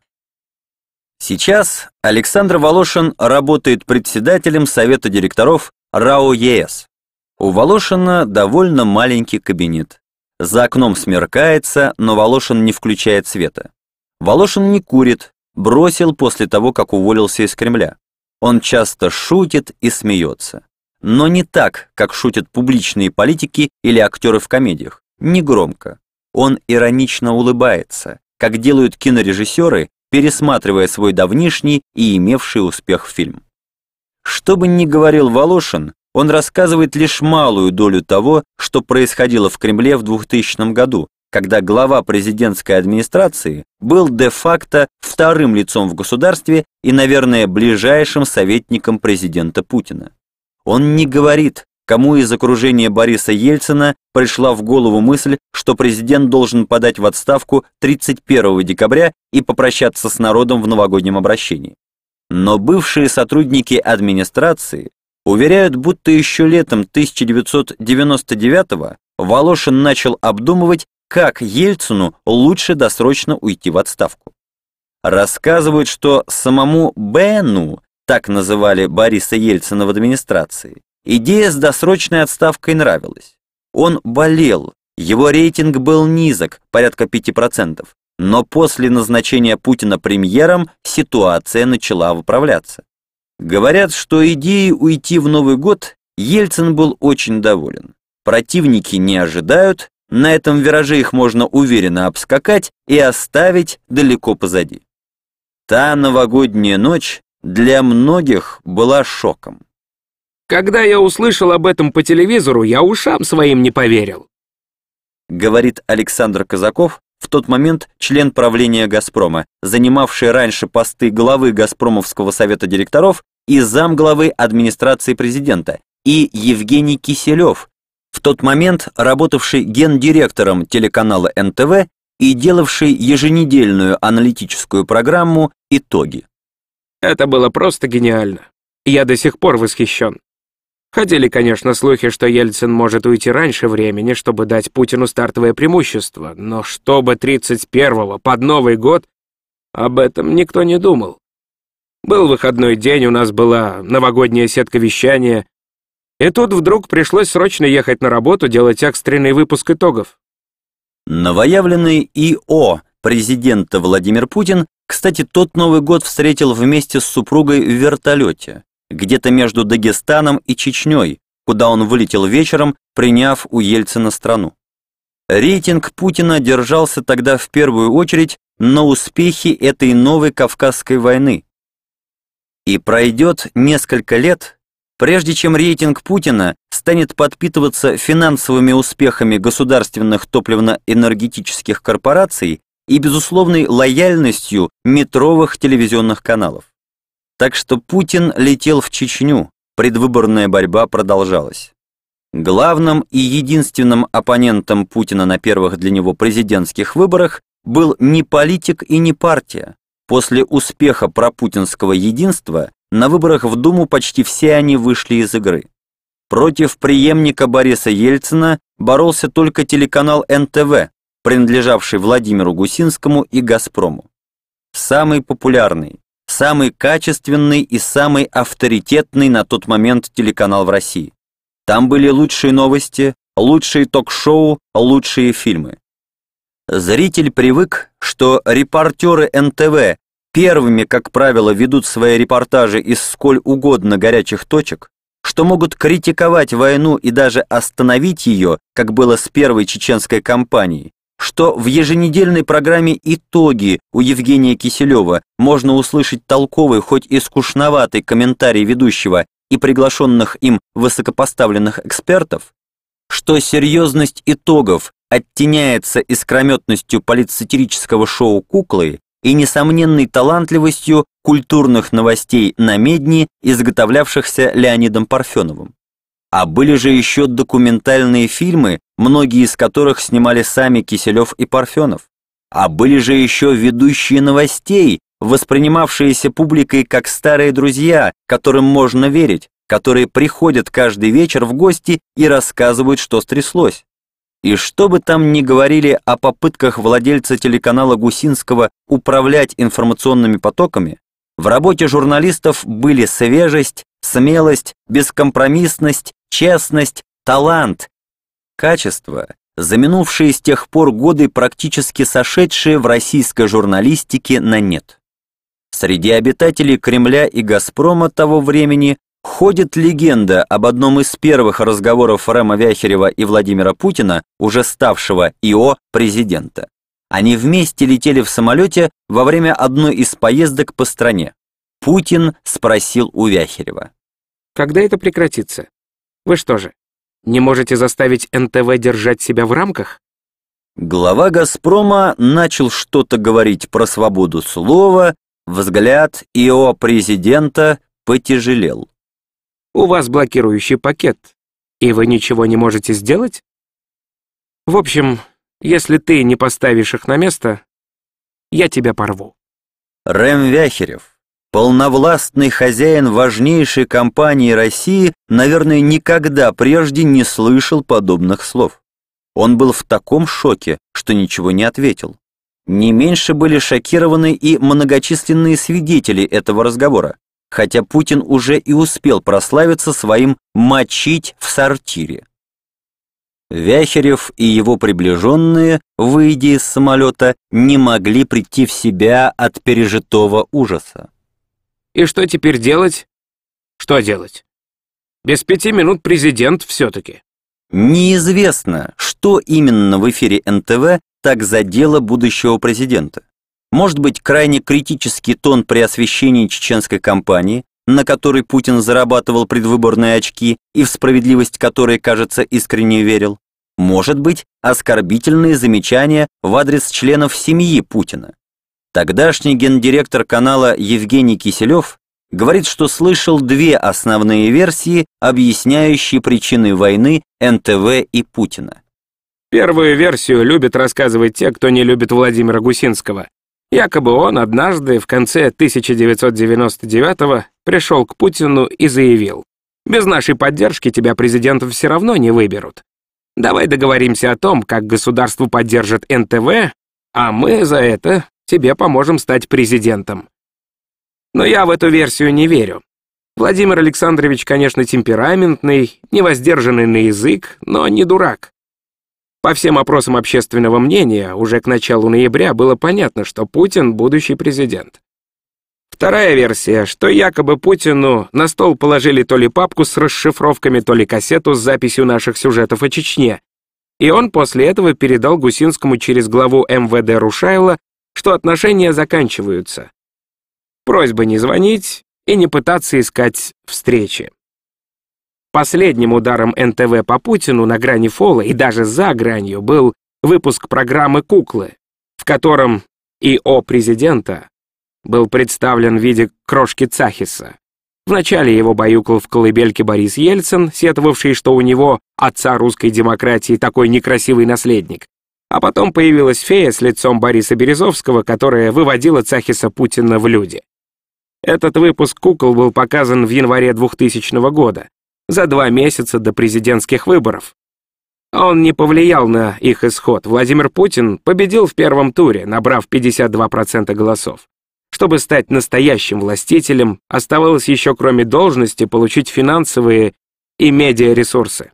Сейчас Александр Волошин работает председателем Совета директоров РАО ЕС. У Волошина довольно маленький кабинет. За окном смеркается, но Волошин не включает света. Волошин не курит, бросил после того, как уволился из Кремля. Он часто шутит и смеется. Но не так, как шутят публичные политики или актеры в комедиях. Не громко. Он иронично улыбается, как делают кинорежиссеры, пересматривая свой давнишний и имевший успех фильм. Что бы ни говорил Волошин, он рассказывает лишь малую долю того, что происходило в Кремле в 2000 году, когда глава президентской администрации был де-факто вторым лицом в государстве и, наверное, ближайшим советником президента Путина. Он не говорит, кому из окружения Бориса Ельцина пришла в голову мысль, что президент должен подать в отставку 31 декабря и попрощаться с народом в новогоднем обращении. Но бывшие сотрудники администрации уверяют, будто еще летом 1999-го Волошин начал обдумывать, как Ельцину лучше досрочно уйти в отставку. Рассказывают, что самому Бену, так называли Бориса Ельцина в администрации, идея с досрочной отставкой нравилась. Он болел, его рейтинг был низок, порядка 5%, но после назначения Путина премьером ситуация начала выправляться. Говорят, что идеей уйти в Новый год Ельцин был очень доволен. Противники не ожидают, на этом вираже их можно уверенно обскакать и оставить далеко позади. Та новогодняя ночь для многих была шоком. Когда я услышал об этом по телевизору, я ушам своим не поверил. Говорит Александр Казаков, в тот момент член правления «Газпрома», занимавший раньше посты главы Газпромовского совета директоров и замглавы администрации президента, и Евгений Киселев, в тот момент работавший гендиректором телеканала НТВ и делавший еженедельную аналитическую программу «Итоги». Это было просто гениально. Я до сих пор восхищен. Ходили, конечно, слухи, что Ельцин может уйти раньше времени, чтобы дать Путину стартовое преимущество, но чтобы 31-го, под Новый год, об этом никто не думал. Был выходной день, у нас была новогодняя сетка вещания, и тут вдруг пришлось срочно ехать на работу, делать экстренный выпуск итогов. Новоявленный ИО президента Владимир Путин, кстати, тот Новый год встретил вместе с супругой в вертолете, где-то между Дагестаном и Чечней, куда он вылетел вечером, приняв у Ельцина страну. Рейтинг Путина держался тогда в первую очередь на успехе этой новой Кавказской войны. И пройдет несколько лет, прежде чем рейтинг Путина станет подпитываться финансовыми успехами государственных топливно-энергетических корпораций и безусловной лояльностью метровых телевизионных каналов. Так что Путин летел в Чечню, предвыборная борьба продолжалась. Главным и единственным оппонентом Путина на первых для него президентских выборах был не политик и не партия. После успеха пропутинского единства на выборах в Думу почти все они вышли из игры. Против преемника Бориса Ельцина боролся только телеканал НТВ, принадлежавший Владимиру Гусинскому и «Газпрому». Самый популярный, самый качественный и самый авторитетный на тот момент телеканал в России. Там были лучшие новости, лучшие ток-шоу, лучшие фильмы. Зритель привык, что репортеры НТВ первыми, как правило, ведут свои репортажи из сколь угодно горячих точек, что могут критиковать войну и даже остановить ее, как было с первой чеченской кампанией, что в еженедельной программе «Итоги» у Евгения Киселева можно услышать толковый, хоть и скучноватый комментарий ведущего и приглашенных им высокопоставленных экспертов, что серьезность итогов оттеняется искрометностью политсатирического шоу «Куклы» и несомненной талантливостью культурных новостей на медне, изготовлявшихся Леонидом Парфеновым. А были же еще документальные фильмы, многие из которых снимали сами Киселев и Парфенов. А были же еще ведущие новостей, воспринимавшиеся публикой как старые друзья, которым можно верить, которые приходят каждый вечер в гости и рассказывают, что стряслось. И что бы там ни говорили о попытках владельца телеканала Гусинского управлять информационными потоками, в работе журналистов были свежесть, смелость, бескомпромиссность, честность, талант, качества, за минувшие с тех пор годы практически сошедшие в российской журналистике на нет. Среди обитателей Кремля и «Газпрома» того времени ходит легенда об одном из первых разговоров Рема Вяхерева и Владимира Путина, уже ставшего ИО президента. Они вместе летели в самолете во время одной из поездок по стране. Путин спросил у Вяхерева: «Когда это прекратится? Вы что же, не можете заставить НТВ держать себя в рамках?» Глава «Газпрома» начал что-то говорить про свободу слова, взгляд ИО президента потяжелел. «У вас блокирующий пакет, и вы ничего не можете сделать? В общем, если ты не поставишь их на место, я тебя порву». Рем Вяхерев, полновластный хозяин важнейшей компании России, наверное, никогда прежде не слышал подобных слов. Он был в таком шоке, что ничего не ответил. Не меньше были шокированы и многочисленные свидетели этого разговора, хотя Путин уже и успел прославиться своим «мочить в сортире». Вяхерев и его приближенные, выйдя из самолета, не могли прийти в себя от пережитого ужаса. «И что теперь делать?» «Что делать? Без 5 минут президент все-таки». Неизвестно, что именно в эфире НТВ так задело будущего президента. Может быть, крайне критический тон при освещении чеченской кампании, на которой Путин зарабатывал предвыборные очки и в справедливость которой, кажется, искренне верил. Может быть, оскорбительные замечания в адрес членов семьи Путина. Тогдашний гендиректор канала Евгений Киселев говорит, что слышал две основные версии, объясняющие причины войны НТВ и Путина. Первую версию любят рассказывать те, кто не любит Владимира Гусинского. Якобы он однажды в конце 1999-го пришел к Путину и заявил: «Без нашей поддержки тебя президентом все равно не выберут. Давай договоримся о том, как государство поддержит НТВ, а мы за это тебе поможем стать президентом». Но я в эту версию не верю. Владимир Александрович, конечно, темпераментный, невоздержанный на язык, но не дурак. По всем опросам общественного мнения, уже к началу ноября было понятно, что Путин — будущий президент. Вторая версия, что якобы Путину на стол положили то ли папку с расшифровками, то ли кассету с записью наших сюжетов о Чечне, и он после этого передал Гусинскому через главу МВД Рушайла, что отношения заканчиваются. Просьба не звонить и не пытаться искать встречи. Последним ударом НТВ по Путину на грани фола и даже за гранью был выпуск программы «Куклы», в котором ИО президента был представлен в виде крошки Цахиса. Вначале его баюкал в колыбельке Борис Ельцин, сетовавший, что у него, отца русской демократии, такой некрасивый наследник. А потом появилась фея с лицом Бориса Березовского, которая выводила Цахиса Путина в люди. Этот выпуск «Кукол» был показан в январе 2000 года, за 2 месяца до президентских выборов. Он не повлиял на их исход. Владимир Путин победил в первом туре, набрав 52% голосов. Чтобы стать настоящим властителем, оставалось еще, кроме должности, получить финансовые и медиаресурсы.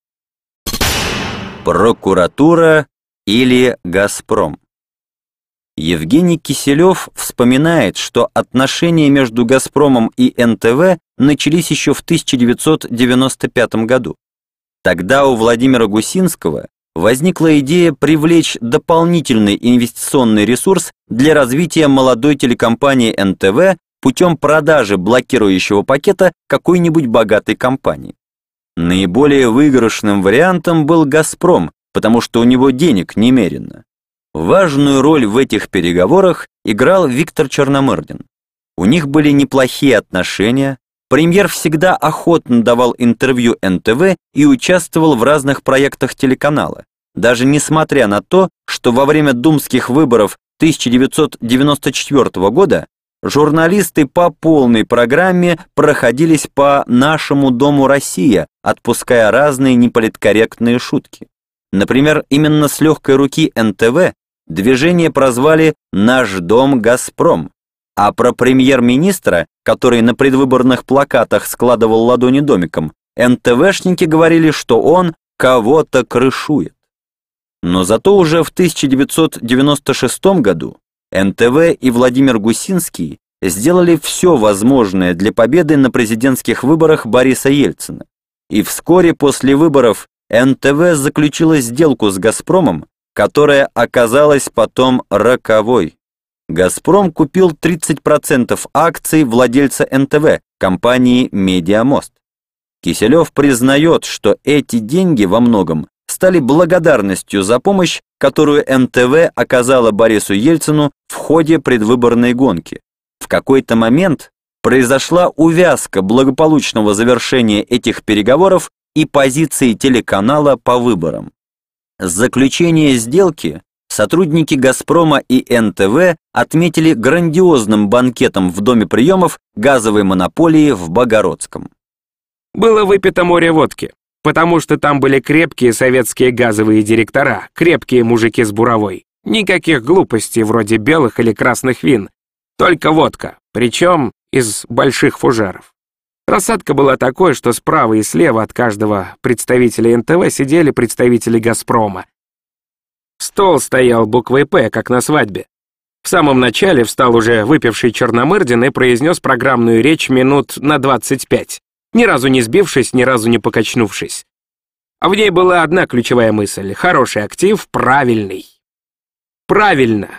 Прокуратура или «Газпром». Евгений Киселев вспоминает, что отношения между «Газпромом» и НТВ начались еще в 1995 году. Тогда у Владимира Гусинского возникла идея привлечь дополнительный инвестиционный ресурс для развития молодой телекомпании НТВ путем продажи блокирующего пакета какой-нибудь богатой компании. Наиболее выигрышным вариантом был «Газпром», потому что у него денег немерено. Важную роль в этих переговорах играл Виктор Черномырдин. У них были неплохие отношения, премьер всегда охотно давал интервью НТВ и участвовал в разных проектах телеканала, даже несмотря на то, что во время думских выборов 1994 года журналисты по полной программе проходились по «Нашему дому Россия», отпуская разные неполиткорректные шутки. Например, именно с легкой руки НТВ движение прозвали «Наш дом Газпром», а про премьер-министра, который на предвыборных плакатах складывал ладони домиком, НТВшники говорили, что он кого-то крышует. Но зато уже в 1996 году НТВ и Владимир Гусинский сделали все возможное для победы на президентских выборах Бориса Ельцина. И вскоре после выборов НТВ заключила сделку с «Газпромом», которая оказалась потом роковой. «Газпром» купил 30% акций владельца НТВ, компании «Медиамост». Киселев признает, что эти деньги во многом стали благодарностью за помощь, которую НТВ оказала Борису Ельцину в ходе предвыборной гонки. В какой-то момент произошла увязка благополучного завершения этих переговоров и позиции телеканала по выборам. Заключение сделки сотрудники «Газпрома» и НТВ отметили грандиозным банкетом в доме приемов газовой монополии в Богородском. Было выпито море водки, потому что там были крепкие советские газовые директора, крепкие мужики с буровой. Никаких глупостей вроде белых или красных вин, только водка, причем из больших фужеров. Рассадка была такой, что справа и слева от каждого представителя НТВ сидели представители «Газпрома». Стол стоял буквой «П», как на свадьбе. В самом начале встал уже выпивший Черномырдин и произнес программную речь минут на 25, ни разу не сбившись, ни разу не покачнувшись. А в ней была одна ключевая мысль — хороший актив, правильный. Правильно.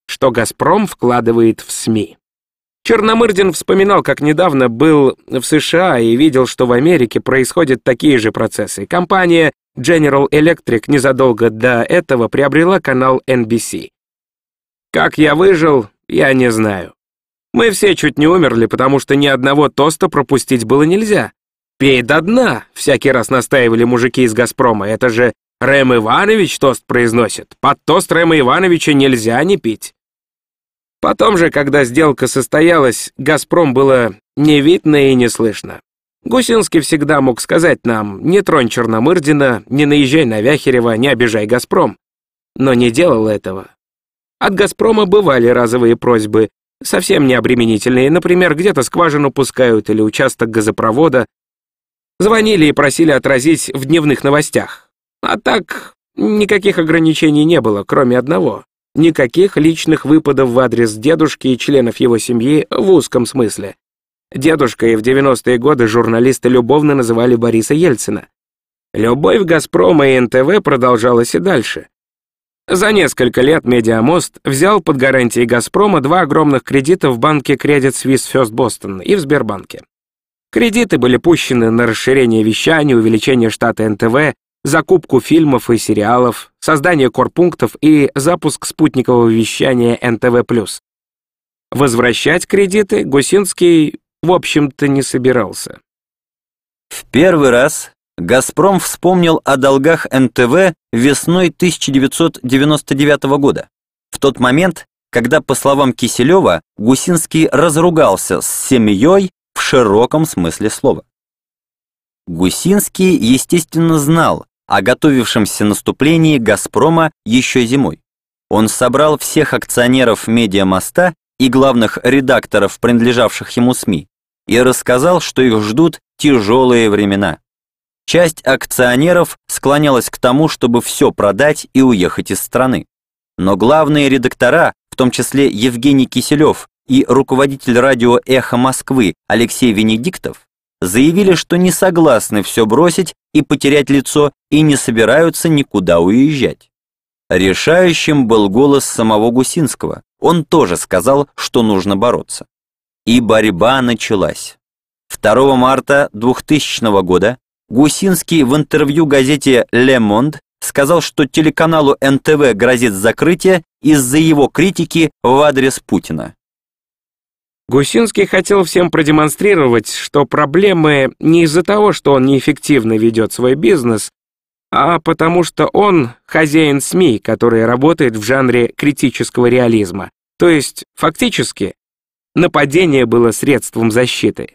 что «Газпром» вкладывает в СМИ. Черномырдин вспоминал, как недавно был в США и видел, что в Америке происходят такие же процессы. Компания General Electric незадолго до этого приобрела канал NBC. Как я выжил, я не знаю. Мы все чуть не умерли, потому что ни одного тоста пропустить было нельзя. «Пей до дна», — всякий раз настаивали мужики из «Газпрома». Это же Рэм Иванович тост произносит. Под тост Рэма Ивановича нельзя не пить. Потом же, когда сделка состоялась, «Газпром» было не видно и не слышно. Гусинский всегда мог сказать нам: «Не тронь Черномырдина, не наезжай на Вяхерева, не обижай «Газпром». Но не делал этого. От «Газпрома» бывали разовые просьбы, совсем не обременительные, например, где-то скважину пускают или участок газопровода. Звонили и просили отразить в дневных новостях. А так, никаких ограничений не было, кроме одного. Никаких личных выпадов в адрес дедушки и членов его семьи в узком смысле. Дедушкой в 90-е годы журналисты любовно называли Бориса Ельцина. Любовь «Газпрома» и НТВ продолжалась и дальше. За несколько лет «Медиамост» взял под гарантией «Газпрома» 2 огромных кредита в банке Credit Suisse First Boston и в Сбербанке. Кредиты были пущены на расширение вещания, увеличение штата НТВ, закупку фильмов и сериалов, создание корпунктов и запуск спутникового вещания НТВ+. Возвращать кредиты Гусинский, в общем-то, не собирался. В первый раз «Газпром» вспомнил о долгах НТВ весной 1999 года, в тот момент, когда, по словам Киселева, Гусинский разругался с семьей в широком смысле слова. Гусинский, естественно, знал о готовившемся наступлении «Газпрома» еще зимой. Он собрал всех акционеров «Медиамоста» и главных редакторов, принадлежавших ему СМИ, и рассказал, что их ждут тяжелые времена. Часть акционеров склонялась к тому, чтобы все продать и уехать из страны. Но главные редактора, в том числе Евгений Киселев и руководитель радио «Эхо Москвы» Алексей Венедиктов, заявили, что не согласны все бросить и потерять лицо и не собираются никуда уезжать. Решающим был голос самого Гусинского. Он тоже сказал, что нужно бороться. И борьба началась. 2 марта 2000 года Гусинский в интервью газете «Le Monde» сказал, что телеканалу НТВ грозит закрытие из-за его критики в адрес Путина. Гусинский хотел всем продемонстрировать, что проблемы не из-за того, что он неэффективно ведет свой бизнес, а потому что он хозяин СМИ, который работает в жанре критического реализма. То есть, фактически, нападение было средством защиты.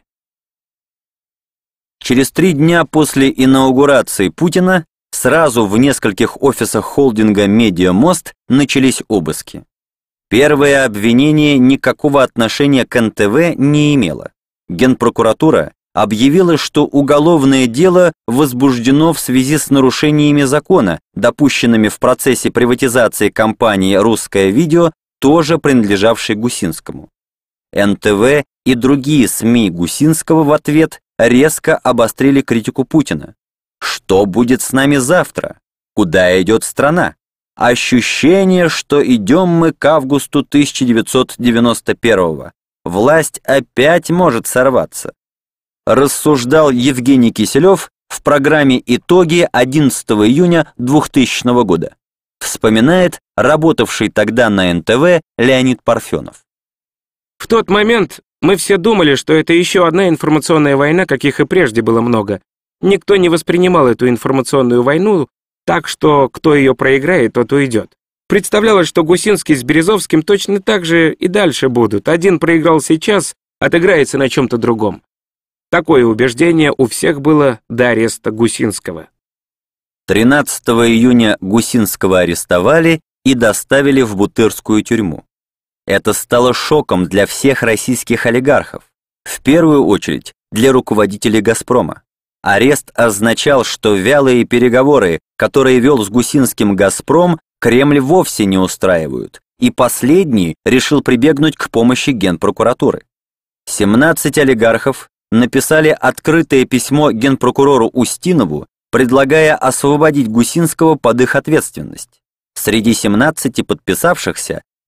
Через 3 дня после инаугурации Путина сразу в нескольких офисах холдинга «Медиамост» начались обыски. Первое обвинение никакого отношения к НТВ не имело. Генпрокуратура объявила, что уголовное дело возбуждено в связи с нарушениями закона, допущенными в процессе приватизации компании «Русское видео», тоже принадлежавшей Гусинскому. НТВ и другие СМИ Гусинского в ответ резко обострили критику Путина. Что будет с нами завтра? Куда идет страна? Ощущение, что идем мы к августу 1991-го. Власть опять может сорваться. Рассуждал Евгений Киселев в программе «Итоги» 11 июня 2000 года. Вспоминает работавший тогда на НТВ Леонид Парфенов. В тот момент мы все думали, что это еще одна информационная война, каких и прежде было много. Никто не воспринимал эту информационную войну так, что кто ее проиграет, тот уйдет. Представлялось, что Гусинский с Березовским точно так же и дальше будут. Один проиграл сейчас, отыграется на чем-то другом. Такое убеждение у всех было до ареста Гусинского. 13 июня Гусинского арестовали и доставили в Бутырскую тюрьму. Это стало шоком для всех российских олигархов, в первую очередь для руководителей «Газпрома». Арест означал, что вялые переговоры, которые вел с Гусинским «Газпром», Кремль вовсе не устраивают, и последний решил прибегнуть к помощи Генпрокуратуры. 17 олигархов написали открытое письмо генпрокурору Устинову, предлагая освободить Гусинского под их ответственность. Среди 17 подписавшихся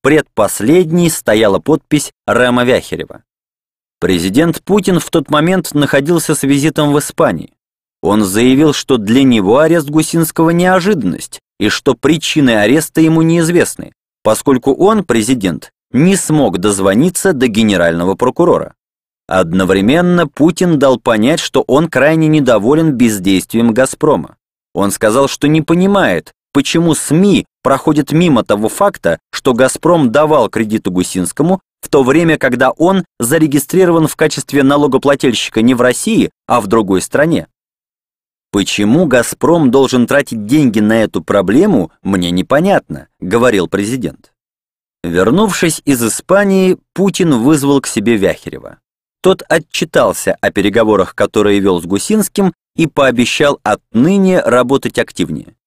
предпоследней стояла подпись Рема Вяхерева. Президент Путин в тот момент находился с визитом в Испании. Он заявил, что для него арест Гусинского неожиданность и что причины ареста ему неизвестны, поскольку он, президент, не смог дозвониться до генерального прокурора. Одновременно Путин дал понять, что он крайне недоволен бездействием «Газпрома». Он сказал, что не понимает, почему СМИ проходят мимо того факта, что «Газпром» давал кредиты Гусинскому, в то время, когда он зарегистрирован в качестве налогоплательщика не в России, а в другой стране. «Почему «Газпром» должен тратить деньги на эту проблему, мне непонятно», — говорил президент. Вернувшись из Испании, Путин вызвал к себе Вяхерева. Тот отчитался о переговорах, которые вел с Гусинским, и пообещал отныне работать активнее.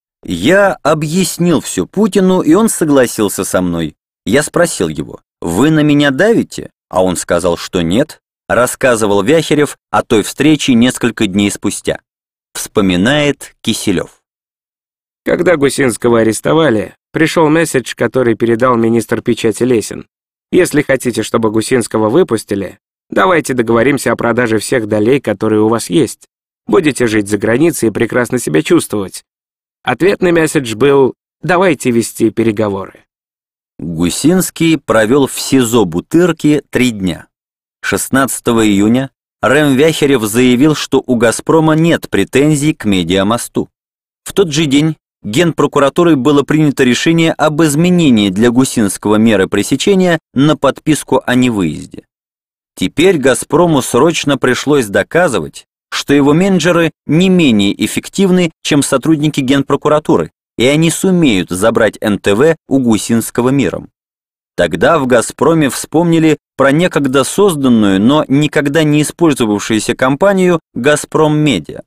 Я объяснил все Путину, и он согласился со мной. Я спросил его: «Вы на меня давите?» А он сказал, что нет. Рассказывал Вяхерев о той встрече несколько дней спустя. Вспоминает Киселев. Когда Гусинского арестовали, пришел месседж, который передал министр печати Лесин. Если хотите, чтобы Гусинского выпустили, давайте договоримся о продаже всех долей, которые у вас есть. Будете жить за границей и прекрасно себя чувствовать. Ответный месседж был: давайте вести переговоры. Гусинский провел в СИЗО Бутырки 3 дня. 16 июня Рем Вяхерев заявил, что у «Газпрома» нет претензий к Медиамосту. В тот же день Генпрокуратурой было принято решение об изменении для Гусинского меры пресечения на подписку о невыезде. Теперь «Газпрому» срочно пришлось доказывать, что его менеджеры не менее эффективны, чем сотрудники Генпрокуратуры, и они сумеют забрать НТВ у Гусинского миром. Тогда в «Газпроме» вспомнили про некогда созданную, но никогда не использовавшуюся компанию «Газпром Медиа».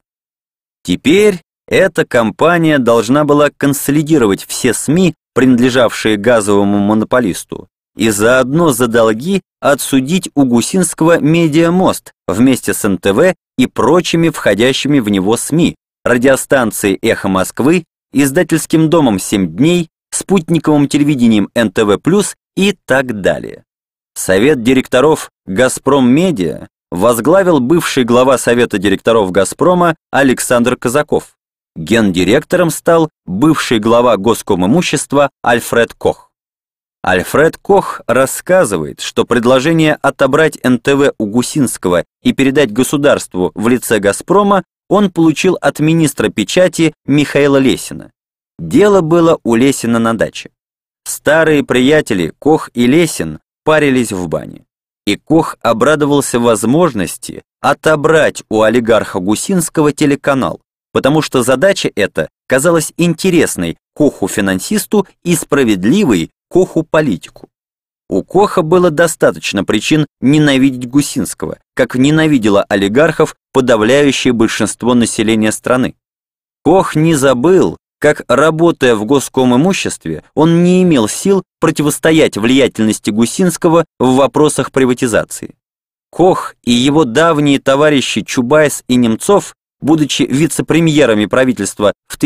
Теперь эта компания должна была консолидировать все СМИ, принадлежавшие газовому монополисту, и заодно за долги отсудить у Гусинского «Медиамост» вместе с НТВ и прочими входящими в него СМИ, радиостанцией «Эхо Москвы», издательским домом «7 дней», спутниковым телевидением НТВ+, и так далее. Совет директоров «Газпром Медиа» возглавил бывший глава Совета директоров «Газпрома» Александр Казаков. Гендиректором стал бывший глава Госкомимущества Альфред Кох. Альфред Кох рассказывает, что предложение отобрать НТВ у Гусинского и передать государству в лице «Газпрома» он получил от министра печати Михаила Лесина. Дело было у Лесина на даче. Старые приятели Кох и Лесин парились в бане. И Кох обрадовался возможности отобрать у олигарха Гусинского телеканал, потому что задача эта казалась интересной Коху-финансисту и справедливой Коху-политику. У Коха было достаточно причин ненавидеть Гусинского, как ненавидело олигархов подавляющее большинство населения страны. Кох не забыл, как, работая в Госкомимуществе, он не имел сил противостоять влиятельности Гусинского в вопросах приватизации. Кох и его давние товарищи Чубайс и Немцов, будучи вице-премьерами правительства в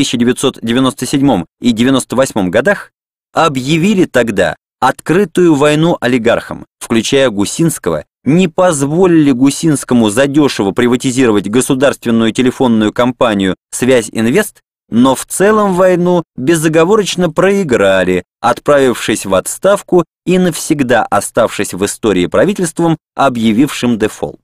1997 и 1998 годах, объявили тогда открытую войну олигархам, включая Гусинского, не позволили Гусинскому задешево приватизировать государственную телефонную компанию «Связь-Инвест», но в целом войну безоговорочно проиграли, отправившись в отставку и навсегда оставшись в истории правительством, объявившим дефолт.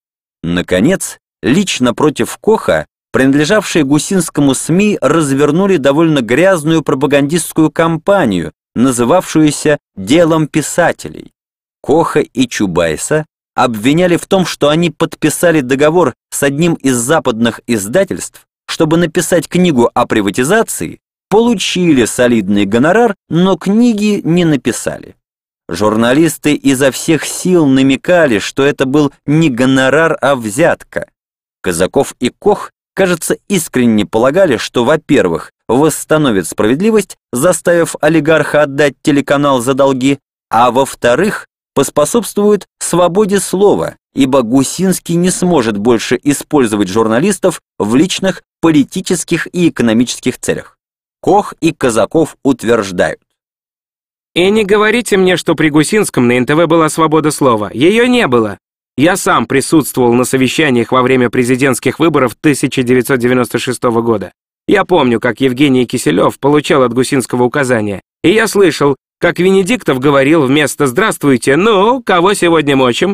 Наконец, лично против Коха, принадлежавшие Гусинскому СМИ, развернули довольно грязную пропагандистскую кампанию, называвшуюся «Делом писателей». Коха и Чубайса обвиняли в том, что они подписали договор с одним из западных издательств, чтобы написать книгу о приватизации, получили солидный гонорар, но книги не написали. Журналисты изо всех сил намекали, что это был не гонорар, а взятка. Казаков и Кох, кажется, искренне полагали, что, во-первых, восстановит справедливость, заставив олигарха отдать телеканал за долги, а во-вторых, поспособствует свободе слова, ибо Гусинский не сможет больше использовать журналистов в личных, политических и экономических целях. Кох и Казаков утверждают: И не говорите мне, что при Гусинском на НТВ была свобода слова. Ее не было. Я сам присутствовал на совещаниях во время президентских выборов 1996 года. Я помню, как Евгений Киселев получал от Гусинского указания. И я слышал, как Венедиктов говорил вместо «Здравствуйте, ну, кого сегодня мочим?»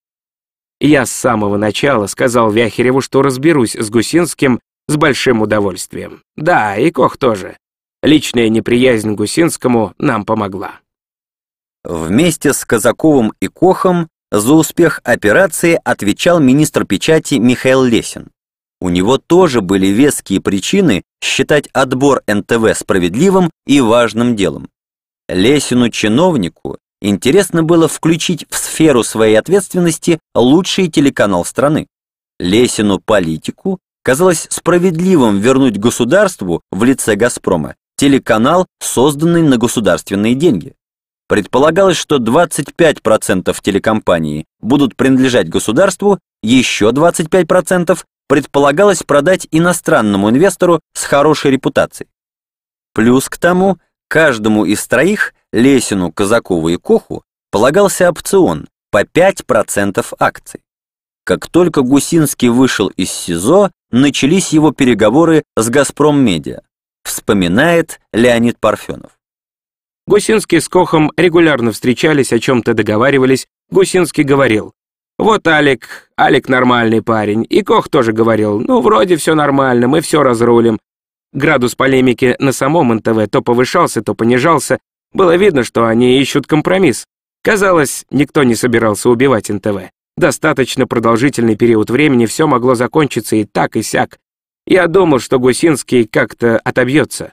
Я с самого начала сказал Вяхереву, что разберусь с Гусинским с большим удовольствием. Да, и Кох тоже. Личная неприязнь к Гусинскому нам помогла. Вместе с Казаковым и Кохом за успех операции отвечал министр печати Михаил Лесин. У него тоже были веские причины считать отбор НТВ справедливым и важным делом. Лесину-чиновнику интересно было включить в сферу своей ответственности лучший телеканал страны. Лесину-политику казалось справедливым вернуть государству в лице «Газпрома» телеканал, созданный на государственные деньги. Предполагалось, что 25% телекомпании будут принадлежать государству, еще 25% предполагалось продать иностранному инвестору с хорошей репутацией. Плюс к тому, каждому из троих, Лесину, Казакову и Коху, полагался опцион по 5% акций. Как только Гусинский вышел из СИЗО, начались его переговоры с «Газпром-медиа», вспоминает Леонид Парфенов. Гусинский с Кохом регулярно встречались, о чем-то договаривались. Гусинский говорил: «Вот Алик нормальный парень». И Кох тоже говорил: «Ну, вроде все нормально, мы все разрулим». Градус полемики на самом НТВ то повышался, то понижался. Было видно, что они ищут компромисс. Казалось, никто не собирался убивать НТВ. Достаточно продолжительный период времени все могло закончиться и так, и сяк. Я думал, что Гусинский как-то отобьется.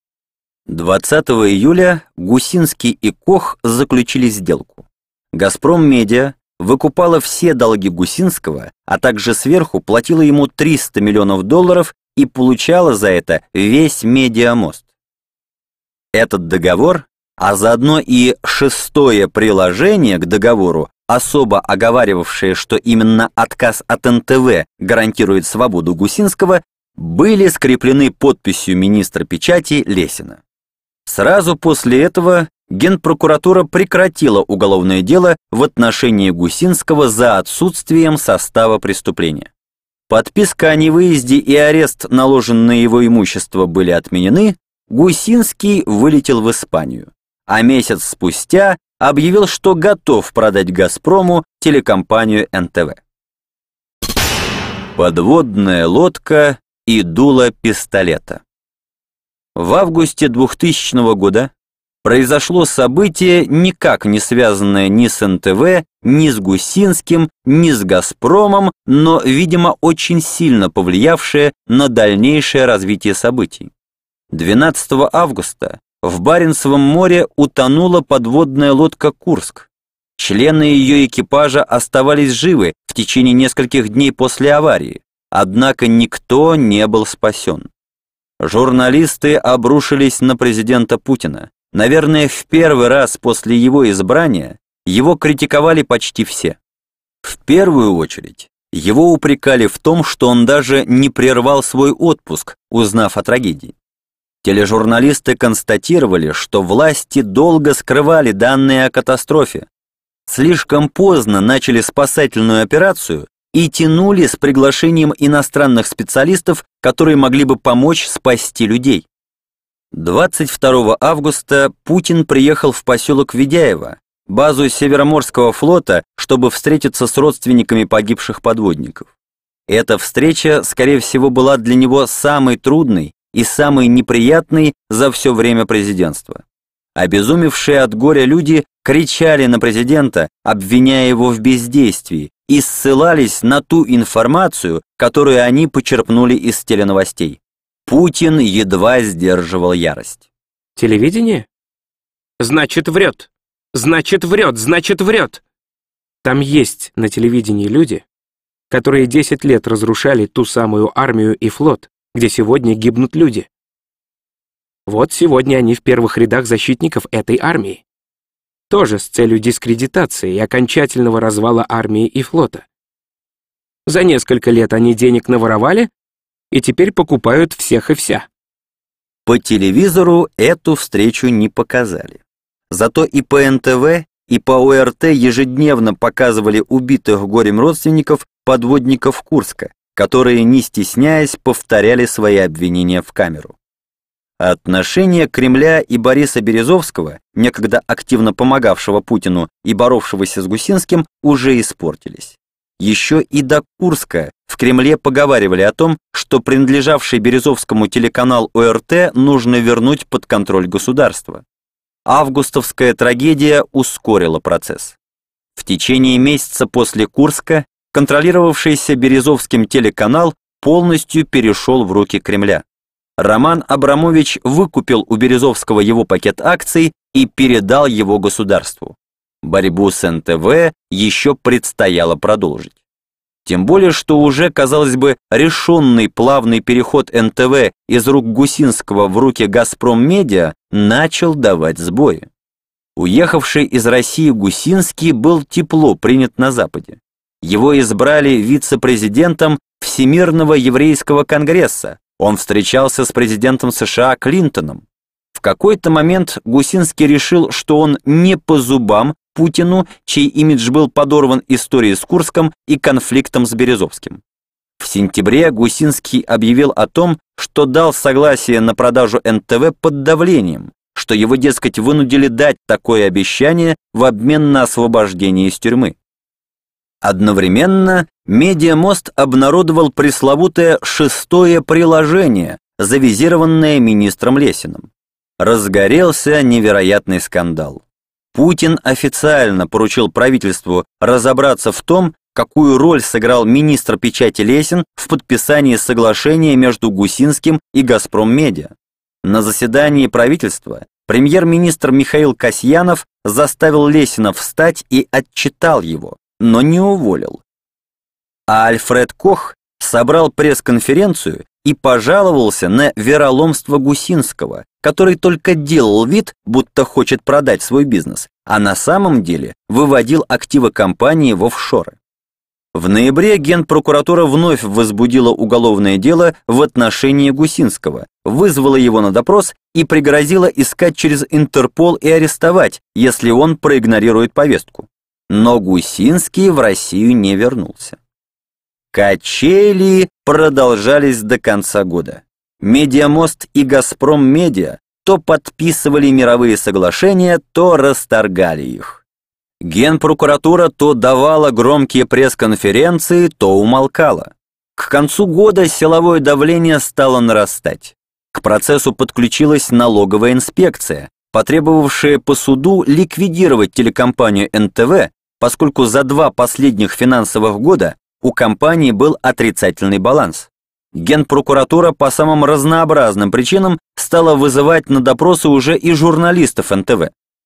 20 июля Гусинский и Кох заключили сделку. «Газпром-медиа» выкупала все долги Гусинского, а также сверху платила ему $300 миллионов и получала за это весь медиамост. Этот договор, а заодно и 6-е приложение к договору, особо оговаривавшее, что именно отказ от НТВ гарантирует свободу Гусинского, были скреплены подписью министра печати Лесина. Сразу после этого Генпрокуратура прекратила уголовное дело в отношении Гусинского за отсутствием состава преступления. Подписка о невыезде и арест, наложенный на его имущество, были отменены, Гусинский вылетел в Испанию, а месяц спустя объявил, что готов продать «Газпрому» телекомпанию НТВ. Подводная лодка и дуло пистолета. В августе 2000 года произошло событие, никак не связанное ни с НТВ, ни с Гусинским, ни с «Газпромом», но, видимо, очень сильно повлиявшее на дальнейшее развитие событий. 12 августа в Баренцевом море утонула подводная лодка «Курск». Члены ее экипажа оставались живы в течение нескольких дней после аварии, однако никто не был спасен. Журналисты обрушились на президента Путина. Наверное, в первый раз после его избрания его критиковали почти все. В первую очередь, его упрекали в том, что он даже не прервал свой отпуск, узнав о трагедии. Тележурналисты констатировали, что власти долго скрывали данные о катастрофе, слишком поздно начали спасательную операцию и тянули с приглашением иностранных специалистов, которые могли бы помочь спасти людей. 22 августа Путин приехал в поселок Ведяево, базу Североморского флота, чтобы встретиться с родственниками погибших подводников. Эта встреча, скорее всего, была для него самой трудной и самой неприятной за все время президентства. Обезумевшие от горя люди кричали на президента, обвиняя его в бездействии, и ссылались на ту информацию, которую они почерпнули из теленовостей. Путин едва сдерживал ярость. Телевидение? Значит, врет. Значит, врет. Значит, врет. Там есть на телевидении люди, которые 10 лет разрушали ту самую армию и флот, где сегодня гибнут люди. Вот сегодня они в первых рядах защитников этой армии. Тоже с целью дискредитации и окончательного развала армии и флота. За несколько лет они денег наворовали и теперь покупают всех и вся. По телевизору эту встречу не показали. Зато и по НТВ, и по ОРТ ежедневно показывали убитых горем родственников подводников Курска, которые, не стесняясь, повторяли свои обвинения в камеру. Отношения Кремля и Бориса Березовского, некогда активно помогавшего Путину и боровшегося с Гусинским, уже испортились. Еще и до Курска в Кремле поговаривали о том, что принадлежавший Березовскому телеканал ОРТ нужно вернуть под контроль государства. Августовская трагедия ускорила процесс. В течение месяца после Курска контролировавшийся Березовским телеканал полностью перешел в руки Кремля. Роман Абрамович выкупил у Березовского его пакет акций и передал его государству. Борьбу с НТВ еще предстояло продолжить. Тем более, что уже, казалось бы, решенный плавный переход НТВ из рук Гусинского в руки «Газпром Медиа» начал давать сбои. Уехавший из России Гусинский был тепло принят на Западе. Его избрали вице-президентом Всемирного еврейского конгресса. Он встречался с президентом США Клинтоном. В какой-то момент Гусинский решил, что он не по зубам Путину, чей имидж был подорван историей с Курском и конфликтом с Березовским. В сентябре Гусинский объявил о том, что дал согласие на продажу НТВ под давлением, что его, дескать, вынудили дать такое обещание в обмен на освобождение из тюрьмы. Одновременно Медиамост обнародовал пресловутое шестое приложение, завизированное министром Лесиным. Разгорелся невероятный скандал. Путин официально поручил правительству разобраться в том, какую роль сыграл министр печати Лесин в подписании соглашения между Гусинским и «Газпром Медиа». На заседании правительства премьер-министр Михаил Касьянов заставил Лесина встать и отчитал его, но не уволил. А Альфред Кох собрал пресс-конференцию и пожаловался на вероломство Гусинского, который только делал вид, будто хочет продать свой бизнес, а на самом деле выводил активы компании в офшоры. В ноябре Генпрокуратура вновь возбудила уголовное дело в отношении Гусинского, вызвала его на допрос и пригрозила искать через Интерпол и арестовать, если он проигнорирует повестку. Но Гусинский в Россию не вернулся. Качели продолжались до конца года. Медиамост и «Газпром Медиа» то подписывали мировые соглашения, то расторгали их. Генпрокуратура то давала громкие пресс-конференции, то умолкала. К концу года силовое давление стало нарастать. К процессу подключилась налоговая инспекция, потребовавшая по суду ликвидировать телекомпанию НТВ, поскольку за 2 последних финансовых года у компании был отрицательный баланс. Генпрокуратура по самым разнообразным причинам стала вызывать на допросы уже и журналистов НТВ.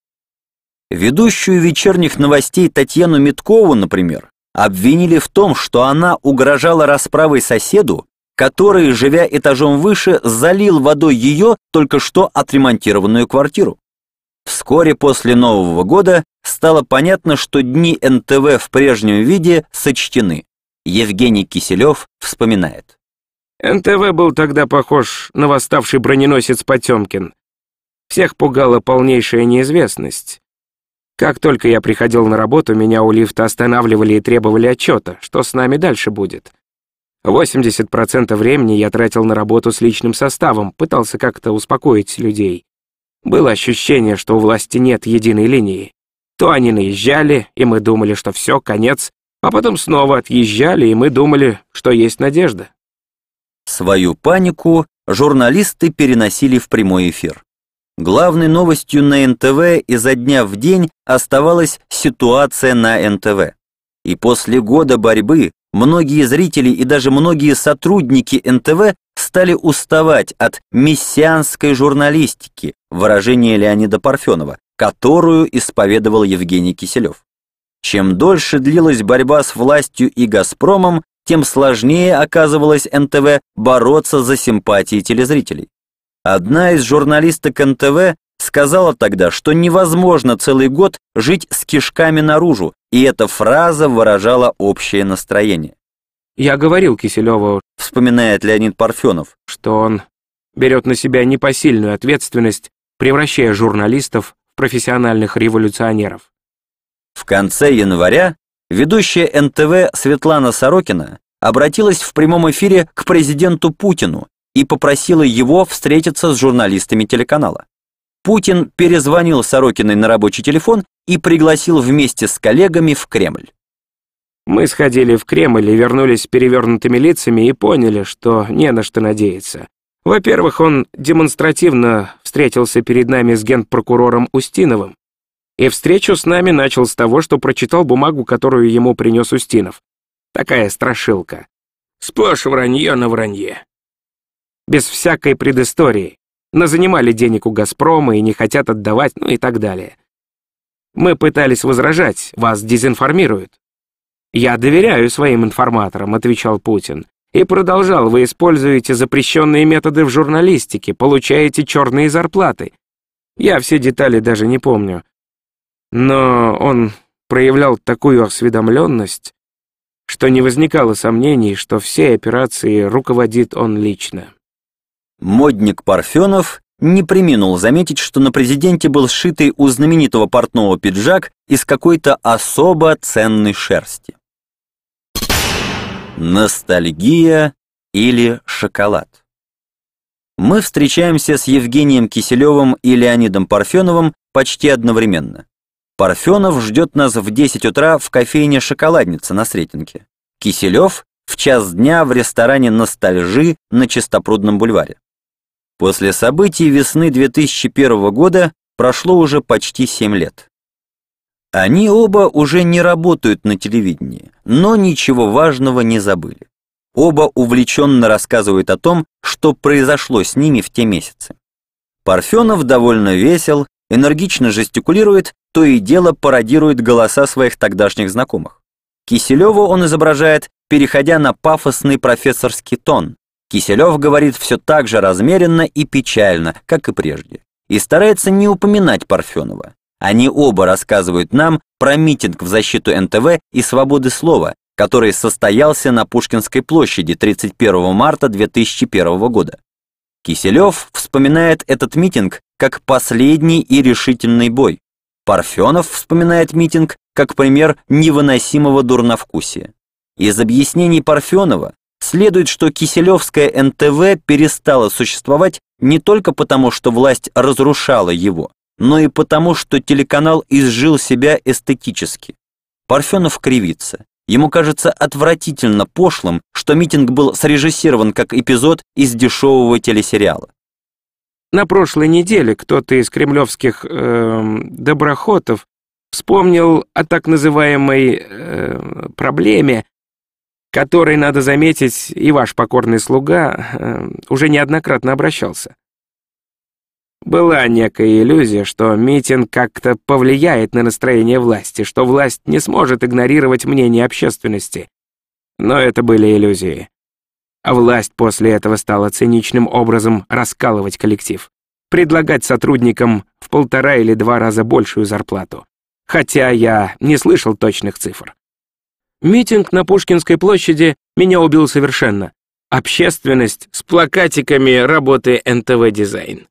Ведущую вечерних новостей Татьяну Миткову, например, обвинили в том, что она угрожала расправой соседу, который, живя этажом выше, залил водой ее только что отремонтированную квартиру. Вскоре после Нового года стало понятно, что дни НТВ в прежнем виде сочтены. Евгений Киселев вспоминает. НТВ был тогда похож на восставший броненосец Потемкин. Всех пугала полнейшая неизвестность. Как только я приходил на работу, меня у лифта останавливали и требовали отчета, что с нами дальше будет. 80% времени я тратил на работу с личным составом, пытался как-то успокоить людей. Было ощущение, что у власти нет единой линии. То они наезжали, и мы думали, что все, конец, а потом снова отъезжали, и мы думали, что есть надежда. Свою панику журналисты переносили в прямой эфир. Главной новостью на НТВ изо дня в день оставалась ситуация на НТВ. И после года борьбы многие зрители и даже многие сотрудники НТВ стали уставать от мессианской журналистики, выражение Леонида Парфенова, которую исповедовал Евгений Киселев. Чем дольше длилась борьба с властью и «Газпромом», тем сложнее оказывалось НТВ бороться за симпатии телезрителей. Одна из журналисток НТВ сказала тогда, что невозможно целый год жить с кишками наружу, и эта фраза выражала общее настроение. Я говорил Киселеву, вспоминает Леонид Парфенов, что он берет на себя непосильную ответственность, превращая журналистов профессиональных революционеров. В конце января ведущая НТВ Светлана Сорокина обратилась в прямом эфире к президенту Путину и попросила его встретиться с журналистами телеканала. Путин перезвонил Сорокиной на рабочий телефон и пригласил вместе с коллегами в Кремль. Мы сходили в Кремль и вернулись с перевернутыми лицами и поняли, что не на что надеяться. Во-первых, он демонстративно встретился перед нами с генпрокурором Устиновым, и встречу с нами начал с того, что прочитал бумагу, которую ему принес Устинов. Такая страшилка. Сплошь вранье на вранье. Без всякой предыстории. Назанимали денег у «Газпрома» и не хотят отдавать, ну и так далее. Мы пытались возражать, вас дезинформируют. «Я доверяю своим информаторам», — отвечал Путин. И продолжал: «Вы используете запрещенные методы в журналистике, получаете черные зарплаты». Я все детали даже не помню. Но он проявлял такую осведомленность, что не возникало сомнений, что всей операцией руководит он лично. Модник Парфенов не преминул заметить, что на президенте был сшитый у знаменитого портного пиджак из какой-то особо ценной шерсти. Ностальгия или шоколад. Мы встречаемся с Евгением Киселевым и Леонидом Парфеновым почти одновременно. Парфенов ждет нас в 10 утра в кофейне «Шоколадница» на Сретенке. Киселев в час дня в ресторане «Ностальжи» на Чистопрудном бульваре. После событий весны 2001 года прошло уже почти 7 лет. Они оба уже не работают на телевидении, но ничего важного не забыли. Оба увлеченно рассказывают о том, что произошло с ними в те месяцы. Парфенов довольно весел, энергично жестикулирует, то и дело пародирует голоса своих тогдашних знакомых. Киселева он изображает, переходя на пафосный профессорский тон. Киселев говорит все так же размеренно и печально, как и прежде, и старается не упоминать Парфенова. Они оба рассказывают нам про митинг в защиту НТВ и свободы слова, который состоялся на Пушкинской площади 31 марта 2001 года. Киселев вспоминает этот митинг как последний и решительный бой. Парфенов вспоминает митинг как пример невыносимого дурновкусия. Из объяснений Парфенова следует, что киселевское НТВ перестало существовать не только потому, что власть разрушала его, но и потому, что телеканал изжил себя эстетически. Парфенов кривится. Ему кажется отвратительно пошлым, что митинг был срежиссирован как эпизод из дешевого телесериала. На прошлой неделе кто-то из кремлевских доброхотов вспомнил о так называемой проблеме, которой, надо заметить, и ваш покорный слуга уже неоднократно обращался. Была некая иллюзия, что митинг как-то повлияет на настроение власти, что власть не сможет игнорировать мнение общественности. Но это были иллюзии. А власть после этого стала циничным образом раскалывать коллектив, предлагать сотрудникам в 1,5 или 2 раза большую зарплату. Хотя я не слышал точных цифр. Митинг на Пушкинской площади меня убил совершенно. Общественность с плакатиками работы НТВ «Дизайн».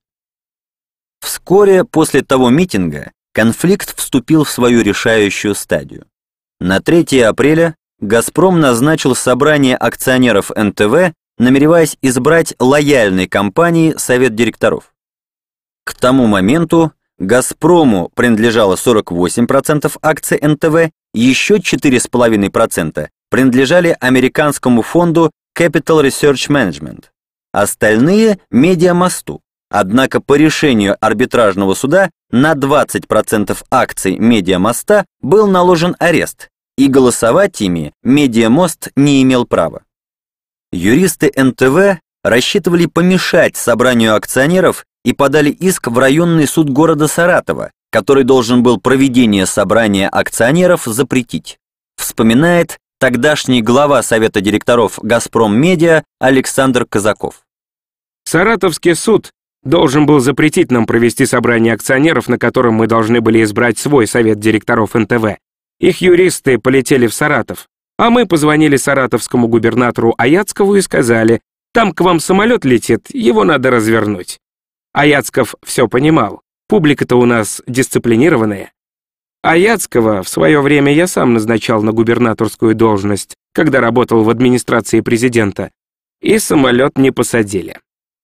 Вскоре после того митинга конфликт вступил в свою решающую стадию. На 3 апреля «Газпром» назначил собрание акционеров НТВ, намереваясь избрать лояльной компании совет директоров. К тому моменту «Газпрому» принадлежало 48% акций НТВ, еще 4,5% принадлежали американскому фонду Capital Research Management, остальные – «Медиамосту». Однако по решению арбитражного суда на 20% акций «Медиамоста» был наложен арест, и голосовать ими «Медиамост» не имел права. Юристы НТВ рассчитывали помешать собранию акционеров и подали иск в районный суд города Саратова, который должен был проведение собрания акционеров запретить. Вспоминает тогдашний глава совета директоров «Газпром Медиа» Александр Казаков. Саратовский суд должен был запретить нам провести собрание акционеров, на котором мы должны были избрать свой совет директоров НТВ. Их юристы полетели в Саратов, а мы позвонили саратовскому губернатору Аяцкову и сказали: «Там к вам самолет летит, его надо развернуть». Аяцков все понимал. Публика-то у нас дисциплинированная. А Яцкого в свое время я сам назначал на губернаторскую должность, когда работал в администрации президента, и самолет не посадили.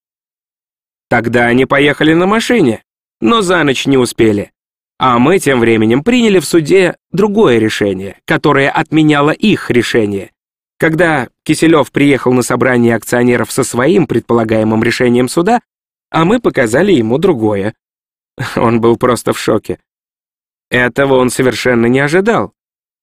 Тогда они поехали на машине, но за ночь не успели. А мы тем временем приняли в суде другое решение, которое отменяло их решение. Когда Киселев приехал на собрание акционеров со своим предполагаемым решением суда, а мы показали ему другое. Он был просто в шоке. Этого он совершенно не ожидал.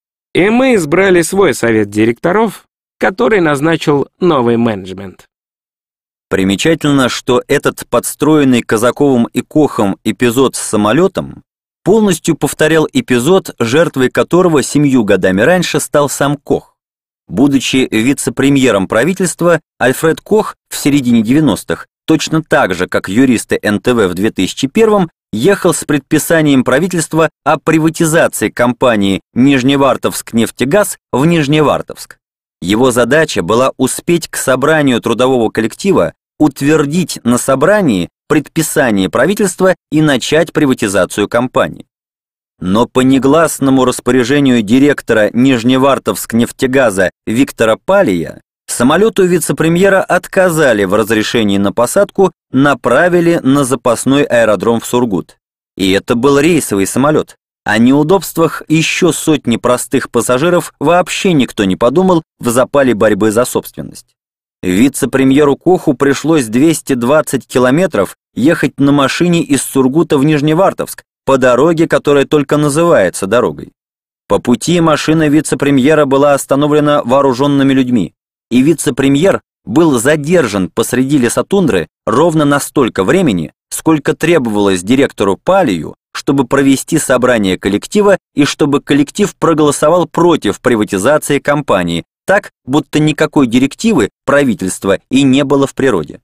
И мы избрали свой совет директоров, который назначил новый менеджмент. Примечательно, что этот подстроенный Казаковым и Кохом эпизод с самолетом полностью повторял эпизод, жертвой которого 7 годами раньше стал сам Кох. Будучи вице-премьером правительства, Альфред Кох в середине 90-х, точно так же, как юристы НТВ в 2001-м, ехал с предписанием правительства о приватизации компании «Нижневартовск-нефтегаз» в Нижневартовск. Его задача была успеть к собранию трудового коллектива, утвердить на собрании предписание правительства и начать приватизацию компании. Но по негласному распоряжению директора Нижневартовск-нефтегаза Виктора Палия самолету вице-премьера отказали в разрешении на посадку, направили на запасной аэродром в Сургут. И это был рейсовый самолет. О неудобствах еще сотни простых пассажиров вообще никто не подумал в запале борьбы за собственность. Вице-премьеру Коху пришлось 220 километров ехать на машине из Сургута в Нижневартовск, по дороге, которая только называется дорогой. По пути машина вице-премьера была остановлена вооруженными людьми, и вице-премьер был задержан посреди лесотундры ровно на столько времени, сколько требовалось директору Палию, чтобы провести собрание коллектива и чтобы коллектив проголосовал против приватизации компании, так, будто никакой директивы правительства и не было в природе.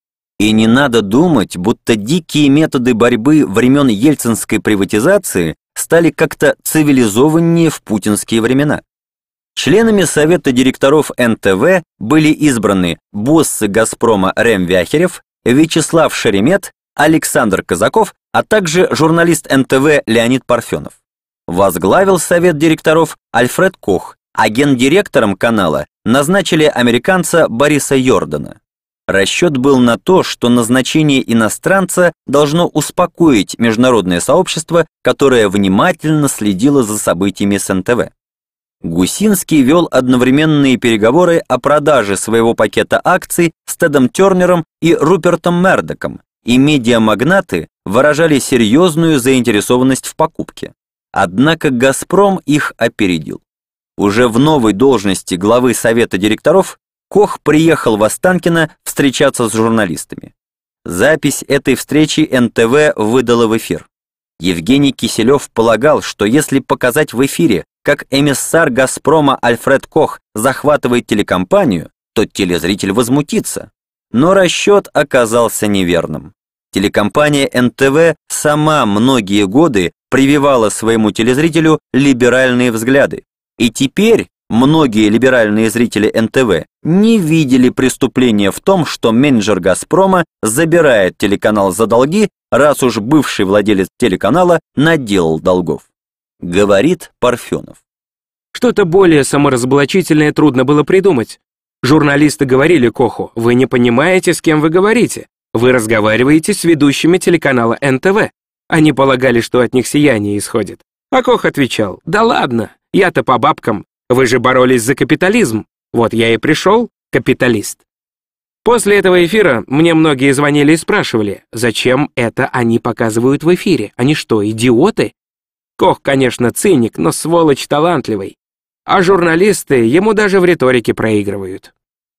И не надо думать, будто дикие методы борьбы времен ельцинской приватизации стали как-то цивилизованнее в путинские времена. Членами Совета директоров НТВ были избраны боссы «Газпрома» Рем Вяхерев, Вячеслав Шеремет, Александр Казаков, а также журналист НТВ Леонид Парфенов. Возглавил Совет директоров Альфред Кох, а гендиректором канала назначили американца Бориса Йордана. Расчет был на то, что назначение иностранца должно успокоить международное сообщество, которое внимательно следило за событиями с НТВ. Гусинский вел одновременные переговоры о продаже своего пакета акций с Тедом Тернером и Рупертом Мердоком, и медиамагнаты выражали серьезную заинтересованность в покупке. Однако «Газпром» их опередил. Уже в новой должности главы Совета директоров Кох приехал в Останкино встречаться с журналистами. Запись этой встречи НТВ выдала в эфир. Евгений Киселев полагал, что если показать в эфире, как эмиссар «Газпрома» Альфред Кох захватывает телекомпанию, то телезритель возмутится. Но расчет оказался неверным. Телекомпания НТВ сама многие годы прививала своему телезрителю либеральные взгляды. И теперь многие либеральные зрители НТВ не видели преступления в том, что менеджер «Газпрома» забирает телеканал за долги, раз уж бывший владелец телеканала наделал долгов. Говорит Парфенов. Что-то более саморазоблачительное трудно было придумать. Журналисты говорили Коху: «Вы не понимаете, с кем вы говорите. Вы разговариваете с ведущими телеканала НТВ». Они полагали, что от них сияние исходит. А Кох отвечал: «Да ладно, я-то по бабкам. Вы же боролись за капитализм. Вот я и пришел, капиталист». После этого эфира мне многие звонили и спрашивали, зачем это они показывают в эфире. Они что, идиоты? Кох, конечно, циник, но сволочь талантливый. А журналисты ему даже в риторике проигрывают.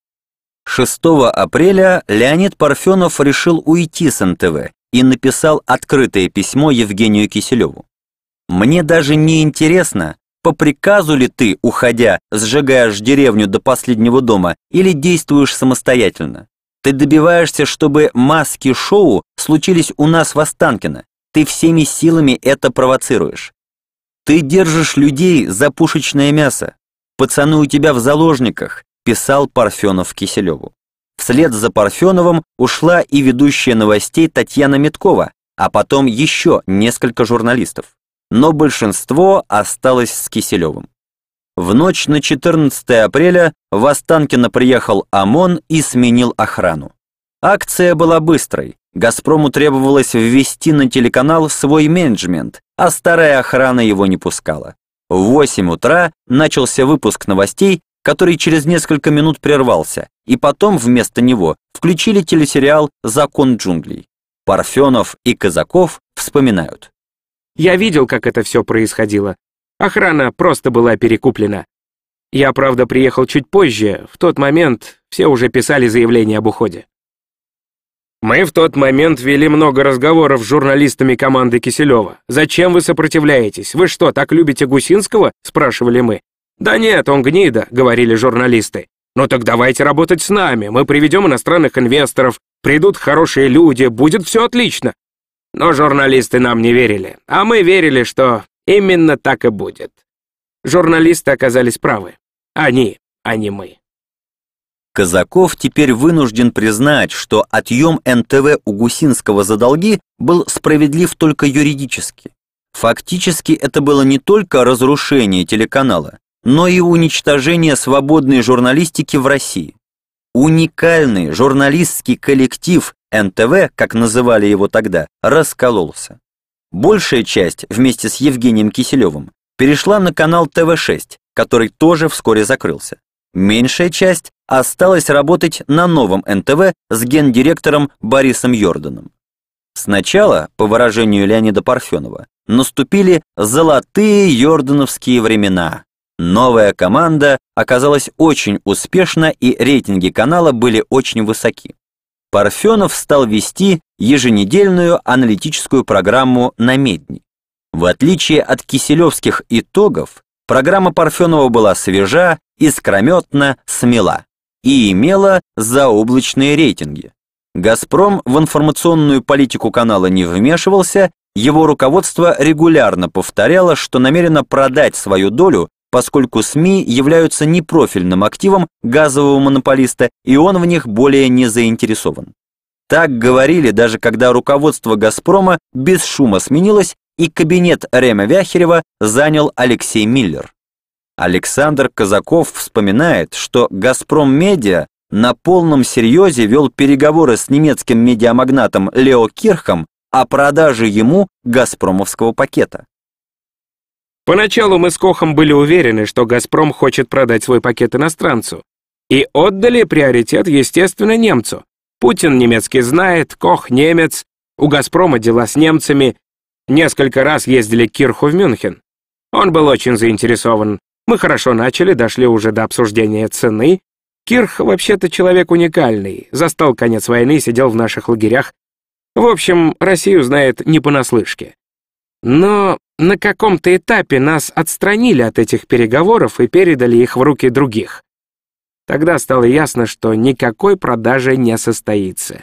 6 апреля Леонид Парфенов решил уйти с НТВ и написал открытое письмо Евгению Киселеву. «Мне даже не интересно, по приказу ли ты, уходя, сжигаешь деревню до последнего дома или действуешь самостоятельно? Ты добиваешься, чтобы маски-шоу случились у нас в Останкино. Ты всеми силами это провоцируешь. Ты держишь людей за пушечное мясо. Пацаны у тебя в заложниках», писал Парфенов Киселеву. Вслед за Парфеновым ушла и ведущая новостей Татьяна Меткова, а потом еще несколько журналистов. Но большинство осталось с Киселевым. В ночь на 14 апреля в Останкино приехал ОМОН и сменил охрану. Акция была быстрой. «Газпрому» требовалось ввести на телеканал свой менеджмент, а старая охрана его не пускала. В 8 утра начался выпуск новостей, который через несколько минут прервался, и потом вместо него включили телесериал «Закон джунглей». Парфенов и Казаков вспоминают. Я видел, как это все происходило. Охрана просто была перекуплена. Я, правда, приехал чуть позже. В тот момент все уже писали заявление об уходе. Мы в тот момент вели много разговоров с журналистами команды Киселева. «Зачем вы сопротивляетесь? Вы что, так любите Гусинского?» – спрашивали мы. «Да нет, он гнида», – говорили журналисты. «Ну так давайте работать с нами, мы приведем иностранных инвесторов, придут хорошие люди, будет все отлично». Но журналисты нам не верили, а мы верили, что именно так и будет. Журналисты оказались правы. Они, а не мы. Казаков теперь вынужден признать, что отъем НТВ у Гусинского за долги был справедлив только юридически. Фактически это было не только разрушение телеканала, но и уничтожение свободной журналистики в России. Уникальный журналистский коллектив НТВ, как называли его тогда, раскололся. Большая часть, вместе с Евгением Киселевым, перешла на канал ТВ-6, который тоже вскоре закрылся. Меньшая часть осталась работать на новом НТВ с гендиректором Борисом Йорданом. Сначала, по выражению Леонида Парфенова, наступили золотые йордановские времена. Новая команда оказалась очень успешна, и рейтинги канала были очень высоки. Парфенов стал вести еженедельную аналитическую программу «На медни». В отличие от киселевских итогов, программа Парфенова была свежа, искрометна, смела и имела заоблачные рейтинги. «Газпром» в информационную политику канала не вмешивался, его руководство регулярно повторяло, что намерено продать свою долю, поскольку СМИ являются непрофильным активом газового монополиста, и он в них более не заинтересован. Так говорили, даже когда руководство «Газпрома» без шума сменилось, и кабинет Рема Вяхерева занял Алексей Миллер. Александр Казаков вспоминает, что «Газпром Медиа» на полном серьезе вел переговоры с немецким медиамагнатом Лео Кирхом о продаже ему газпромовского пакета. Поначалу мы с Кохом были уверены, что «Газпром» хочет продать свой пакет иностранцу, и отдали приоритет, естественно, немцу. Путин немецкий знает, Кох немец, у «Газпрома» дела с немцами. Несколько раз ездили к Кирху в Мюнхен. Он был очень заинтересован. Мы хорошо начали, дошли уже до обсуждения цены. Кирх вообще-то человек уникальный, застал конец войны, сидел в наших лагерях. В общем, Россию знает не понаслышке. Но на каком-то этапе нас отстранили от этих переговоров и передали их в руки других. Тогда стало ясно, что никакой продажи не состоится.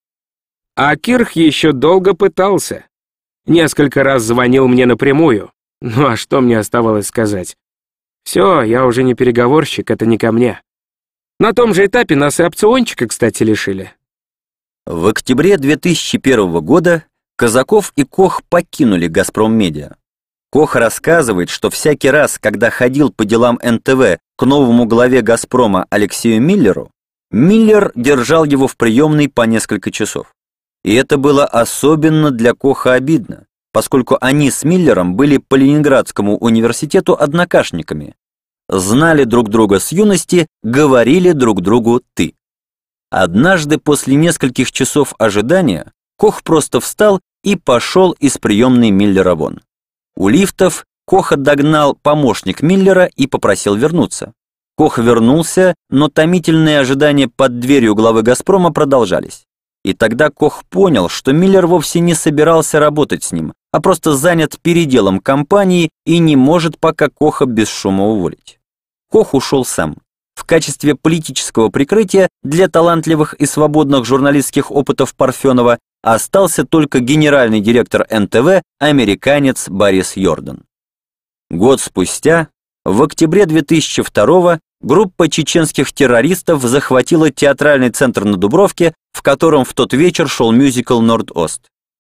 А Кирх еще долго пытался. Несколько раз звонил мне напрямую. Ну а что мне оставалось сказать? Все, я уже не переговорщик, это не ко мне. На том же этапе нас и опциончика, кстати, лишили. В октябре 2001 года Казаков и Кох покинули «Газпром Медиа». Кох рассказывает, что всякий раз, когда ходил по делам НТВ к новому главе «Газпрома» Алексею Миллеру, Миллер держал его в приемной по несколько часов. И это было особенно для Коха обидно, поскольку они с Миллером были по Ленинградскому университету однокашниками, знали друг друга с юности, говорили друг другу «ты». Однажды после нескольких часов ожидания Кох просто встал и пошел из приемной Миллера вон. У лифтов Коха догнал помощник Миллера и попросил вернуться. Кох вернулся, но томительные ожидания под дверью главы «Газпрома» продолжались. И тогда Кох понял, что Миллер вовсе не собирался работать с ним, а просто занят переделом компании и не может пока Коха без шума уволить. Кох ушел сам. В качестве политического прикрытия для талантливых и свободных журналистских опытов Парфенова остался только генеральный директор НТВ, американец Борис Йордан. Год спустя, в октябре 2002-го, группа чеченских террористов захватила театральный центр на Дубровке, в котором в тот вечер шел мюзикл «Норд-Ост».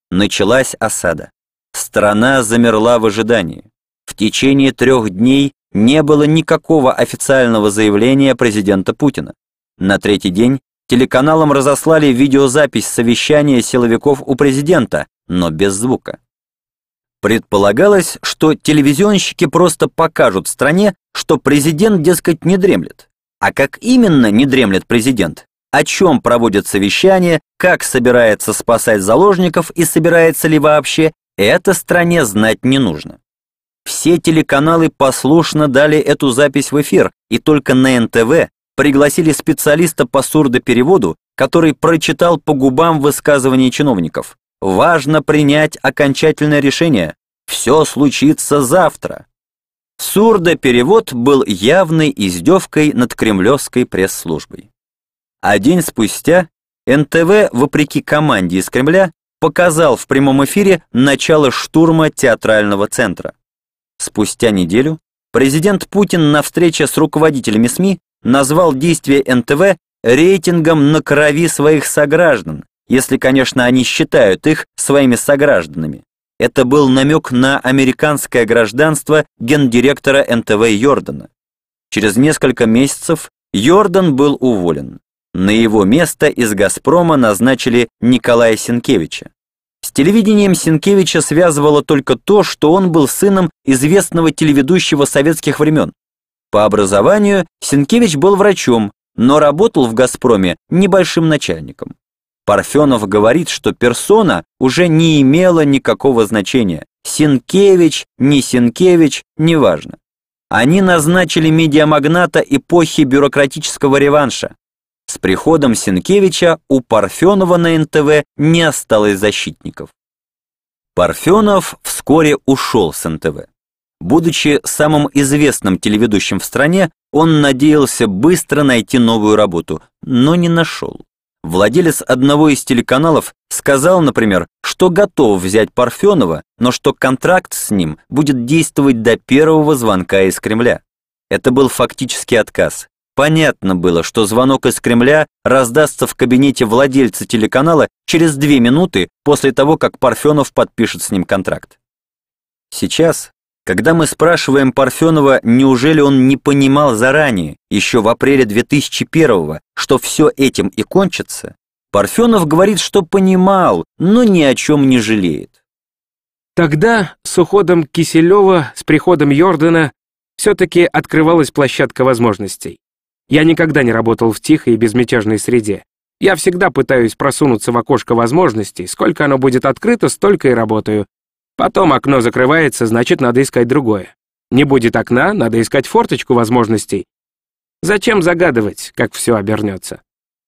Началась осада. Страна замерла в ожидании. В течение 3 дней не было никакого официального заявления президента Путина. На 3-й день телеканалам разослали видеозапись совещания силовиков у президента, но без звука. Предполагалось, что телевизионщики просто покажут стране, что президент, дескать, не дремлет. А как именно не дремлет президент? О чем проводят совещания, как собирается спасать заложников и собирается ли вообще, это стране знать не нужно. Все телеканалы послушно дали эту запись в эфир, и только на НТВ пригласили специалиста по сурдопереводу, который прочитал по губам высказывания чиновников. Важно принять окончательное решение. Все случится завтра. Сурдоперевод был явной издевкой над кремлевской пресс-службой. А день спустя НТВ, вопреки команде из Кремля, показал в прямом эфире начало штурма театрального центра. Спустя неделю президент Путин на встрече с руководителями СМИ назвал действия НТВ рейтингом на крови своих сограждан, если, конечно, они считают их своими согражданами. Это был намек на американское гражданство гендиректора НТВ Йордана. Через несколько месяцев Йордан был уволен. На его место из «Газпрома» назначили Николая Сенкевича. С телевидением Сенкевича связывало только то, что он был сыном известного телеведущего советских времен. По образованию Сенкевич был врачом, но работал в «Газпроме» небольшим начальником. Парфенов говорит, что персона уже не имела никакого значения. Сенкевич, не Сенкевич, неважно. Они назначили медиамагната эпохи бюрократического реванша. С приходом Сенкевича у Парфенова на НТВ не осталось защитников. Парфенов вскоре ушел с НТВ. Будучи самым известным телеведущим в стране, он надеялся быстро найти новую работу, но не нашел. Владелец одного из телеканалов сказал, например, что готов взять Парфенова, но что контракт с ним будет действовать до первого звонка из Кремля. Это был фактически отказ. Понятно было, что звонок из Кремля раздастся в кабинете владельца телеканала через 2 минуты после того, как Парфенов подпишет с ним контракт. Сейчас, когда мы спрашиваем Парфенова, неужели он не понимал заранее, еще в апреле 2001-го, что все этим и кончится, Парфенов говорит, что понимал, но ни о чем не жалеет. Тогда с уходом Киселева, с приходом Йордана, все-таки открывалась площадка возможностей. Я никогда не работал в тихой и безмятежной среде. Я всегда пытаюсь просунуться в окошко возможностей. Сколько оно будет открыто, столько и работаю. Потом окно закрывается, значит, надо искать другое. Не будет окна, надо искать форточку возможностей. Зачем загадывать, как все обернется?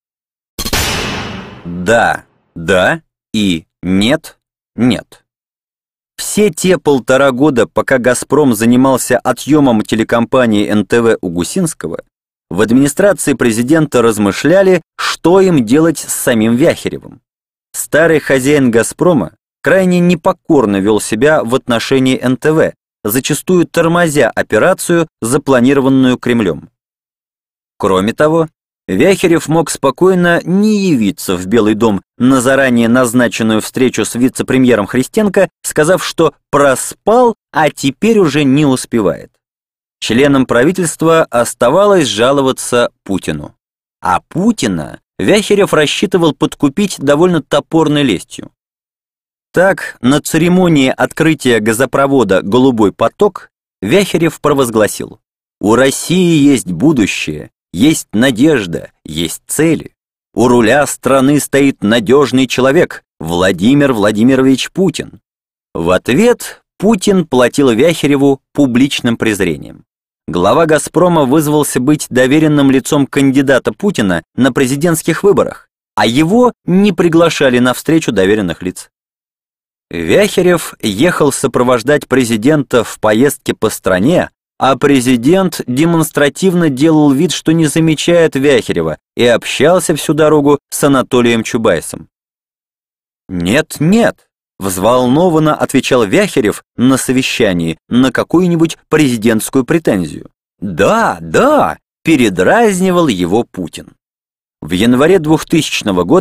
Да, да и нет, нет. Все те 1,5 года, пока «Газпром» занимался отъемом телекомпании НТВ у Гусинского, в администрации президента размышляли, что им делать с самим Вяхеревым. Старый хозяин «Газпрома» крайне непокорно вел себя в отношении НТВ, зачастую тормозя операцию, запланированную Кремлем. Кроме того, Вяхерев мог спокойно не явиться в Белый дом на заранее назначенную встречу с вице-премьером Христенко, сказав, что проспал, а теперь уже не успевает. Членам правительства оставалось жаловаться Путину. А Путина Вяхерев рассчитывал подкупить довольно топорной лестью. Так, на церемонии открытия газопровода «Голубой поток» Вяхерев провозгласил: «У России есть будущее, есть надежда, есть цели. У руля страны стоит надежный человек, Владимир Владимирович Путин». В ответ Путин платил Вяхереву публичным презрением. Глава «Газпрома» вызвался быть доверенным лицом кандидата Путина на президентских выборах, а его не приглашали на встречу доверенных лиц. Вяхерев ехал сопровождать президента в поездке по стране, а президент демонстративно делал вид, что не замечает Вяхерева, и общался всю дорогу с Анатолием Чубайсом. «Нет, нет», — взволнованно отвечал Вяхерев на совещании на какую-нибудь президентскую претензию. «Да, да», — передразнивал его Путин. В январе 2000 года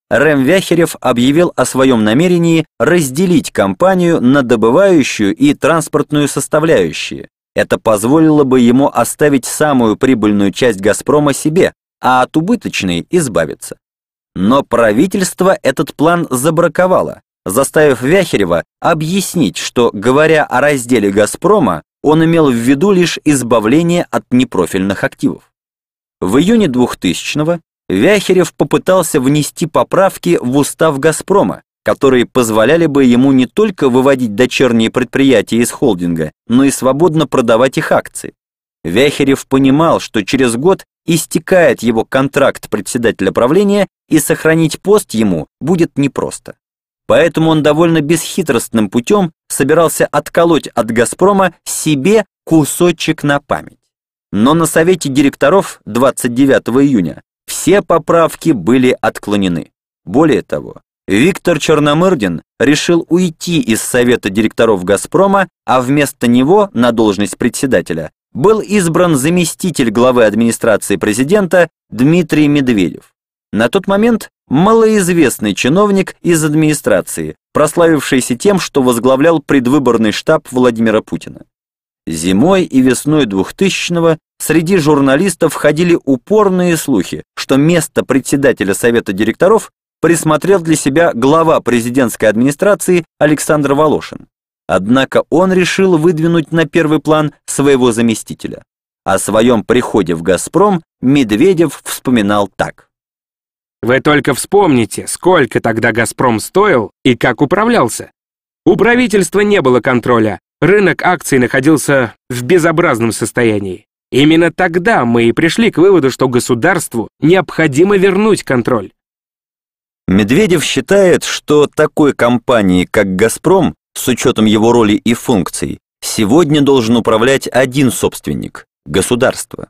Рэм Вяхерев объявил о своем намерении разделить компанию на добывающую и транспортную составляющие. Это позволило бы ему оставить самую прибыльную часть «Газпрома» себе, а от убыточной избавиться. Но правительство этот план забраковало, заставив Вяхерева объяснить, что, говоря о разделе «Газпрома», он имел в виду лишь избавление от непрофильных активов. В июне 2000-го Вяхерев попытался внести поправки в устав «Газпрома», которые позволяли бы ему не только выводить дочерние предприятия из холдинга, но и свободно продавать их акции. Вяхерев понимал, что через год истекает его контракт председателя правления, и сохранить пост ему будет непросто. Поэтому он довольно бесхитростным путем собирался отколоть от «Газпрома» себе кусочек на память. Но на совете директоров 29 июня все поправки были отклонены. Более того, Виктор Черномырдин решил уйти из совета директоров «Газпрома», а вместо него на должность председателя был избран заместитель главы администрации президента Дмитрий Медведев. На тот момент малоизвестный чиновник из администрации, прославившийся тем, что возглавлял предвыборный штаб Владимира Путина. Зимой и весной 2000-го среди журналистов ходили упорные слухи, что место председателя совета директоров присмотрел для себя глава президентской администрации Александр Волошин. Однако он решил выдвинуть на первый план своего заместителя. О своем приходе в «Газпром» Медведев вспоминал так. Вы только вспомните, сколько тогда «Газпром» стоил и как управлялся. У правительства не было контроля, рынок акций находился в безобразном состоянии. Именно тогда мы и пришли к выводу, что государству необходимо вернуть контроль. Медведев считает, что такой компанией, как «Газпром», с учетом его роли и функций, сегодня должен управлять один собственник – государство.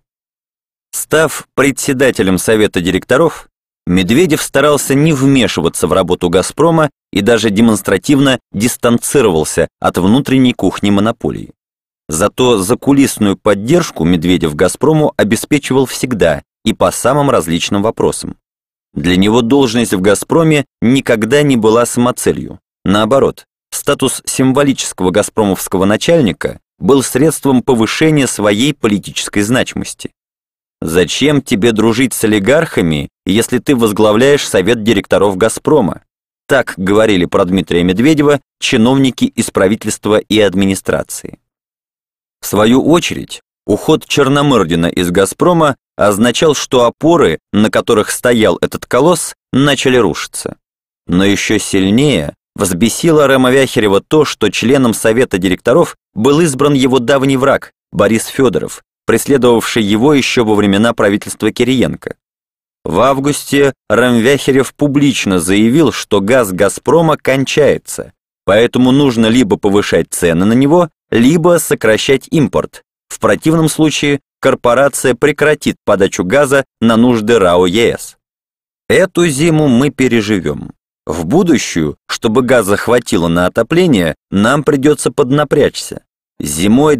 Став председателем совета директоров, Медведев старался не вмешиваться в работу «Газпрома» и даже демонстративно дистанцировался от внутренней кухни монополии. Зато закулисную поддержку Медведев «Газпрому» обеспечивал всегда и по самым различным вопросам. Для него должность в «Газпроме» никогда не была самоцелью. Наоборот, статус символического газпромовского начальника был средством повышения своей политической значимости. «Зачем тебе дружить с олигархами, если ты возглавляешь совет директоров «Газпрома»?» Так говорили про Дмитрия Медведева чиновники из правительства и администрации. В свою очередь, уход Черномырдина из «Газпрома» означал, что опоры, на которых стоял этот колосс, начали рушиться. Но еще сильнее взбесило Рэма Вяхерева то, что членом совета директоров был избран его давний враг Борис Федоров, преследовавший его еще во времена правительства Кириенко. В августе Рэм Вяхерев публично заявил, что газ «Газпрома» кончается, поэтому нужно либо повышать цены на него, либо сокращать импорт. В противном случае корпорация прекратит подачу газа на нужды РАО ЕС. Эту зиму мы переживем. В будущую, чтобы газа хватило на отопление, нам придется поднапрячься. Зимой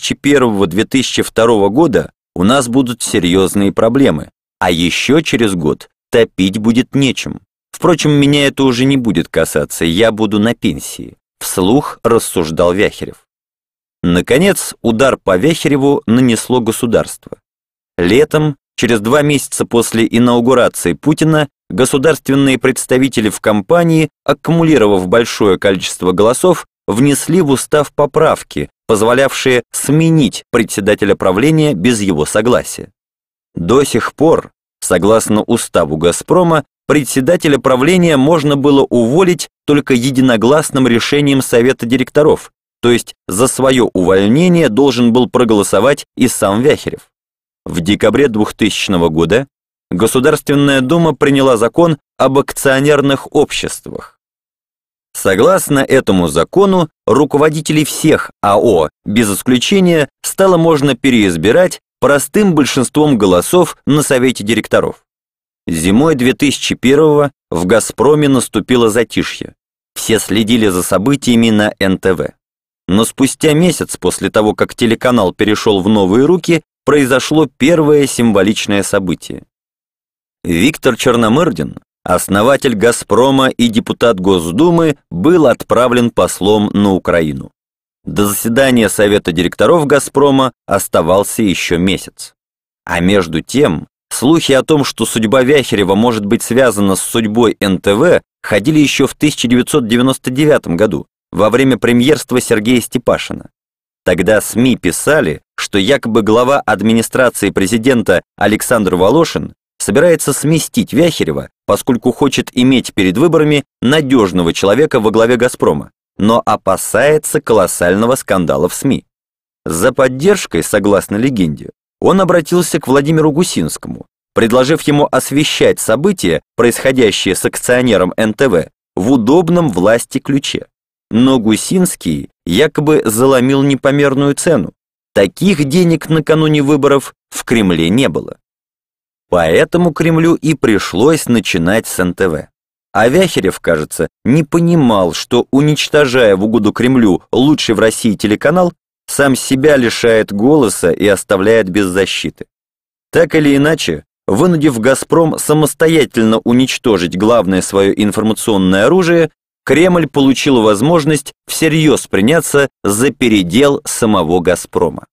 2001-2002 года у нас будут серьезные проблемы, а еще через год топить будет нечем. Впрочем, меня это уже не будет касаться, я буду на пенсии, вслух рассуждал Вяхерев. Наконец, удар по Вяхереву нанесло государство. Летом, через 2 месяца после инаугурации Путина, государственные представители в компании, аккумулировав большое количество голосов, внесли в устав поправки, позволявшие сменить председателя правления без его согласия. До сих пор, согласно уставу «Газпрома», председателя правления можно было уволить только единогласным решением совета директоров, то есть за свое увольнение должен был проголосовать и сам Вяхерев. В декабре 2000 года Государственная Дума приняла закон об акционерных обществах. Согласно этому закону, руководителей всех АО, без исключения, стало можно переизбирать простым большинством голосов на совете директоров. Зимой 2001-го в «Газпроме» наступило затишье. Все следили за событиями на НТВ. Но спустя месяц после того, как телеканал перешел в новые руки, произошло первое символичное событие. Виктор Черномырдин основатель «Газпрома» и депутат Госдумы, был отправлен послом на Украину. До заседания Совета директоров «Газпрома» оставался еще месяц. А между тем, слухи о том, что судьба Вяхерева может быть связана с судьбой НТВ, ходили еще в 1999 году, во время премьерства Сергея Степашина. Тогда СМИ писали, что якобы глава администрации президента Александр Волошин собирается сместить Вяхерева, поскольку хочет иметь перед выборами надежного человека во главе «Газпрома», но опасается колоссального скандала в СМИ. За поддержкой, согласно легенде, он обратился к Владимиру Гусинскому, предложив ему освещать события, происходящие с акционером НТВ, в удобном власти ключе. Но Гусинский якобы заломил непомерную цену. Таких денег накануне выборов в Кремле не было. Поэтому Кремлю и пришлось начинать с НТВ. А Вяхерев, кажется, не понимал, что, уничтожая в угоду Кремлю лучший в России телеканал, сам себя лишает голоса и оставляет без защиты. Так или иначе, вынудив «Газпром» самостоятельно уничтожить главное свое информационное оружие, Кремль получил возможность всерьез приняться за передел самого «Газпрома».